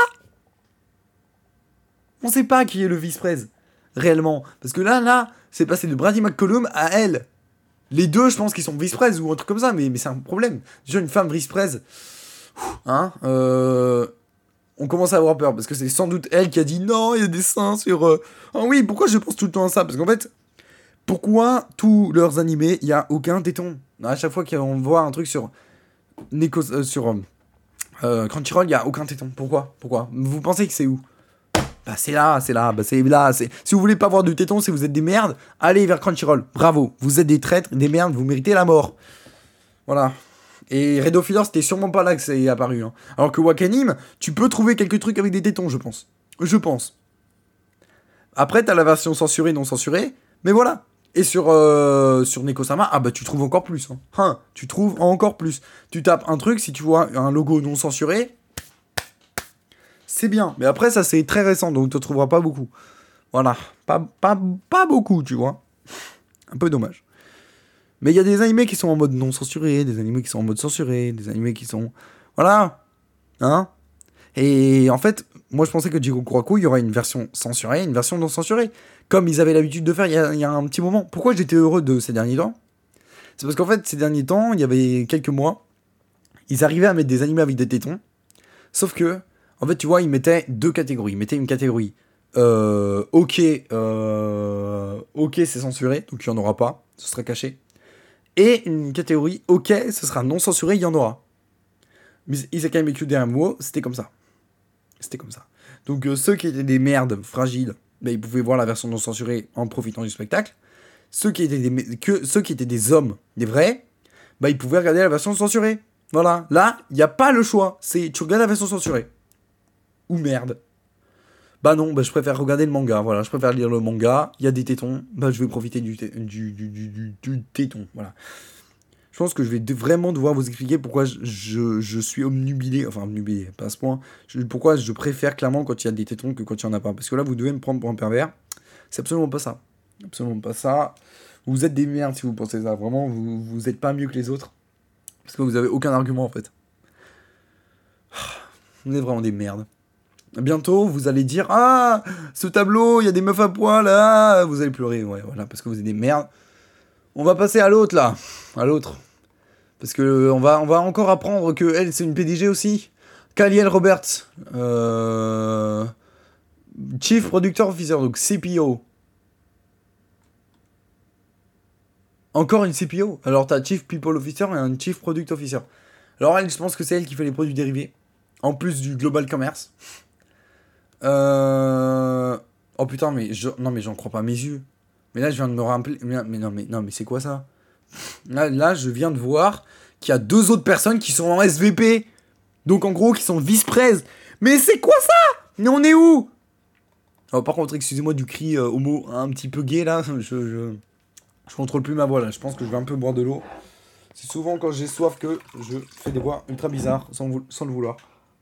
On sait pas qui est le vice-prez, réellement. Parce que là, là, c'est passé de Brady McCollum à elle. Les deux, je pense qu'ils sont vice-prez ou un truc comme ça, mais, mais c'est un problème. Déjà, une femme vice-prez, hein, euh, on commence à avoir peur, parce que c'est sans doute elle qui a dit non, il y a des seins sur... Euh... Ah oui, pourquoi je pense tout le temps à ça? Parce qu'en fait, pourquoi tous leurs animés, il n'y a aucun téton? À chaque fois qu'on voit un truc sur... Nico, euh, sur euh, Crunchyroll, il n'y a aucun téton. Pourquoi? Pourquoi? Vous pensez que c'est où? Bah c'est là, c'est là, bah c'est là, c'est... Si vous voulez pas voir de tétons, si vous êtes des merdes, allez vers Crunchyroll, bravo, vous êtes des traîtres, des merdes, vous méritez la mort. Voilà. Et Red of Feather, c'était sûrement pas là que c'est apparu, hein. Alors que Wakanim, tu peux trouver quelques trucs avec des tétons, je pense. Je pense. Après, t'as la version censurée, non censurée, mais voilà. Et sur, euh, sur Neko-sama, ah bah tu trouves encore plus, hein. Hein, tu trouves encore plus. Tu tapes un truc, si tu vois un logo non censuré... C'est bien, mais après ça c'est très récent, donc tu ne trouveras pas beaucoup. Voilà, pas, pas, pas beaucoup, tu vois. Un peu dommage. Mais il y a des animés qui sont en mode non censuré, des animés qui sont en mode censuré, des animés qui sont... Voilà, hein. Et en fait, moi je pensais que Jigokuraku, il y aurait une version censurée, une version non censurée, comme ils avaient l'habitude de faire il y a, il y a un petit moment. Pourquoi j'étais heureux de ces derniers temps? C'est parce qu'en fait, ces derniers temps, il y avait quelques mois, ils arrivaient à mettre des animés avec des tétons, sauf que... En fait, tu vois, ils mettaient deux catégories. Ils mettaient une catégorie euh, OK, euh, OK, c'est censuré, donc il n'y en aura pas, ce sera caché. Et une catégorie OK, ce sera non censuré, il y en aura. Mais Isekai Mekyu Deramuo, c'était comme ça. C'était comme ça. Donc euh, ceux qui étaient des merdes fragiles, bah, ils pouvaient voir la version non censurée en profitant du spectacle. ceux qui étaient des, que ceux qui étaient des hommes, des vrais, bah ils pouvaient regarder la version censurée. Voilà, là, il n'y a pas le choix. C'est tu regardes la version censurée. Ou merde. Bah non, bah je préfère regarder le manga, voilà, je préfère lire le manga, il y a des tétons, bah je vais profiter du, té- du, du, du, du, du téton, voilà. Je pense que je vais de- vraiment devoir vous expliquer pourquoi je, je, je suis obnubilé, enfin obnubilé, pas à ce point, je- pourquoi je préfère clairement quand il y a des tétons que quand il n'y en a pas. Parce que là, vous devez me prendre pour un pervers, c'est absolument pas ça. Absolument pas ça. Vous êtes des merdes si vous pensez ça, vraiment, vous, vous êtes pas mieux que les autres. Parce que vous avez aucun argument en fait. Vous êtes vraiment des merdes. Bientôt, vous allez dire ah, ce tableau, il y a des meufs à poil là. Vous allez pleurer, ouais, voilà, parce que vous êtes des merdes. On va passer à l'autre là, à l'autre, parce que euh, on va, on va encore apprendre que elle, c'est une P D G aussi. Kaliel Roberts, euh... Chief Producer Officer, donc C P O. Encore une C P O. Alors t'as Chief People Officer et un Chief Product Officer. Alors elle, je pense que c'est elle qui fait les produits dérivés, en plus du Global Commerce. Euh... Oh putain, mais je... non, mais j'en crois pas mes yeux. Mais là, je viens de me rappeler. Mais, mais non, mais non, mais c'est quoi ça? Là, là, je viens de voir qu'il y a deux autres personnes qui sont en S V P. Donc en gros, qui sont vice-prés. Mais c'est quoi ça? Mais on est où? Oh, par contre, excusez-moi du cri euh, homo un petit peu gay là. Je, je, je contrôle plus ma voix là. Je pense que je vais un peu boire de l'eau. C'est souvent quand j'ai soif que je fais des voix ultra bizarres sans, vou- sans le vouloir.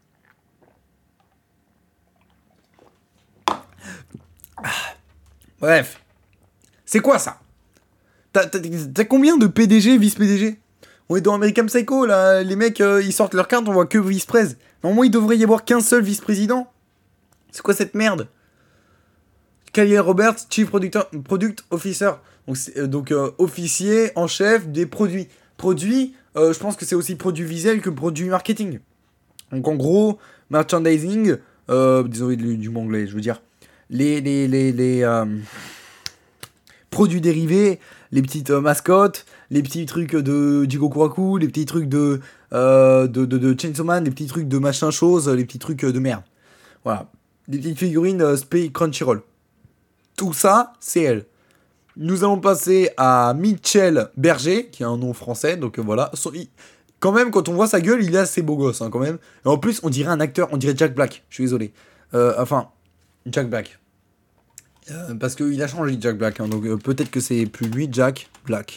Bref. C'est quoi ça? T'as, t'as, t'as combien de P D G, vice-P D G? On est dans American Psycho, là. Les mecs, euh, ils sortent leur carte, on voit que vice-prés. Normalement, il devrait y avoir qu'un seul vice-président. C'est quoi cette merde? Kaliel Roberts, Chief Producteur, Product Officer. Donc, c'est, euh, donc euh, officier en chef des produits. Produits, euh, je pense que c'est aussi produit visuel que produit marketing. Donc en gros, merchandising, euh, désolé du, du mot anglais, je veux dire, les, les, les, les euh, produits dérivés, les petites euh, mascottes, les petits trucs de Jigokuraku, les petits trucs de, euh, de, de, de Chainsaw Man, les petits trucs de machin chose, les petits trucs de merde. Voilà. Des petites figurines euh, Spay Crunchyroll. Tout ça, c'est elle. Nous allons passer à Michel Berger, qui a un nom français, donc euh, voilà. Son, il, quand même, quand on voit sa gueule, il est assez beau gosse, hein, quand même. Et en plus, on dirait un acteur, on dirait Jack Black, je suis désolé. Euh, enfin, Jack Black. Euh, parce qu'il a changé Jack Black, hein, donc euh, peut-être que c'est plus lui, Jack Black.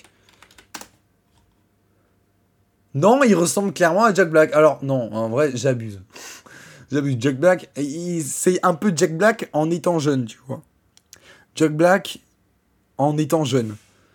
Non, il ressemble clairement à Jack Black. Alors, non, en vrai, j'abuse. J'abuse. Jack Black, il, c'est un peu Jack Black en étant jeune, tu vois. Jack Black en étant jeune.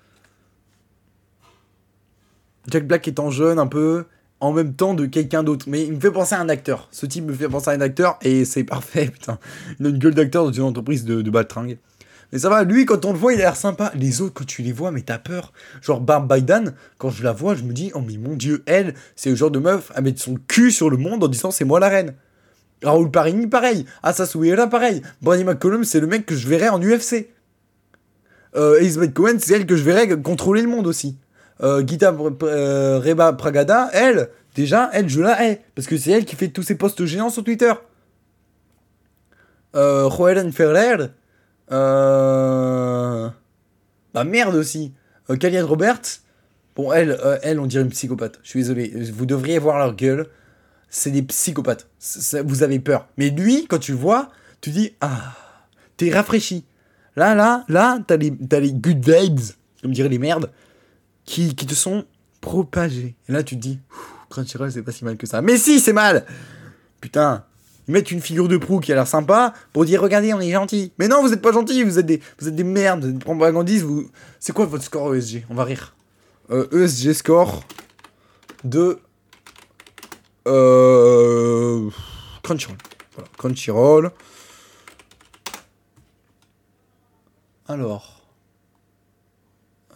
Jack Black étant jeune, un peu, en même temps de quelqu'un d'autre. Mais il me fait penser à un acteur. Ce type me fait penser à un acteur, et c'est parfait, putain. Il a une gueule d'acteur dans une entreprise de, de baltringue. Mais ça va, lui, quand on le voit, il a l'air sympa. Les autres, quand tu les vois, mais t'as peur. Genre, Barb Biden, quand je la vois, je me dis, oh mais mon Dieu, elle, c'est le genre de meuf à mettre son cul sur le monde en disant, c'est moi la reine. Raoul Parini, pareil. Assa Souiella, pareil. Brady McCollum, c'est le mec que je verrais en U F C. Euh, Elizabeth Cohen, c'est elle que je verrais contrôler le monde aussi. Euh, Gita euh, Reba Pragada, elle, déjà, elle, je la hais. Parce que c'est elle qui fait tous ces posts géants sur Twitter. Euh, Joellen Ferrer, euh... bah merde aussi. Euh, Kalian Roberts, bon, elle, euh, elle, on dirait une psychopathe. Je suis désolé, vous devriez voir leur gueule. C'est des psychopathes. C'est, vous avez peur. Mais lui, quand tu le vois, tu dis, ah, t'es rafraîchi. Là, là, là, t'as les, t'as les good vibes, comme diraient les merdes, qui, qui te sont propagés. Et là, tu te dis, Crunchyroll, c'est pas si mal que ça. Mais si, c'est mal. Putain, ils mettent une figure de proue qui a l'air sympa pour dire, regardez, on est gentil. Mais non, vous êtes pas gentils, vous êtes des, vous êtes des merdes, vous êtes des propagandistes, vous... C'est quoi votre score E S G? On va rire. Euh, E S G score de... Euh... Crunchyroll. Voilà, Crunchyroll. Alors. Euh...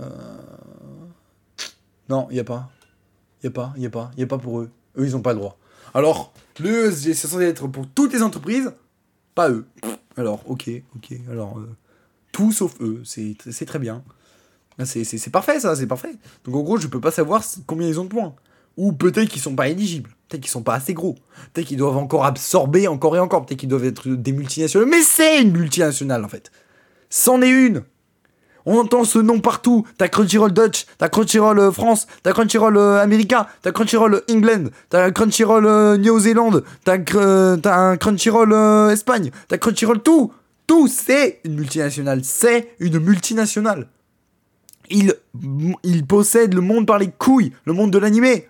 Non, il y a pas. Il y a pas, il y a pas, il y a pas pour eux. Eux, ils ont pas le droit. Alors, le E S G, c'est censé être pour toutes les entreprises, pas eux. Alors, ok, ok. Alors, euh, tout sauf eux, c'est, c'est très bien. C'est, c'est, c'est parfait, ça, c'est parfait. Donc, en gros, je peux pas savoir combien ils ont de points. Ou peut-être qu'ils sont pas éligibles. Peut-être qu'ils sont pas assez gros. Peut-être qu'ils doivent encore absorber encore et encore. Peut-être qu'ils doivent être des multinationales. Mais c'est une multinationale, en fait. C'en est une. On entend ce nom partout. T'as Crunchyroll Dutch, t'as Crunchyroll euh, France, t'as Crunchyroll euh, America, t'as Crunchyroll euh, England, t'as Crunchyroll euh, New-Zélande, t'as, euh, t'as un Crunchyroll euh, Espagne, t'as Crunchyroll tout. Tout, c'est une multinationale. C'est une multinationale. Il, il possède le monde par les couilles, le monde de l'animé.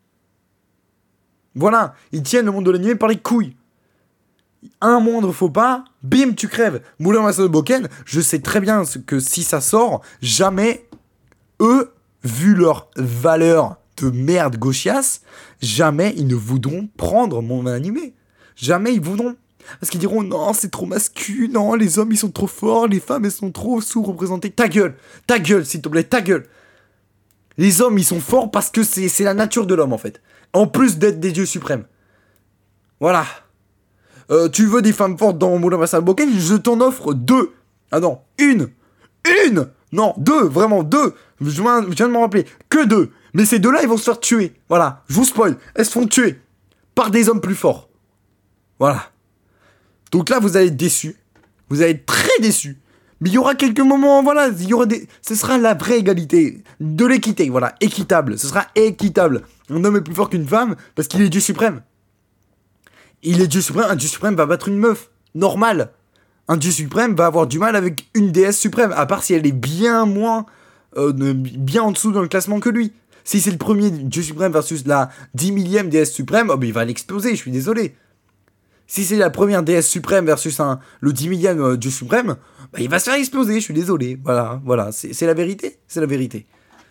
Voilà, ils tiennent le monde de l'animé par les couilles. Un moindre faux pas, bim, tu crèves. Moulin Master Boken, je sais très bien que si ça sort, jamais, eux, vu leur valeur de merde gauchiasse, jamais ils ne voudront prendre mon animé. Jamais ils voudront. Parce qu'ils diront, non, c'est trop masculin, non, les hommes, ils sont trop forts, les femmes, elles sont trop sous-représentées. Ta gueule, ta gueule, s'il te plaît, ta gueule. Les hommes, ils sont forts parce que c'est, c'est la nature de l'homme, en fait. En plus d'être des dieux suprêmes. Voilà. Euh, tu veux des femmes fortes dans Moulin Master Boken, je t'en offre deux. Ah non, une. Une. Non, deux, vraiment deux. Je viens, je viens de m'en rappeler. Que deux. Mais ces deux-là, ils vont se faire tuer. Voilà, je vous spoil. Elles se font tuer. Par des hommes plus forts. Voilà. Donc là, vous allez être déçus. Vous allez être très déçus. Mais il y aura quelques moments, voilà, il y aura des... Ce sera la vraie égalité. De l'équité, voilà, équitable. Ce sera équitable. Un homme est plus fort qu'une femme parce qu'il est Dieu suprême. Il est Dieu suprême, un Dieu suprême va battre une meuf. Normal. Un Dieu suprême va avoir du mal avec une déesse suprême. À part si elle est bien moins... Euh, bien en dessous dans le classement que lui. Si c'est le premier Dieu suprême versus la dix millième déesse suprême, oh ben il va l'exploser, je suis désolé. Si c'est la première déesse suprême versus un, le dix millième euh, dieu suprême, bah, il va se faire exploser, je suis désolé. Voilà, voilà, c'est, c'est la vérité, c'est la vérité.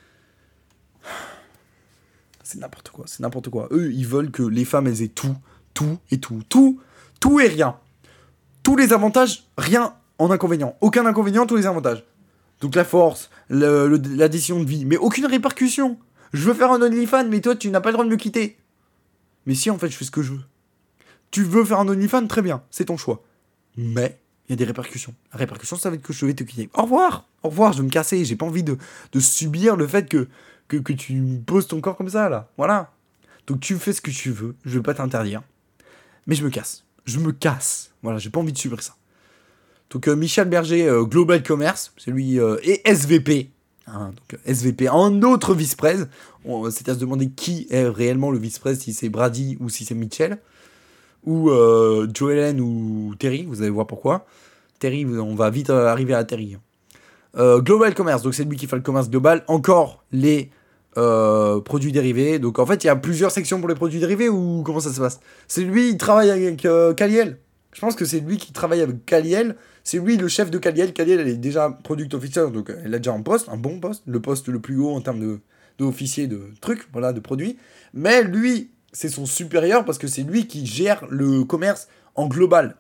C'est n'importe quoi, c'est n'importe quoi. Eux, ils veulent que les femmes, elles aient tout, tout et tout, tout, tout et rien. Tous les avantages, rien en inconvénient. Aucun inconvénient, tous les avantages. Donc la force, le, le, l'addition de vie, mais aucune répercussion. Je veux faire un OnlyFans, mais toi, tu n'as pas le droit de me quitter. Mais si, en fait, je fais ce que je veux. Tu veux faire un OnlyFans, très bien, c'est ton choix. Mais il y a des répercussions. La répercussion, ça va être que je vais te quitter. Au revoir, au revoir, je vais me casser. J'ai pas envie de, de subir le fait que, que, que tu me poses ton corps comme ça, là. Voilà. Donc tu fais ce que tu veux, je vais pas t'interdire. Mais je me casse. Je me casse. Voilà, j'ai pas envie de subir ça. Donc euh, Michel Berger, euh, Global Commerce, c'est lui, euh, et S V P. Hein, donc S V P, un autre vice-prez. On s'était à se demander qui est réellement le vice-prez, si c'est Brady ou si c'est Mitchell. Ou euh, Joellen ou Terry, vous allez voir pourquoi. Terry, on va vite euh, arriver à Terry. Euh, Global Commerce, donc c'est lui qui fait le commerce global. Encore les euh, produits dérivés. Donc en fait, il y a plusieurs sections pour les produits dérivés ou comment ça se passe? C'est lui, il travaille avec euh, Kaliel. Je pense que c'est lui qui travaille avec Kaliel. C'est lui le chef de Kaliel. Kaliel, elle est déjà product officer, donc elle a déjà un poste, un bon poste, le poste le plus haut en termes de, d'officier de trucs, voilà, de produits. Mais lui, c'est son supérieur parce que c'est lui qui gère le commerce en global,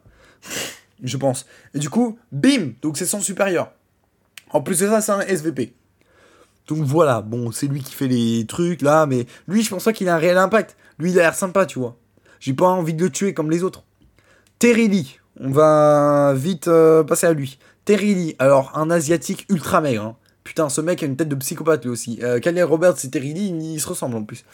je pense. Et du coup, bim, donc c'est son supérieur. En plus de ça, c'est un S V P. Donc voilà, bon, c'est lui qui fait les trucs là, mais lui, je pense pas qu'il a un réel impact. Lui, il a l'air sympa, tu vois. J'ai pas envie de le tuer comme les autres. Terry Lee, on va vite euh, passer à lui. Terry Lee, alors un asiatique ultra maigre. Hein. Putain, ce mec a une tête de psychopathe lui aussi. Euh, Kaliel Roberts et Terry Lee, ils, ils se ressemblent en plus.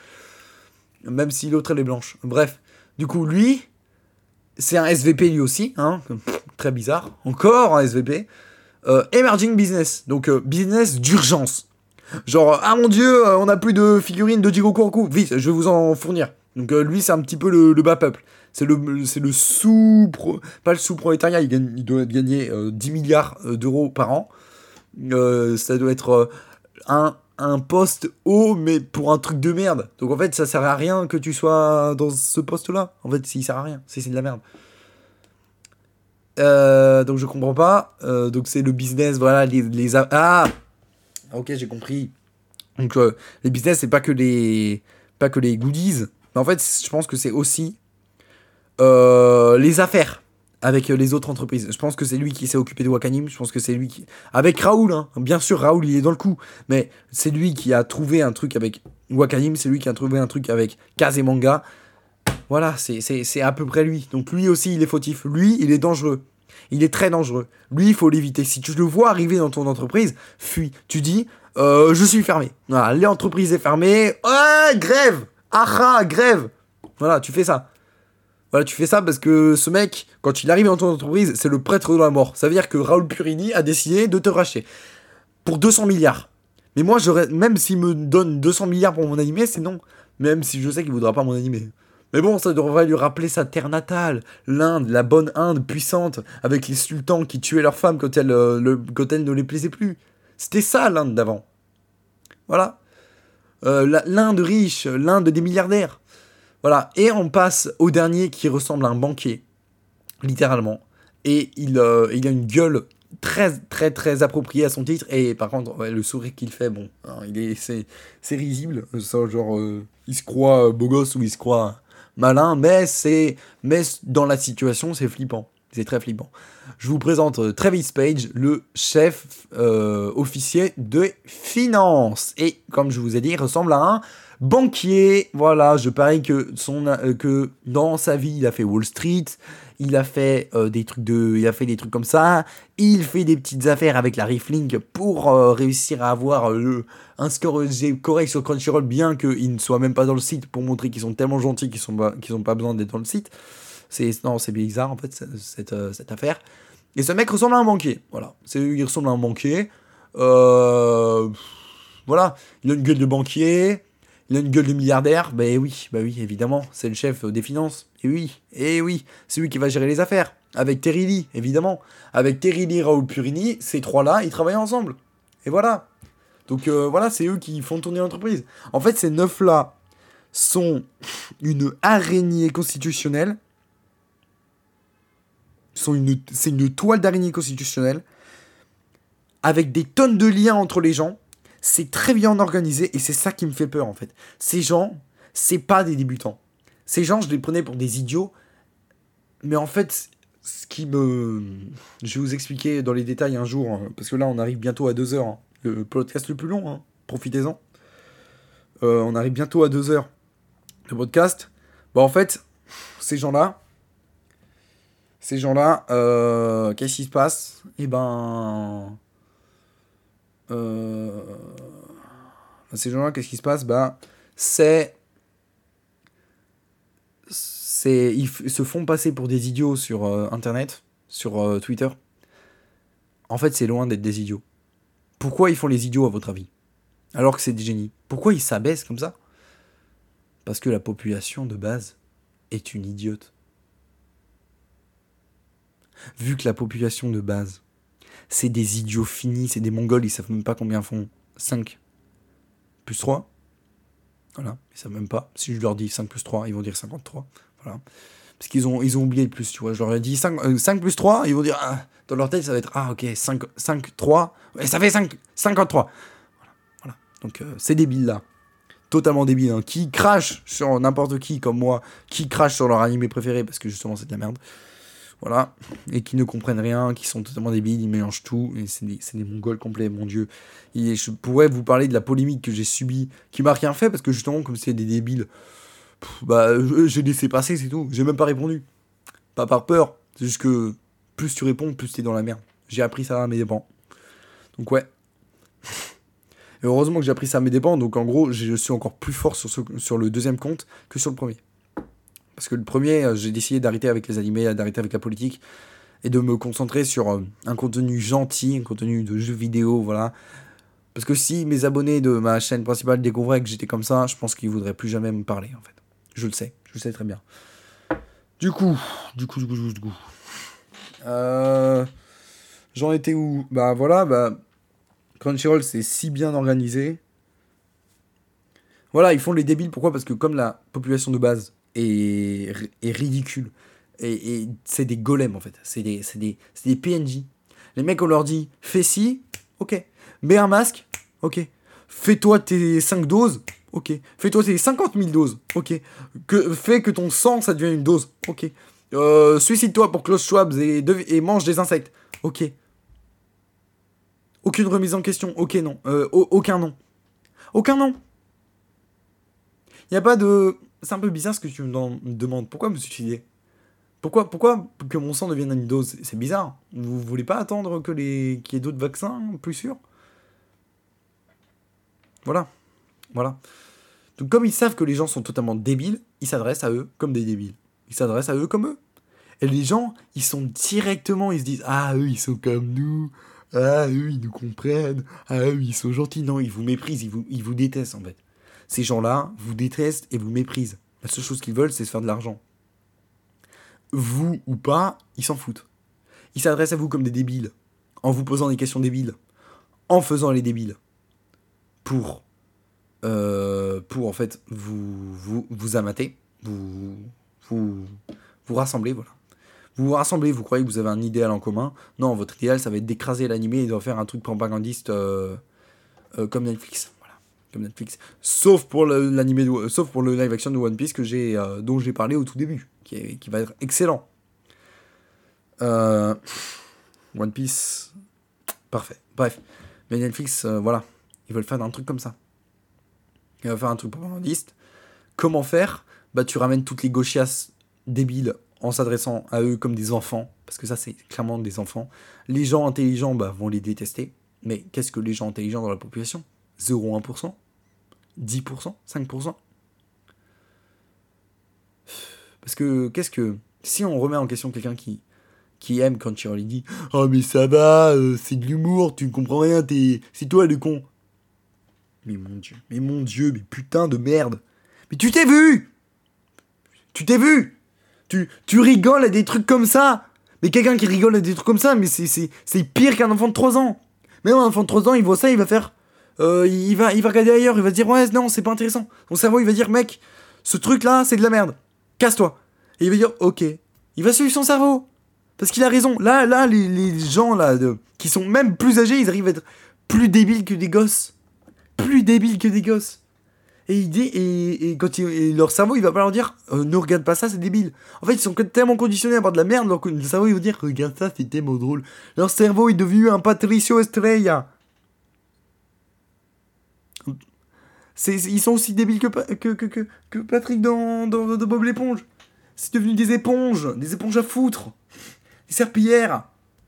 Même si l'autre elle est blanche. Bref, du coup, lui, c'est un S V P lui aussi. Hein. Très bizarre. Encore un S V P. Euh, emerging business, donc euh, business d'urgence. Genre, ah mon dieu, euh, on a plus de figurines de Jigoku en coup. Vite, je vais vous en fournir. Donc euh, lui, c'est un petit peu le, le bas peuple. C'est le, c'est le sous... Pas le sous-prolétariat, il, gagne, il doit gagner euh, dix milliards d'euros par an. Euh, ça doit être euh, un, un poste haut, mais pour un truc de merde. Donc en fait, ça sert à rien que tu sois dans ce poste-là. En fait, il sert à rien. C'est, c'est de la merde. Euh, donc je comprends pas. Euh, donc c'est le business, voilà, les... les a- ah ok, j'ai compris. Donc euh, les business, c'est pas que les... Pas que les goodies. Mais en fait, je pense que c'est aussi... Euh, les affaires avec les autres entreprises. Je pense que c'est lui qui s'est occupé de Wakanim. Je pense que c'est lui qui... Avec Raoul, hein. Bien sûr, Raoul, il est dans le coup. Mais c'est lui qui a trouvé un truc avec Wakanim. C'est lui qui a trouvé un truc avec Kazemanga. Voilà, c'est, c'est, c'est à peu près lui. Donc lui aussi, il est fautif. Lui, il est dangereux. Il est très dangereux. Lui, il faut l'éviter. Si tu le vois arriver dans ton entreprise, fuis. Tu dis, euh, je suis fermé. Voilà, l'entreprise est fermée. Ouais, grève. Ah, grève. Voilà, tu fais ça. Voilà, tu fais ça parce que ce mec, quand il arrive dans ton entreprise, c'est le prêtre de la mort. Ça veut dire que Raoul Purini a décidé de te racheter. pour deux cents milliards. Mais moi, j'aurais, même s'il me donne deux cents milliards pour mon animé, c'est non. Même si je sais qu'il voudra pas mon animé. Mais bon, ça devrait lui rappeler sa terre natale, l'Inde, la bonne Inde puissante, avec les sultans qui tuaient leurs femmes quand elles, euh, le, quand elles ne les plaisaient plus. C'était ça l'Inde d'avant. Voilà. Euh, la- L'Inde riche, l'Inde des milliardaires. Voilà. Et on passe au dernier qui ressemble à un banquier, littéralement. Et il, euh, il a une gueule très très très appropriée à son titre. Et par contre, ouais, le sourire qu'il fait, bon, hein, il est, c'est, c'est risible. Ça, genre, euh, il se croit euh, beau gosse ou il se croit malin, mais c'est, mais dans la situation, c'est flippant. C'est très flippant. Je vous présente euh, Travis Page, le chef euh, officier de finance. Et comme je vous ai dit, il ressemble à un banquier. Voilà, je parie que, son, euh, que dans sa vie, il a fait Wall Street. Il a fait euh, des trucs de, il a fait des trucs comme ça. Il fait des petites affaires avec la Rifflink pour euh, réussir à avoir euh, le, un score correct sur Crunchyroll, bien qu'ils ne soient même pas dans le site, pour montrer qu'ils sont tellement gentils qu'ils n'ont qu'ils ont pas besoin d'être dans le site. C'est, non, c'est bizarre en fait cette, cette, euh, cette affaire. Et ce mec ressemble à un banquier. Voilà, c'est, il ressemble à un banquier. Euh, voilà, il a une gueule de banquier. Il a une gueule de milliardaire. Ben oui, bah oui, évidemment, c'est le chef des finances. Et oui, et oui, c'est lui qui va gérer les affaires. Avec Terry Lee, évidemment. Avec Terry Lee, Raoul Purini, ces trois-là, ils travaillent ensemble. Et voilà. Donc euh, voilà, c'est eux qui font tourner l'entreprise. En fait, ces neuf-là sont une araignée constitutionnelle. Sont une, c'est une toile d'araignée constitutionnelle. Avec des tonnes de liens entre les gens. C'est très bien organisé et c'est ça qui me fait peur en fait. Ces gens, c'est pas des débutants. Ces gens, je les prenais pour des idiots. Mais en fait, ce qui me... Je vais vous expliquer dans les détails un jour, hein, parce que là, on arrive bientôt à deux heures. Hein. Le podcast le plus long, hein. Profitez-en. Euh, on arrive bientôt à deux heures de podcast. Bah en fait, ces gens-là, ces gens-là, euh, qu'est-ce qui se passe ? Eh ben... Euh... Ces gens-là, qu'est-ce qui se passe ? Bah, c'est... c'est... Ils f- se font passer pour des idiots sur euh, Internet, sur euh, Twitter. En fait, c'est loin d'être des idiots. Pourquoi ils font les idiots, à votre avis ? Alors que c'est des génies. Pourquoi ils s'abaissent comme ça ? Parce que la population de base est une idiote. Vu que la population de base, c'est des idiots finis, c'est des Mongols, ils savent même pas combien font cinq plus trois. Voilà, ils savent même pas. Si je leur dis cinq plus trois, ils vont dire cinquante-trois. Voilà. Parce qu'ils ont, ils ont oublié le plus, tu vois. Je leur ai dit cinq, euh, cinq plus trois, ils vont dire... Ah, dans leur tête, ça va être... Ah, ok, cinq, cinq, trois... Ouais, ça fait cinq, cinquante-trois. Voilà, voilà. Donc, euh, c'est débile, là. Totalement débile, hein. Qui crache sur n'importe qui, comme moi, qui crache sur leur animé préféré, parce que justement, c'est de la merde. Voilà. Et qui ne comprennent rien, qui sont totalement débiles, ils mélangent tout. Et c'est des, c'est des mongols complets, mon Dieu. Et je pourrais vous parler de la polémique que j'ai subie, qui m'a rien fait, parce que justement, comme c'est des débiles... Pff, bah, j'ai laissé passer, c'est tout. J'ai même pas répondu. Pas par peur. C'est juste que plus tu réponds, plus t'es dans la merde. J'ai appris ça à mes dépens. Donc ouais. Et heureusement que j'ai appris ça à mes dépens. Donc en gros, je suis encore plus fort sur, ce, sur le deuxième compte que sur le premier. Parce que le premier, j'ai décidé d'arrêter avec les animés, d'arrêter avec la politique. Et de me concentrer sur euh, un contenu gentil, un contenu de jeux vidéo, voilà. Parce que si mes abonnés de ma chaîne principale découvraient que j'étais comme ça, je pense qu'ils voudraient plus jamais me parler, en fait. Je le sais, je le sais très bien. Du coup, du coup, du coup, du coup, du coup. Euh, j'en étais où ? Bah voilà, bah Crunchyroll c'est si bien organisé. Voilà, ils font les débiles, pourquoi ? Parce que comme la population de base est, est ridicule, et, et c'est des golems en fait, c'est des, c'est des, c'est des P N J. Les mecs on leur dit, fais ci, ok. Mets un masque, ok. Fais-toi tes cinq doses, ok. Fais-toi tes cinquante mille doses, ok. Que, fais que ton sang, ça devienne une dose, ok. Euh, suicide-toi pour Klaus Schwab et, de, et mange des insectes, ok. Aucune remise en question, ok, non. Euh, aucun non. Aucun non. Il n'y a pas de... C'est un peu bizarre ce que tu me demandes. Pourquoi me suicider ? Pourquoi, pourquoi que mon sang devienne une dose ? C'est bizarre. Vous voulez pas attendre que les... qu'il y ait d'autres vaccins plus sûrs ? Voilà. Voilà. Donc comme ils savent que les gens sont totalement débiles, ils s'adressent à eux comme des débiles. Ils s'adressent à eux comme eux. Et les gens, ils sont directement, ils se disent « Ah, eux, ils sont comme nous. Ah, eux, ils nous comprennent. Ah, eux, ils sont gentils. Non, ils vous méprisent, ils vous, ils vous détestent, en fait. Ces gens-là vous détestent et vous méprisent. La seule chose qu'ils veulent, c'est se faire de l'argent. Vous ou pas, ils s'en foutent. Ils s'adressent à vous comme des débiles, en vous posant des questions débiles, en faisant les débiles, pour, euh, pour en fait, vous, vous, vous amater, vous, vous, vous rassembler, voilà. Vous vous rassemblez, vous croyez que vous avez un idéal en commun. Non, votre idéal, ça va être d'écraser l'animé et de faire un truc propagandiste euh, euh, comme Netflix. Voilà, comme Netflix. Sauf pour le, l'animé, de, sauf pour le live action de One Piece que j'ai, euh, dont j'ai parlé au tout début, qui, est, qui va être excellent. Euh, One Piece, parfait. Bref, mais Netflix, euh, voilà, ils veulent faire un truc comme ça. Ils veulent faire un truc propagandiste. Comment faire ? Bah, tu ramènes toutes les gauchias débiles en s'adressant à eux comme des enfants, parce que ça, c'est clairement des enfants. Les gens intelligents bah, vont les détester. Mais qu'est-ce que les gens intelligents dans la population ? zéro virgule un pour cent ? dix pour cent ? cinq pour cent ? Parce que, qu'est-ce que... Si on remet en question quelqu'un qui, qui aime quand Crunchyroll, il dit « Oh, mais ça va, euh, c'est de l'humour, tu ne comprends rien, t'es... c'est toi le con. » Mais mon Dieu, mais mon Dieu, mais putain de merde. Mais tu t'es vu ? Tu t'es vu ? Tu, tu rigoles à des trucs comme ça. Mais quelqu'un qui rigole à des trucs comme ça, mais c'est, c'est, c'est pire qu'un enfant de trois ans. Même un enfant de trois ans, il voit ça, il va faire... Euh, il, va, il va regarder ailleurs, il va se dire « Ouais, non, c'est pas intéressant. » Son cerveau, il va dire « Mec, ce truc-là, c'est de la merde. Casse-toi. » Et il va dire « Ok. » Il va suivre son cerveau. Parce qu'il a raison. Là, là les, les gens là, de, qui sont même plus âgés, ils arrivent à être plus débiles que des gosses. Plus débiles que des gosses. Et, il dit, et, et quand ils, et leur cerveau, il va pas leur dire euh, ne regarde pas ça, c'est débile. En fait, ils sont tellement conditionnés à voir de la merde, leur le cerveau, il va dire regarde ça, c'est tellement drôle. Leur cerveau est devenu un Patricio Estrella. C'est, c'est, ils sont aussi débiles que, que, que, que, que Patrick dans, dans, dans Bob l'éponge. C'est devenu des éponges, des éponges à foutre, des serpillères.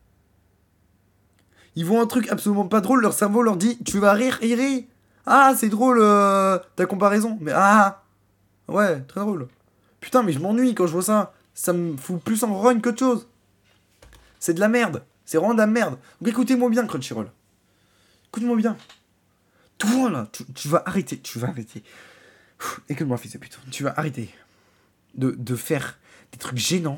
Ils voient un truc absolument pas drôle, leur cerveau leur dit tu vas rire, et rit. Ah, c'est drôle, euh, ta comparaison. Mais ah, ouais, très drôle. Putain, mais je m'ennuie quand je vois ça. Ça me fout plus en rogne qu'autre chose. C'est de la merde. C'est vraiment de la merde. Donc écoutez-moi bien, Crunchyroll. Écoute-moi bien. Toi, là, tu, tu vas arrêter. Tu vas arrêter. Écoute-moi, fils de pute. Tu vas arrêter de, de faire des trucs gênants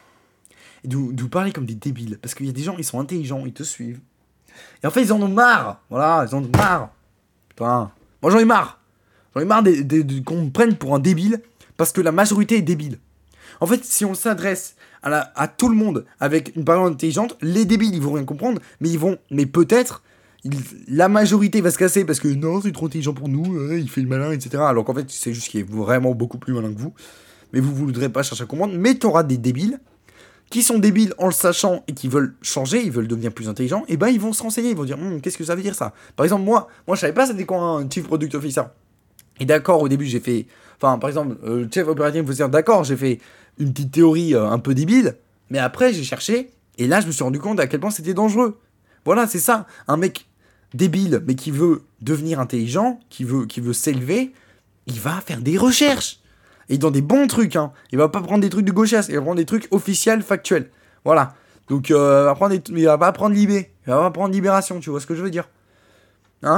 et de, de vous parler comme des débiles. Parce qu'il y a des gens, ils sont intelligents, ils te suivent. Et en fait, ils en ont marre. Voilà, ils en ont marre. Putain. Moi, j'en ai marre. J'en ai marre de, de, de, qu'on me prenne pour un débile parce que la majorité est débile. En fait, si on s'adresse à, la, à tout le monde avec une parole intelligente, les débiles, ils vont rien comprendre, mais ils vont, mais peut-être, ils, la majorité va se casser parce que non, c'est trop intelligent pour nous, euh, il fait le malin, et cetera. Alors qu'en fait, c'est juste qu'il est vraiment beaucoup plus malin que vous, mais vous ne voudrez pas chercher à comprendre. Mais t'auras des débiles qui sont débiles en le sachant et qui veulent changer, ils veulent devenir plus intelligents, et ben ils vont se renseigner, ils vont dire hm, qu'est-ce que ça veut dire ça. Par exemple, moi, moi je savais pas c'était quoi un Chief Product Officer. Et d'accord, au début j'ai fait, enfin par exemple, euh, Chief Operating Officer, d'accord, j'ai fait une petite théorie euh, un peu débile, mais après j'ai cherché, et là je me suis rendu compte à quel point c'était dangereux. Voilà, c'est ça, un mec débile, mais qui veut devenir intelligent, qui veut, qui veut s'élever, il va faire des recherches. Et dans des bons trucs, hein. Il va pas prendre des trucs de gauchias, il va prendre des trucs officiels, factuels. Voilà. Donc, euh, il va, prendre des t- il va pas prendre Libé. Il va pas prendre Libération, tu vois ce que je veux dire. Hein ?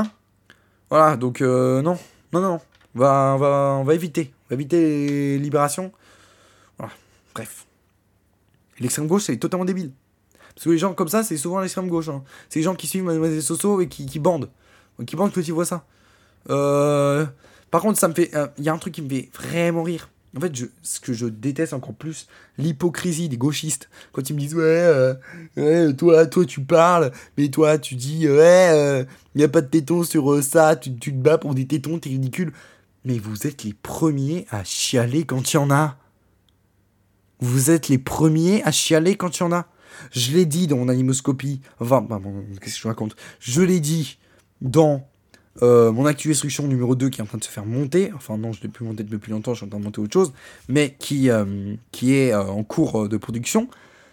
Voilà, donc, euh, non. Non, non, non. On va, on va, on va éviter. On va éviter les Libérations. Voilà. Bref. L'extrême gauche, c'est totalement débile. Parce que les gens comme ça, c'est souvent l'extrême gauche. Hein. C'est les gens qui suivent Mademoiselle Soso et qui, qui bandent. Qui bandent que tu vois ça. Euh... Par contre, ça me fait... Il euh, y a un truc qui me fait vraiment rire. En fait, je, ce que je déteste encore plus, l'hypocrisie des gauchistes. Quand ils me disent, ouais, euh, ouais toi, toi, tu parles, mais toi, tu dis, ouais, il euh, n'y a pas de tétons sur euh, ça, tu, tu te bats pour des tétons, t'es ridicule. Mais vous êtes les premiers à chialer quand il y en a. Vous êtes les premiers à chialer quand il y en a. Je l'ai dit dans mon animoscopie. Enfin, bah, bon, qu'est-ce que je raconte ? Je l'ai dit dans... Euh, mon actu instruction numéro deux qui est en train de se faire monter, enfin non je l'ai plus monté depuis longtemps, je suis en train de monter autre chose, mais qui, euh, qui est euh, en cours de production.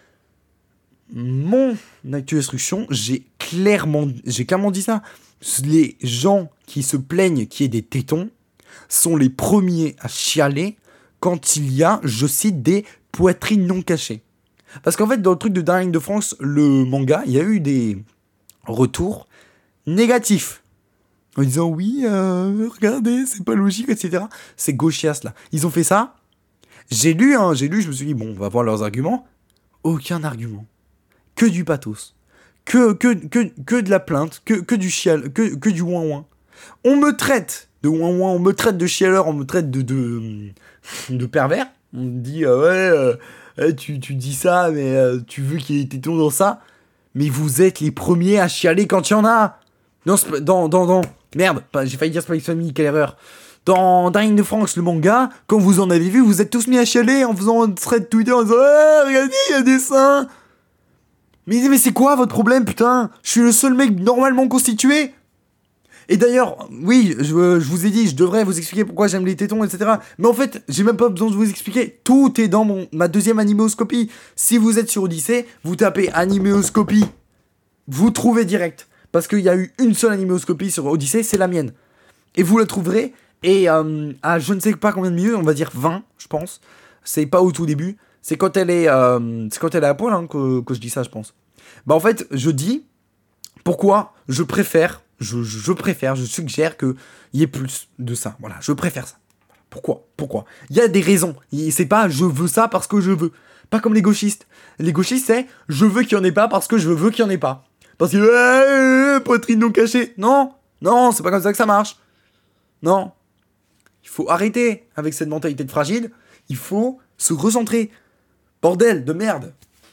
Mon actu instruction, j'ai clairement, j'ai clairement dit ça. Les gens qui se plaignent qu'il y ait des tétons sont les premiers à chialer quand il y a, je cite, des poitrines non cachées. Parce qu'en fait dans le truc de Darling de France, le manga, il y a eu des... retour négatif. En disant oui, euh, regardez, c'est pas logique, et cetera. C'est gauchias là. Ils ont fait ça. J'ai lu, hein, j'ai lu, je me suis dit, bon, on va voir leurs arguments. Aucun argument. Que du pathos. Que, que, que, que de la plainte. Que, que du chial. Que, que du ouin-ouin. On me traite de ouin-ouin, on me traite de chialeur, on me traite de, de, de pervers. On me dit, euh, ouais, euh, tu, tu dis ça, mais euh, tu veux qu'il y ait des tétons dans ça. Mais vous êtes les premiers à chialer quand il y en a. Non, dans, dans, dans... Merde, j'ai failli dire Spy X Family, quelle erreur. Dans Dying de France, le manga, quand vous en avez vu, vous êtes tous mis à chialer en faisant un thread Twitter en disant « Ouais, regardez, il y a des seins !» Mais, mais c'est quoi votre problème, putain ? Je suis le seul mec normalement constitué. Et d'ailleurs, oui, je, je vous ai dit, je devrais vous expliquer pourquoi j'aime les tétons, et cetera. Mais en fait, j'ai même pas besoin de vous expliquer. Tout est dans mon, ma deuxième animéoscopie. Si vous êtes sur Odyssée, vous tapez animéoscopie. Vous trouvez direct. Parce qu'il y a eu une seule animéoscopie sur Odyssée, c'est la mienne. Et vous la trouverez, et euh, à je ne sais pas combien de minutes, on va dire vingt, je pense. C'est pas au tout début. C'est quand elle est, euh, c'est quand elle est à poil hein, que, que je dis ça, je pense. Bah en fait, je dis pourquoi je préfère, je, je préfère, je suggère qu'il y ait plus de ça. Voilà, je préfère ça. Pourquoi ? Pourquoi ? Il y a des raisons. C'est pas je veux ça parce que je veux. Pas comme les gauchistes. Les gauchistes, c'est je veux qu'il y en ait pas parce que je veux qu'il y en ait pas. Parce que euh, poitrine non cachée. Non, non, c'est pas comme ça que ça marche. Non. Il faut arrêter avec cette mentalité de fragile. Il faut se recentrer. Bordel de merde.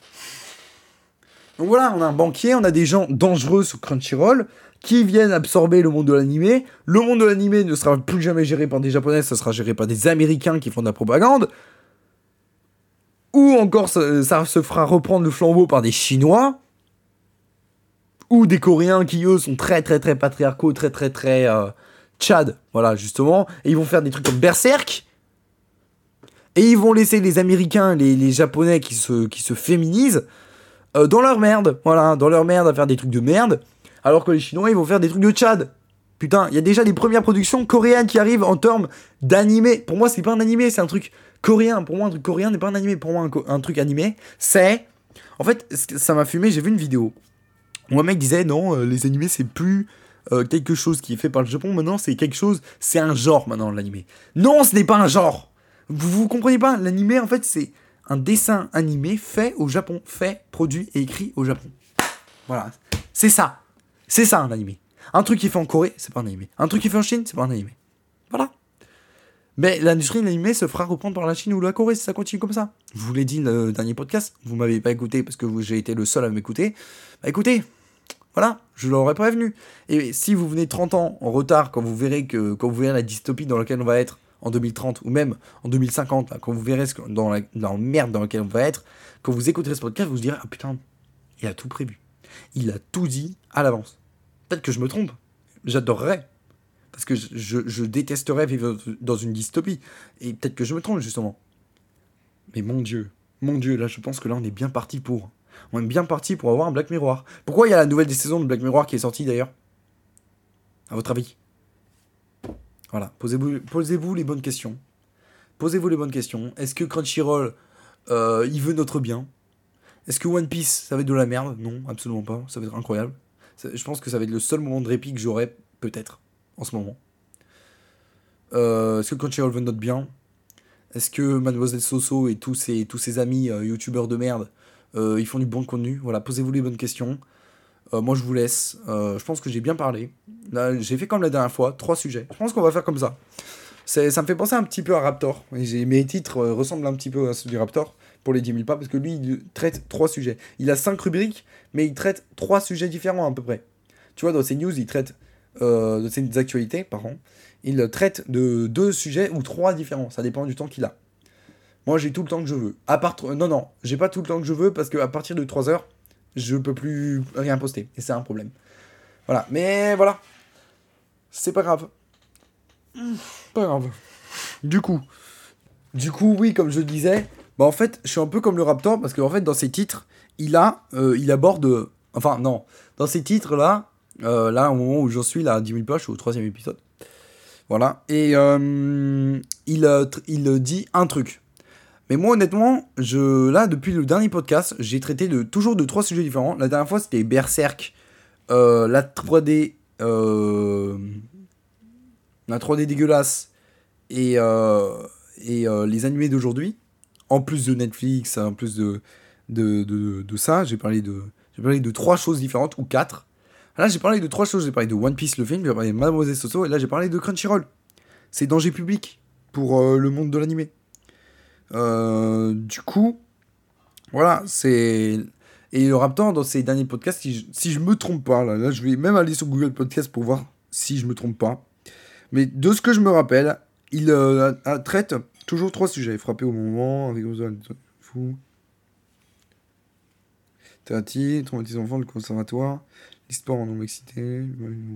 Donc voilà, on a un banquier, on a des gens dangereux sur Crunchyroll qui viennent absorber le monde de l'animé. Le monde de l'animé ne sera plus jamais géré par des Japonais, ça sera géré par des Américains qui font de la propagande. Ou encore, ça, ça se fera reprendre le flambeau par des Chinois. Ou des Coréens qui, eux, sont très très très patriarcaux, très très très euh, Tchad, voilà, justement. Et ils vont faire des trucs comme Berserk. Et ils vont laisser les Américains, les, les Japonais qui se, qui se féminisent euh, dans leur merde, voilà, dans leur merde à faire des trucs de merde. Alors que les Chinois, ils vont faire des trucs de Tchad. Putain, il y a déjà des premières productions coréennes qui arrivent en termes d'animé. Pour moi, c'est pas un animé, c'est un truc coréen. Pour moi, un truc coréen n'est pas un animé. Pour moi, un, co- un truc animé, c'est... En fait, ça m'a fumé, j'ai vu une vidéo. Où un mec disait, non, euh, les animés, c'est plus euh, quelque chose qui est fait par le Japon. Maintenant, c'est quelque chose... C'est un genre, maintenant, l'animé. Non, ce n'est pas un genre. Vous, vous comprenez pas ? L'animé, en fait, c'est un dessin animé fait au Japon. Fait, produit et écrit au Japon. Voilà. C'est ça. C'est ça, un animé. Un truc qui est fait en Corée, c'est pas un animé. Un truc qui est fait en Chine, c'est pas un animé. Voilà. Mais l'industrie de l'animé se fera reprendre par la Chine ou la Corée si ça continue comme ça. Je vous l'ai dit le dernier podcast, vous m'avez pas écouté parce que j'ai été le seul à m'écouter. Bah écoutez, voilà, je l'aurais prévenu. Et si vous venez trente ans en retard, quand vous verrez que quand vous verrez la dystopie dans laquelle on va être en deux mille trente ou même en deux mille cinquante, là, quand vous verrez ce que, dans, la, dans la merde dans laquelle on va être, quand vous écouterez ce podcast, vous vous direz ah putain, il a tout prévu. Il a tout dit à l'avance. Peut-être que je me trompe. J'adorerais. Parce que je, je, je détesterais vivre dans une dystopie. Et peut-être que je me trompe, justement. Mais mon Dieu. Mon Dieu, là, je pense que là, on est bien parti pour. On est bien parti pour avoir un Black Mirror. Pourquoi il y a la nouvelle des saisons de Black Mirror qui est sortie, d'ailleurs ? À votre avis ? Voilà. Posez-vous, posez-vous les bonnes questions. Posez-vous les bonnes questions. Est-ce que Crunchyroll, euh, il veut notre bien ? Est-ce que One Piece, ça va être de la merde ? Non, absolument pas. Ça va être incroyable. Je pense que ça va être le seul moment de répit que j'aurai, peut-être, en ce moment. Euh, est-ce que Crunchyroll veut notre bien ? Est-ce que Mademoiselle Soso et tous ses, tous ses amis euh, youtubeurs de merde, euh, ils font du bon contenu ? Voilà, posez-vous les bonnes questions. Euh, moi, je vous laisse. Euh, je pense que j'ai bien parlé. Là, j'ai fait comme la dernière fois, trois sujets. Je pense qu'on va faire comme ça. C'est, ça me fait penser un petit peu à Raptor. Et j'ai, mes titres euh, ressemblent un petit peu à ceux du Raptor. Pour les dix mille pas, parce que lui, il traite trois sujets. Il a cinq rubriques, mais il traite trois sujets différents à peu près. Tu vois, dans ses news, il traite euh, de ses actualités, pardon. Il traite de deux sujets ou trois différents. Ça dépend du temps qu'il a. Moi, j'ai tout le temps que je veux. À part... Non, non, j'ai pas tout le temps que je veux, parce qu'à partir de trois heures, je peux plus rien poster. Et c'est un problème. Voilà, mais voilà. C'est pas grave. Pas grave. Du coup, du coup, oui, comme je le disais... Bah en fait, je suis un peu comme le Raptor, parce qu'en fait, dans ses titres, il a, euh, il aborde... Enfin, non. Dans ces titres-là, euh, là, au moment où j'en suis, là, à dix mille pages, je suis au troisième épisode. Voilà. Et euh, il, euh, il dit un truc. Mais moi, honnêtement, je, là, depuis le dernier podcast, j'ai traité de, toujours de trois sujets différents. La dernière fois, c'était Berserk, euh, la trois D, euh, la trois D dégueulasse et, euh, et euh, les animés d'aujourd'hui, en plus de Netflix, en plus de, de, de, de ça, j'ai parlé de, j'ai parlé de trois choses différentes, ou quatre. Là, j'ai parlé de trois choses. J'ai parlé de One Piece, le film, j'ai parlé de Mademoiselle Soso, et là, j'ai parlé de Crunchyroll. C'est danger public pour euh, le monde de l'animé. Euh, du coup, voilà, c'est... Et le Raptor, dans ses derniers podcasts, si je, si je me trompe pas, là, là, je vais même aller sur Google Podcast pour voir si je me trompe pas. Mais de ce que je me rappelle, il euh, a, a, traite toujours trois sujets. Frappé au moment, avec fou. Thérapie, traumatisé enfant, le conservatoire, l'histoire en non-mixité,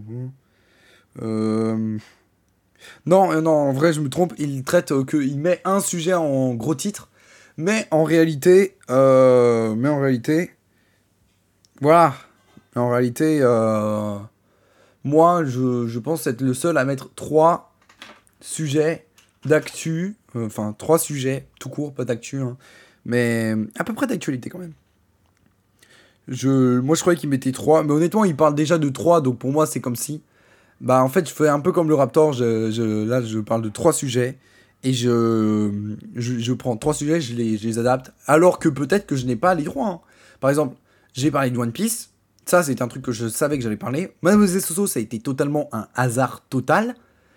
euh... Non, non, en vrai, je me trompe. Il traite euh, que il met un sujet en gros titre, mais en réalité, euh... mais en réalité, voilà, en réalité, euh... moi, je, je pense être le seul à mettre trois sujets d'actu, euh, enfin trois sujets tout court, pas d'actu, hein, mais à peu près d'actualité quand même. Je, moi, je croyais qu'il mettait trois, mais honnêtement, il parle déjà de trois, donc pour moi, c'est comme si. Bah, en fait, je fais un peu comme le Raptor, je, je, là, je parle de trois sujets, et je, je, je prends trois sujets, je les, je les adapte, alors que peut-être que je n'ai pas les trois. Hein. Par exemple, j'ai parlé de One Piece, ça, c'est un truc que je savais que j'allais parler. Mademoiselle Soso, ça a été totalement un hasard total,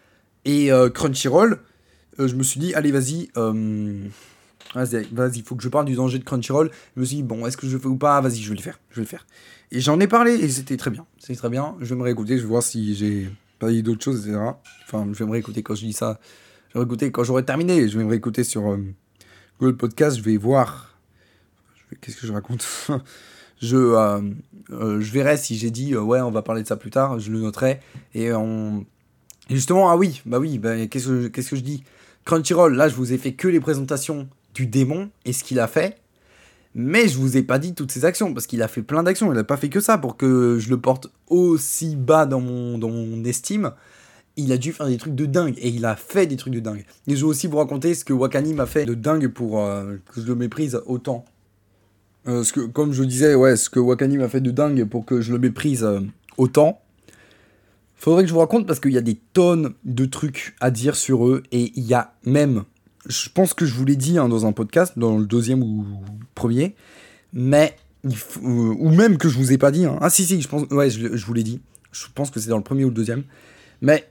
et euh, Crunchyroll, euh, je me suis dit, allez, vas-y, euh, Vas-y, vas-y, il faut que je parle du danger de Crunchyroll. Je me suis dit, bon, est-ce que je le fais ou pas ? Vas-y, je vais le faire, je vais le faire. Et j'en ai parlé, et c'était très bien. C'était très bien, je vais me réécouter, je vais voir si j'ai pas dit d'autres choses, et cetera. Enfin, je vais me réécouter quand je dis ça. Je vais me réécouter quand j'aurai terminé. Je vais me réécouter sur euh, Google Podcast, je vais voir... Je vais... Qu'est-ce que je raconte ? je, euh, euh, je verrai si j'ai dit, euh, ouais, on va parler de ça plus tard, je le noterai. Et on... Et justement, ah oui, bah oui, bah, qu'est-ce que, qu'est-ce que je dis ? Crunchyroll, là, je vous ai fait que les présentations du démon et ce qu'il a fait, mais je vous ai pas dit toutes ses actions, parce qu'il a fait plein d'actions, il a pas fait que ça pour que je le porte aussi bas dans mon, dans mon estime. Il a dû faire des trucs de dingue, et il a fait des trucs de dingue. Et je vais aussi vous raconter ce que Wakanim a fait de dingue pour euh, que je le méprise autant. Euh, ce que, comme je disais, ouais, ce que Wakanim a fait de dingue pour que je le méprise euh, autant. Faudrait que je vous raconte, parce qu'il y a des tonnes de trucs à dire sur eux, et il y a même... Je pense que je vous l'ai dit hein, dans un podcast, dans le deuxième ou premier, mais il faut, euh, ou même que je vous ai pas dit. Hein. Ah si si, je pense, ouais, je, je vous l'ai dit. Je pense que c'est dans le premier ou le deuxième, mais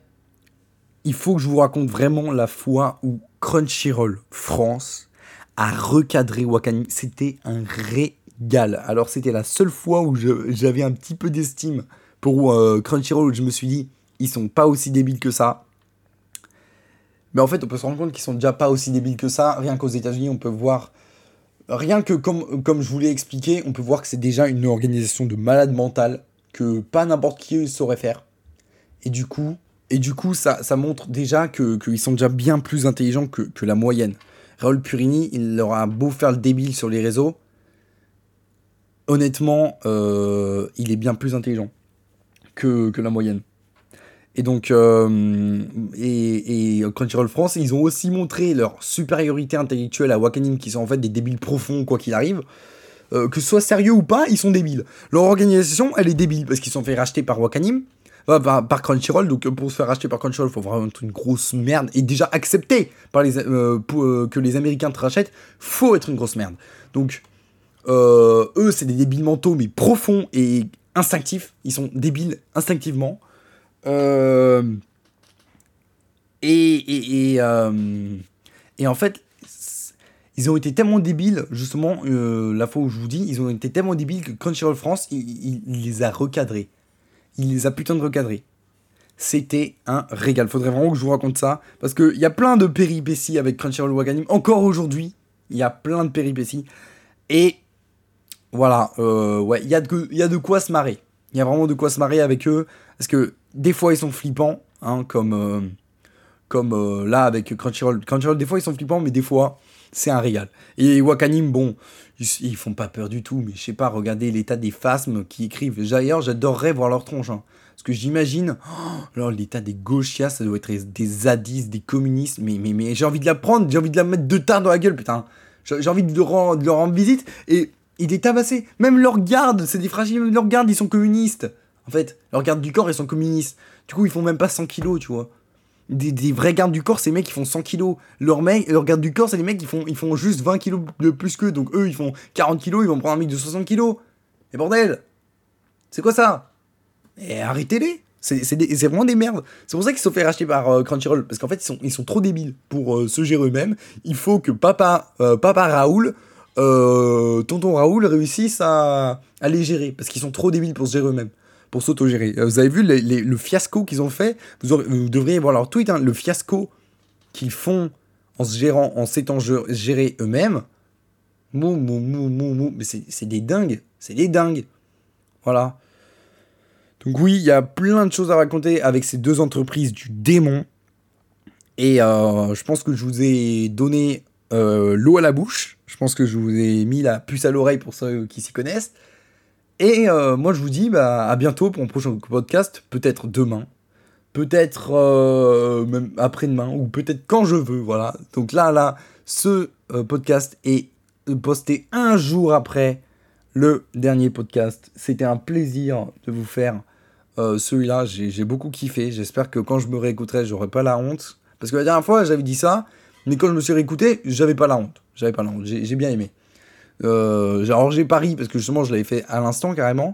il faut que je vous raconte vraiment la fois où Crunchyroll France a recadré Wakanim. C'était un régal. Alors c'était la seule fois où je, j'avais un petit peu d'estime pour euh, Crunchyroll, où je me suis dit, ils sont pas aussi débiles que ça. Mais en fait, on peut se rendre compte qu'ils sont déjà pas aussi débiles que ça. Rien qu'aux États-Unis, on peut voir... Rien que, comme, comme je vous l'ai expliqué, on peut voir que c'est déjà une organisation de malade mental que pas n'importe qui saurait faire. Et du coup, et du coup ça, ça montre déjà que, qu'ils sont déjà bien plus intelligents que, que la moyenne. Raoul Purini, il leur a beau faire le débile sur les réseaux. Honnêtement, euh, il est bien plus intelligent que, que la moyenne. Et donc, euh, et, et Crunchyroll France, ils ont aussi montré leur supériorité intellectuelle à Wakanim, qui sont en fait des débiles profonds, quoi qu'il arrive. Euh, que ce soit sérieux ou pas, ils sont débiles. Leur organisation, elle est débile, parce qu'ils sont fait racheter par Wakanim, euh, par, par Crunchyroll. Donc, pour se faire racheter par Crunchyroll, il faut vraiment être une grosse merde. Et déjà accepter par les, euh, pour, euh, que les Américains te rachètent, faut être une grosse merde. Donc, euh, eux, c'est des débiles mentaux, mais profonds et instinctifs. Ils sont débiles instinctivement. Euh, et et, et, euh, et en fait, ils ont été tellement débiles, justement, euh, la fois où je vous dis, ils ont été tellement débiles que Crunchyroll France, il, il, il les a recadrés. Il les a putain de recadrés. C'était un régal. Faudrait vraiment que je vous raconte ça. Parce qu'il y a plein de péripéties avec Crunchyroll Wakanim. Encore aujourd'hui, il y a plein de péripéties. Et voilà, euh, ouais, il y, y a de quoi se marrer. Il y a vraiment de quoi se marrer avec eux. Parce que des fois, ils sont flippants, hein, comme, euh, comme euh, là avec Crunchyroll. Crunchyroll, des fois, ils sont flippants, mais des fois, c'est un régal. Et Wakanim, bon, ils, ils font pas peur du tout, mais je sais pas, regardez l'état des phasmes qui écrivent. D'ailleurs, j'adorerais voir leur tronche. Hein, parce que j'imagine, oh, alors l'état des gauchias, ça doit être des zadistes, des communistes, mais, mais, mais j'ai envie de la prendre, j'ai envie de la mettre de tard dans la gueule, putain. J'ai, j'ai envie de leur, de leur rendre visite, et il est tabassé. Même leurs gardes, c'est des fragiles, même leurs gardes, ils sont communistes. En fait, leurs gardes du corps, ils sont communistes. Du coup, ils font même pas cent kilos, tu vois. Des, des vrais gardes du corps, ces mecs, ils font cent kilos. Leurs mecs, leurs gardes du corps, c'est les mecs qui font, ils font juste vingt kilos de plus qu'eux. Donc eux, ils font quarante kilos, ils vont prendre un mec de soixante kilos. Et bordel, c'est quoi ça? Et arrêtez-les. C'est, c'est, des, c'est vraiment des merdes. C'est pour ça qu'ils se sont fait racheter par euh, Crunchyroll. Parce qu'en fait, ils sont, ils sont trop débiles pour euh, se gérer eux-mêmes. Il faut que papa, euh, papa Raoul, euh, tonton Raoul réussisse à, à les gérer. Parce qu'ils sont trop débiles pour se gérer eux-mêmes. Pour s'auto-gérer. Euh, vous avez vu les, les, le fiasco qu'ils ont fait. Vous, aurez, vous devriez voir leur tweet. Hein, le fiasco qu'ils font en se gérant, en s'étant gérer eux-mêmes. Mou, mou, mou, mou, mou. Mais c'est, c'est des dingues. C'est des dingues. Voilà. Donc oui, il y a plein de choses à raconter avec ces deux entreprises du démon. Et euh, je pense que je vous ai donné euh, l'eau à la bouche. Je pense que je vous ai mis la puce à l'oreille pour ceux qui s'y connaissent. Et euh, moi, je vous dis bah, à bientôt pour un prochain podcast. Peut-être demain. Peut-être euh, même après-demain. Ou peut-être quand je veux. Voilà. Donc là, là, ce euh, podcast est posté un jour après le dernier podcast. C'était un plaisir de vous faire euh, celui-là. J'ai, j'ai beaucoup kiffé. J'espère que quand je me réécouterai, j'aurai pas la honte. Parce que la dernière fois, j'avais dit ça, mais quand je me suis réécouté, j'avais pas la honte. J'avais pas la honte. J'ai, j'ai bien aimé. Euh, alors j'ai pari parce que justement, je l'avais fait à l'instant carrément.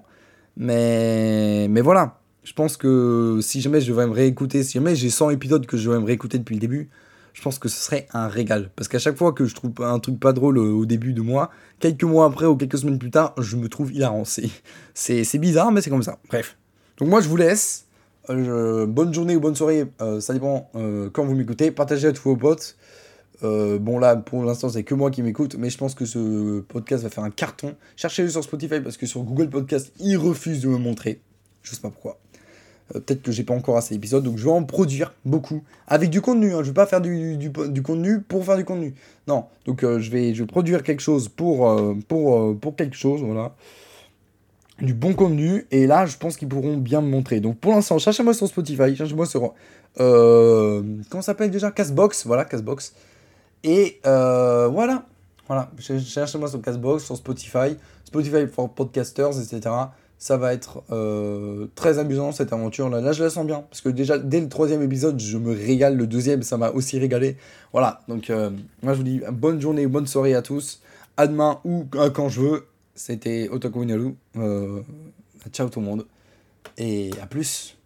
Mais, mais voilà. Je pense que si jamais je devrais me réécouter, si jamais j'ai cent épisodes que je devrais me réécouter depuis le début, je pense que ce serait un régal. Parce qu'à chaque fois que je trouve un truc pas drôle au début de moi, quelques mois après ou quelques semaines plus tard, je me trouve hilarant. C'est, c'est, c'est bizarre, mais c'est comme ça. Bref. Donc moi, je vous laisse. Euh, bonne journée ou bonne soirée, euh, ça dépend euh, quand vous m'écoutez. Partagez à tous vos potes. Euh, bon là, pour l'instant, c'est que moi qui m'écoute, mais je pense que ce podcast va faire un carton. Cherchez-le sur Spotify parce que sur Google Podcast, ils refusent de me montrer. Je sais pas pourquoi. Euh, peut-être que j'ai pas encore assez d'épisodes, donc je vais en produire beaucoup avec du contenu. Hein. Je vais pas faire du, du, du contenu pour faire du contenu. Non, donc euh, je vais je vais produire quelque chose pour euh, pour euh, pour quelque chose, voilà. Du bon contenu, et là je pense qu'ils pourront bien me montrer. Donc pour l'instant, cherchez-moi sur Spotify, cherchez-moi sur euh, comment ça s'appelle déjà, Castbox, voilà, Castbox. Et euh, voilà, voilà, cherchez-moi sur Castbox, sur Spotify, Spotify for Podcasters, et cetera. Ça va être euh, très amusant cette aventure. Là, là, je la sens bien, parce que déjà dès le troisième épisode, je me régale. Le deuxième, ça m'a aussi régalé. Voilà, donc euh, moi je vous dis bonne journée, bonne soirée à tous. À demain ou euh, quand je veux. C'était Otaku Inaru. Euh, ciao tout le monde. Et à plus.